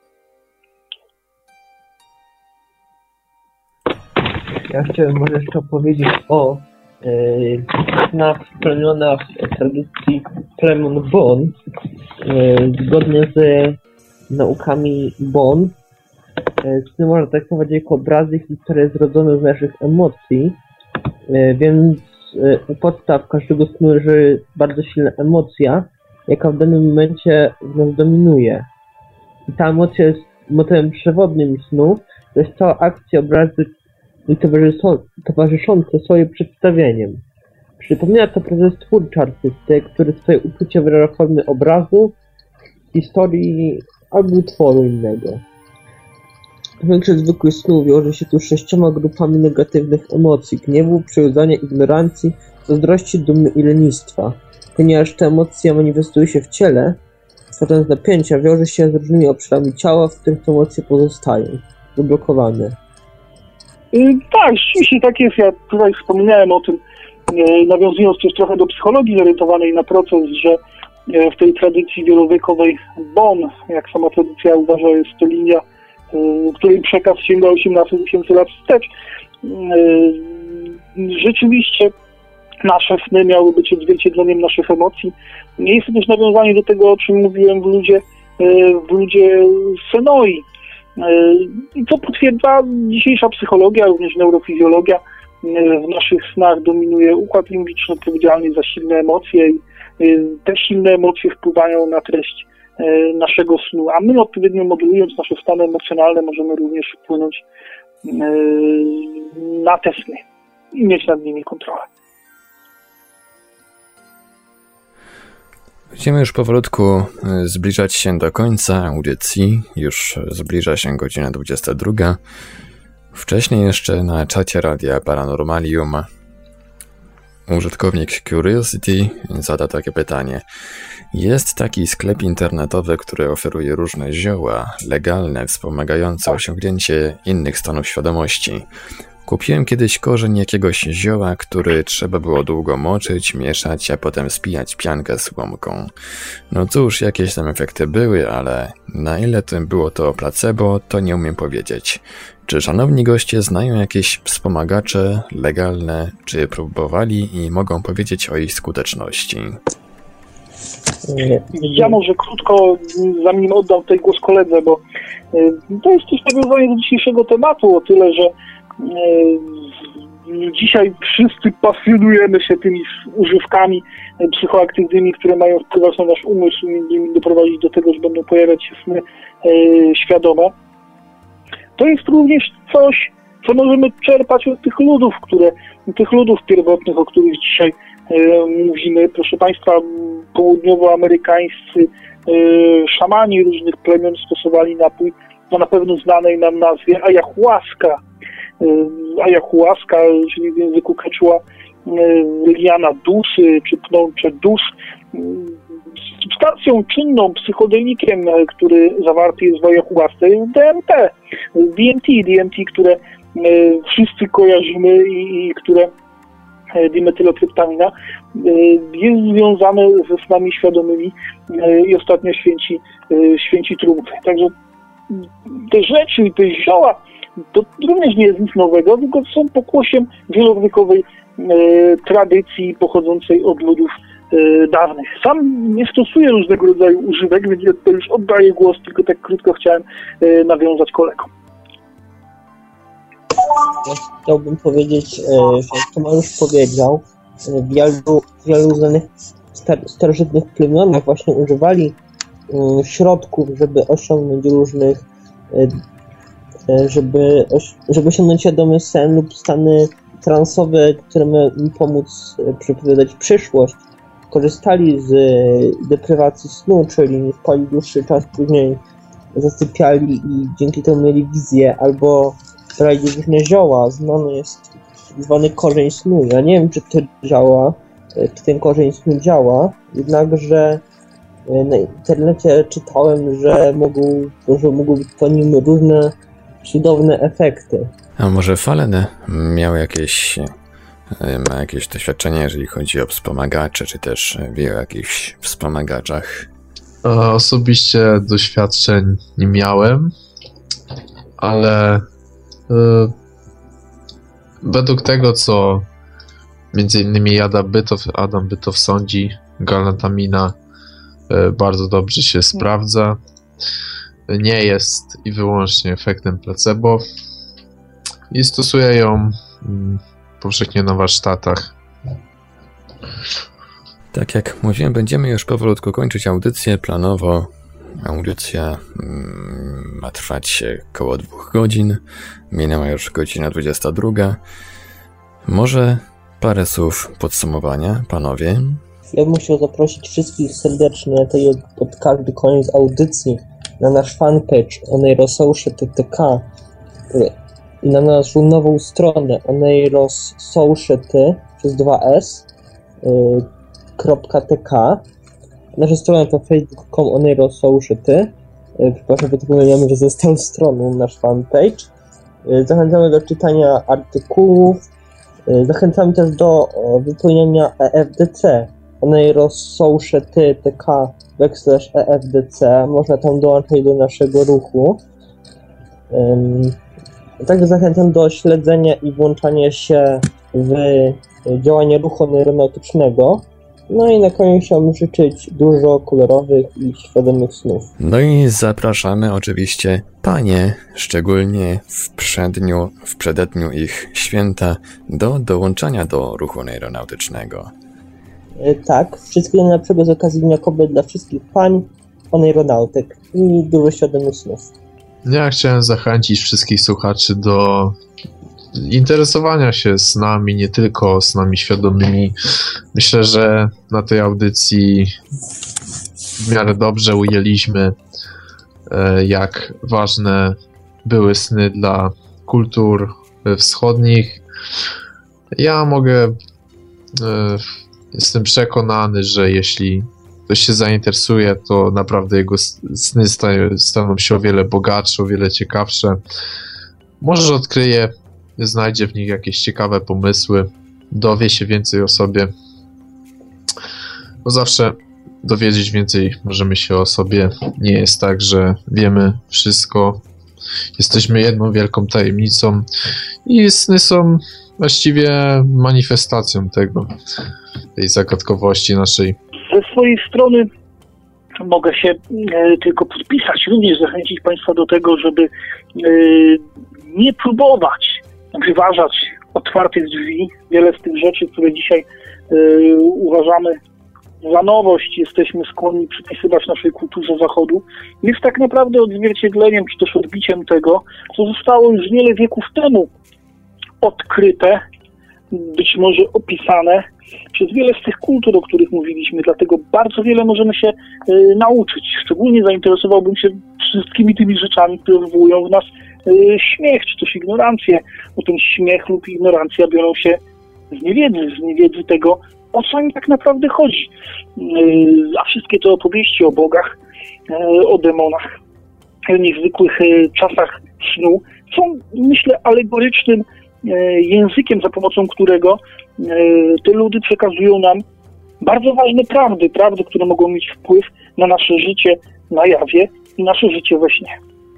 Ja chciałem może jeszcze opowiedzieć o snach w plemionach tradycji plemion Bon. Zgodnie z naukami Bon, sny można traktować jako obrazy historii zrodzone z naszych emocji, więc u podstaw każdego snu leży bardzo silna emocja, jaka w danym momencie w nas dominuje. I ta emocja jest motywem przewodnim snu, to jest cała akcja, obrazy i towarzyszące sobie przedstawieniem. Przypomina to proces twórczy artysty, który swoje uczucie wyraża w formie obrazu, historii albo utworu innego. Większość zwykłych snów wiąże się tu z sześcioma grupami negatywnych emocji: gniewu, przywiązania, ignorancji, zazdrości, dumy i lenistwa. Ponieważ te emocje manifestują się w ciele, tworząc napięcia, wiąże się z różnymi obszarami ciała, w których te emocje pozostają zablokowane. Tak, rzeczywiście tak jest. Ja tutaj wspominałem o tym, nawiązując też trochę do psychologii zorientowanej na proces, że w tej tradycji wielowiekowej Bon, jak sama tradycja uważa, jest to linia, której przekaz sięga osiemnaście tysięcy lat wstecz. Rzeczywiście nasze sny miały być odzwierciedleniem naszych emocji. Jest to też nawiązanie do tego, o czym mówiłem w ludzie, w ludzie Senoi. I co potwierdza dzisiejsza psychologia, również neurofizjologia. W naszych snach dominuje układ limbiczny odpowiedzialny za silne emocje i te silne emocje wpływają na treść naszego snu, a my odpowiednio modulując nasze stany emocjonalne możemy również wpłynąć na te sny i mieć nad nimi kontrolę. Będziemy już powolutku zbliżać się do końca audycji. Już zbliża się godzina dwudziesta druga. Wcześniej jeszcze na czacie Radia Paranormalium użytkownik Curiosity zada takie pytanie. Jest taki sklep internetowy, który oferuje różne zioła legalne, wspomagające osiągnięcie innych stanów świadomości. Kupiłem kiedyś korzeń jakiegoś zioła, który trzeba było długo moczyć, mieszać, a potem spijać piankę słomką. No cóż, jakieś tam efekty były, ale na ile tym było to placebo, to nie umiem powiedzieć. Czy szanowni goście znają jakieś wspomagacze legalne, czy próbowali i mogą powiedzieć o ich skuteczności? Ja może krótko, zanim oddam tutaj głos koledze, bo to jest też nawiązanie do dzisiejszego tematu, o tyle, że dzisiaj wszyscy pasjonujemy się tymi używkami psychoaktywnymi, które mają wpływać na nasz umysł, między innymi doprowadzić do tego, że będą pojawiać się sny świadome. To jest również coś, co możemy czerpać od tych ludów, które, tych ludów pierwotnych, o których dzisiaj e, mówimy. Proszę Państwa, południowoamerykańscy e, szamani różnych plemion stosowali napój o na pewno znanej nam nazwie ayahuasca. E, ayahuasca, czyli w języku quechua e, liana dusy, czy pnącze dus. Substancją czynną, psychodelikiem, który zawarty jest w ayahuasce, jest D M T. D M T, D M T, które wszyscy kojarzymy i, i które dimetylotryptamina jest związane ze snami świadomymi i ostatnio święci, święci triumfy. Także te rzeczy i te zioła to również nie jest nic nowego, tylko są pokłosiem wielowiekowej tradycji pochodzącej od ludów dawnych. Sam nie stosuję różnego rodzaju używek, więc ja to już oddaję głos, tylko tak krótko chciałem nawiązać kolegom. Ja chciałbym powiedzieć, że jak Tomasz już powiedział, w wielu, wielu znanych star starożytnych plemionach właśnie używali środków, żeby osiągnąć różnych, żeby, żeby osiągnąć świadomy sen lub stany transowe, które mają im pomóc przepowiadać przyszłość. Korzystali z deprywacji snu, czyli spali dłuższy czas, później zasypiali i dzięki temu mieli wizję, albo brali różne zioła. Znany jest zwany korzeń snu. Ja nie wiem, czy to działa, czy ten korzeń snu działa, jednakże na internecie czytałem, że mogą, że mogą być po nim różne cudowne efekty. A może Fallen miał jakieś ma jakieś doświadczenie, jeżeli chodzi o wspomagacze, czy też wie o jakichś wspomagaczach? Osobiście doświadczeń nie miałem, ale y, według tego, co między innymi Adam Bytow, Adam Bytow sądzi, galantamina y, bardzo dobrze się sprawdza. Nie jest i wyłącznie efektem placebo i stosuje ją y, powszechnie na warsztatach Tak jak mówiłem, będziemy już powolutku kończyć audycję. Planowo audycja mm, ma trwać około dwóch godzin. Minęła już godzina dwudziesta druga. Może parę słów podsumowania, panowie? Ja bym chciał zaprosić wszystkich serdecznie tej pod każdy koniec audycji na nasz fanpage oneirosociety.tk i na naszą nową stronę oneirosociety przez dwa s yy, .tk. Nasza strona to facebook kropka com oneirosociety. Yy, przepraszam, wypominamy, że został stroną nasz fanpage. Yy, zachęcamy do czytania artykułów. Yy, zachęcamy też do yy, wypełniania E F D C. oneirosociety.tk backslash E F D C. Można tam dołączyć do naszego ruchu. Um, także zachęcam do śledzenia i włączania się w działanie ruchu oneironautycznego. No i na koniec chciałbym życzyć dużo kolorowych i świadomych snów. No i zapraszamy oczywiście panie, szczególnie w przeddniu, w przededniu ich święta, do dołączania do ruchu oneironautycznego. Tak, wszystkiego najlepszego z okazji Dnia Kobiet dla wszystkich pań, oneironautek i dużo świadomych snów. Ja chciałem zachęcić wszystkich słuchaczy do interesowania się snami, nie tylko snami świadomymi. Myślę, że na tej audycji w miarę dobrze ujęliśmy, jak ważne były sny dla kultur wschodnich. Ja mogę, jestem przekonany, że jeśli ktoś się zainteresuje, to naprawdę jego sny staną się o wiele bogatsze, o wiele ciekawsze. Może odkryje, znajdzie w nich jakieś ciekawe pomysły, dowie się więcej o sobie. Bo zawsze dowiedzieć więcej możemy się o sobie. Nie jest tak, że wiemy wszystko. Jesteśmy jedną wielką tajemnicą i sny są właściwie manifestacją tego, tej zagadkowości naszej. Ze swojej strony mogę się e, tylko podpisać, również zachęcić Państwa do tego, żeby e, nie próbować wyważać otwartych drzwi. Wiele z tych rzeczy, które dzisiaj e, uważamy za nowość, jesteśmy skłonni przypisywać naszej kulturze Zachodu, jest tak naprawdę odzwierciedleniem, czy też odbiciem tego, co zostało już wiele wieków temu odkryte, być może opisane przez wiele z tych kultur, o których mówiliśmy, dlatego bardzo wiele możemy się y, nauczyć. Szczególnie zainteresowałbym się wszystkimi tymi rzeczami, które wywołują w nas y, śmiech, czy też ignorancję, bo ten śmiech lub ignorancja biorą się z niewiedzy, z niewiedzy tego, o co im tak naprawdę chodzi. Y, a wszystkie te opowieści o bogach, y, o demonach, o niezwykłych y, czasach snu są, myślę, alegorycznym językiem, za pomocą którego te ludy przekazują nam bardzo ważne prawdy, prawdy, które mogą mieć wpływ na nasze życie na jawie i nasze życie we śnie.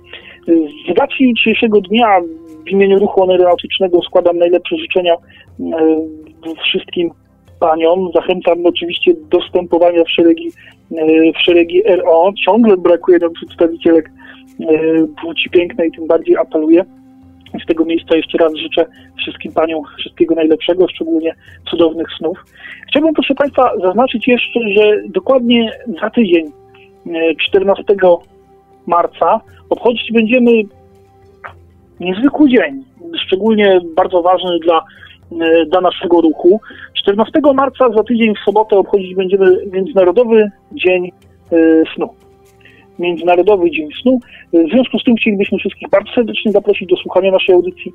Z racji jutrzejszego dnia w imieniu ruchu oneironautycznego składam najlepsze życzenia wszystkim paniom. Zachęcam oczywiście do wstępowania w szeregi, w szeregi R O. Ciągle brakuje nam przedstawicielek płci pięknej, tym bardziej apeluję. Z tego miejsca jeszcze raz życzę wszystkim paniom wszystkiego najlepszego, szczególnie cudownych snów. Chciałbym, proszę Państwa, zaznaczyć jeszcze, że dokładnie za tydzień, czternastego marca, obchodzić będziemy niezwykły dzień, szczególnie bardzo ważny dla, dla naszego ruchu. czternastego marca za tydzień w sobotę obchodzić będziemy Międzynarodowy Dzień Snu. Międzynarodowy Dzień Snu. W związku z tym chcielibyśmy wszystkich bardzo serdecznie zaprosić do słuchania naszej audycji.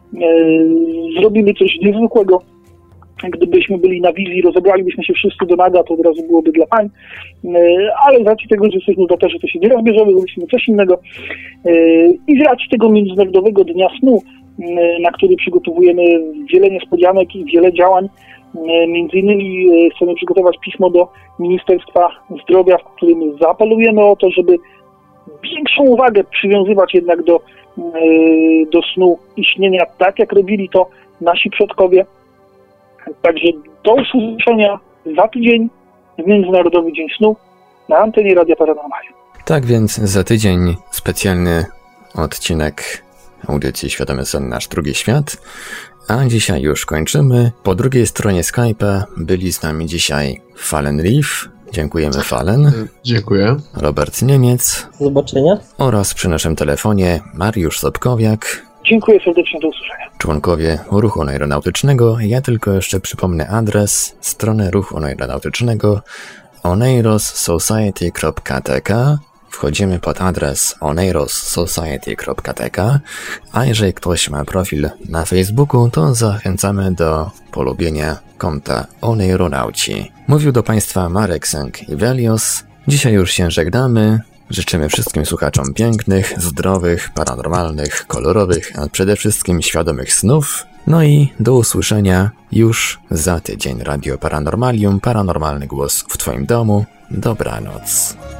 Zrobimy coś niezwykłego. Gdybyśmy byli na wizji, rozebralibyśmy się wszyscy do naga, to od razu byłoby dla pań. Ale z racji tego, że jesteśmy za to, że to się nie rozbierzemy, zrobiliśmy coś innego. I z racji tego Międzynarodowego Dnia Snu, na który przygotowujemy wiele niespodzianek i wiele działań, między innymi chcemy przygotować pismo do Ministerstwa Zdrowia, w którym zaapelujemy o to, żeby większą uwagę przywiązywać jednak do, do snu i śnienia, tak jak robili to nasi przodkowie. Także do usłyszenia za tydzień w Międzynarodowy Dzień Snu na antenie Radia Paranormalium. Tak więc za tydzień specjalny odcinek audycji Świadomy Sen, Nasz Drugi Świat. A dzisiaj już kończymy. Po drugiej stronie Skype'a byli z nami dzisiaj Fallen Leaf. Dziękujemy, Fallen. Dziękuję. Robert Niemiec. Do zobaczenia. Oraz przy naszym telefonie Mariusz Sobkowiak. Dziękuję serdecznie, do usłyszenia. Członkowie Ruchu Oneironautycznego. Ja tylko jeszcze przypomnę adres strony Ruchu Oneironautycznego oneiros society kropka t k. Wchodzimy pod adres oneiros society kropka t k, a jeżeli ktoś ma profil na Facebooku, to zachęcamy do polubienia konta Oneironauci. Mówił do Państwa Marek Sęk-Iwelios. Dzisiaj już się żegnamy. Życzymy wszystkim słuchaczom pięknych, zdrowych, paranormalnych, kolorowych, a przede wszystkim świadomych snów. No i do usłyszenia już za tydzień. Radio Paranormalium, paranormalny głos w Twoim domu. Dobranoc.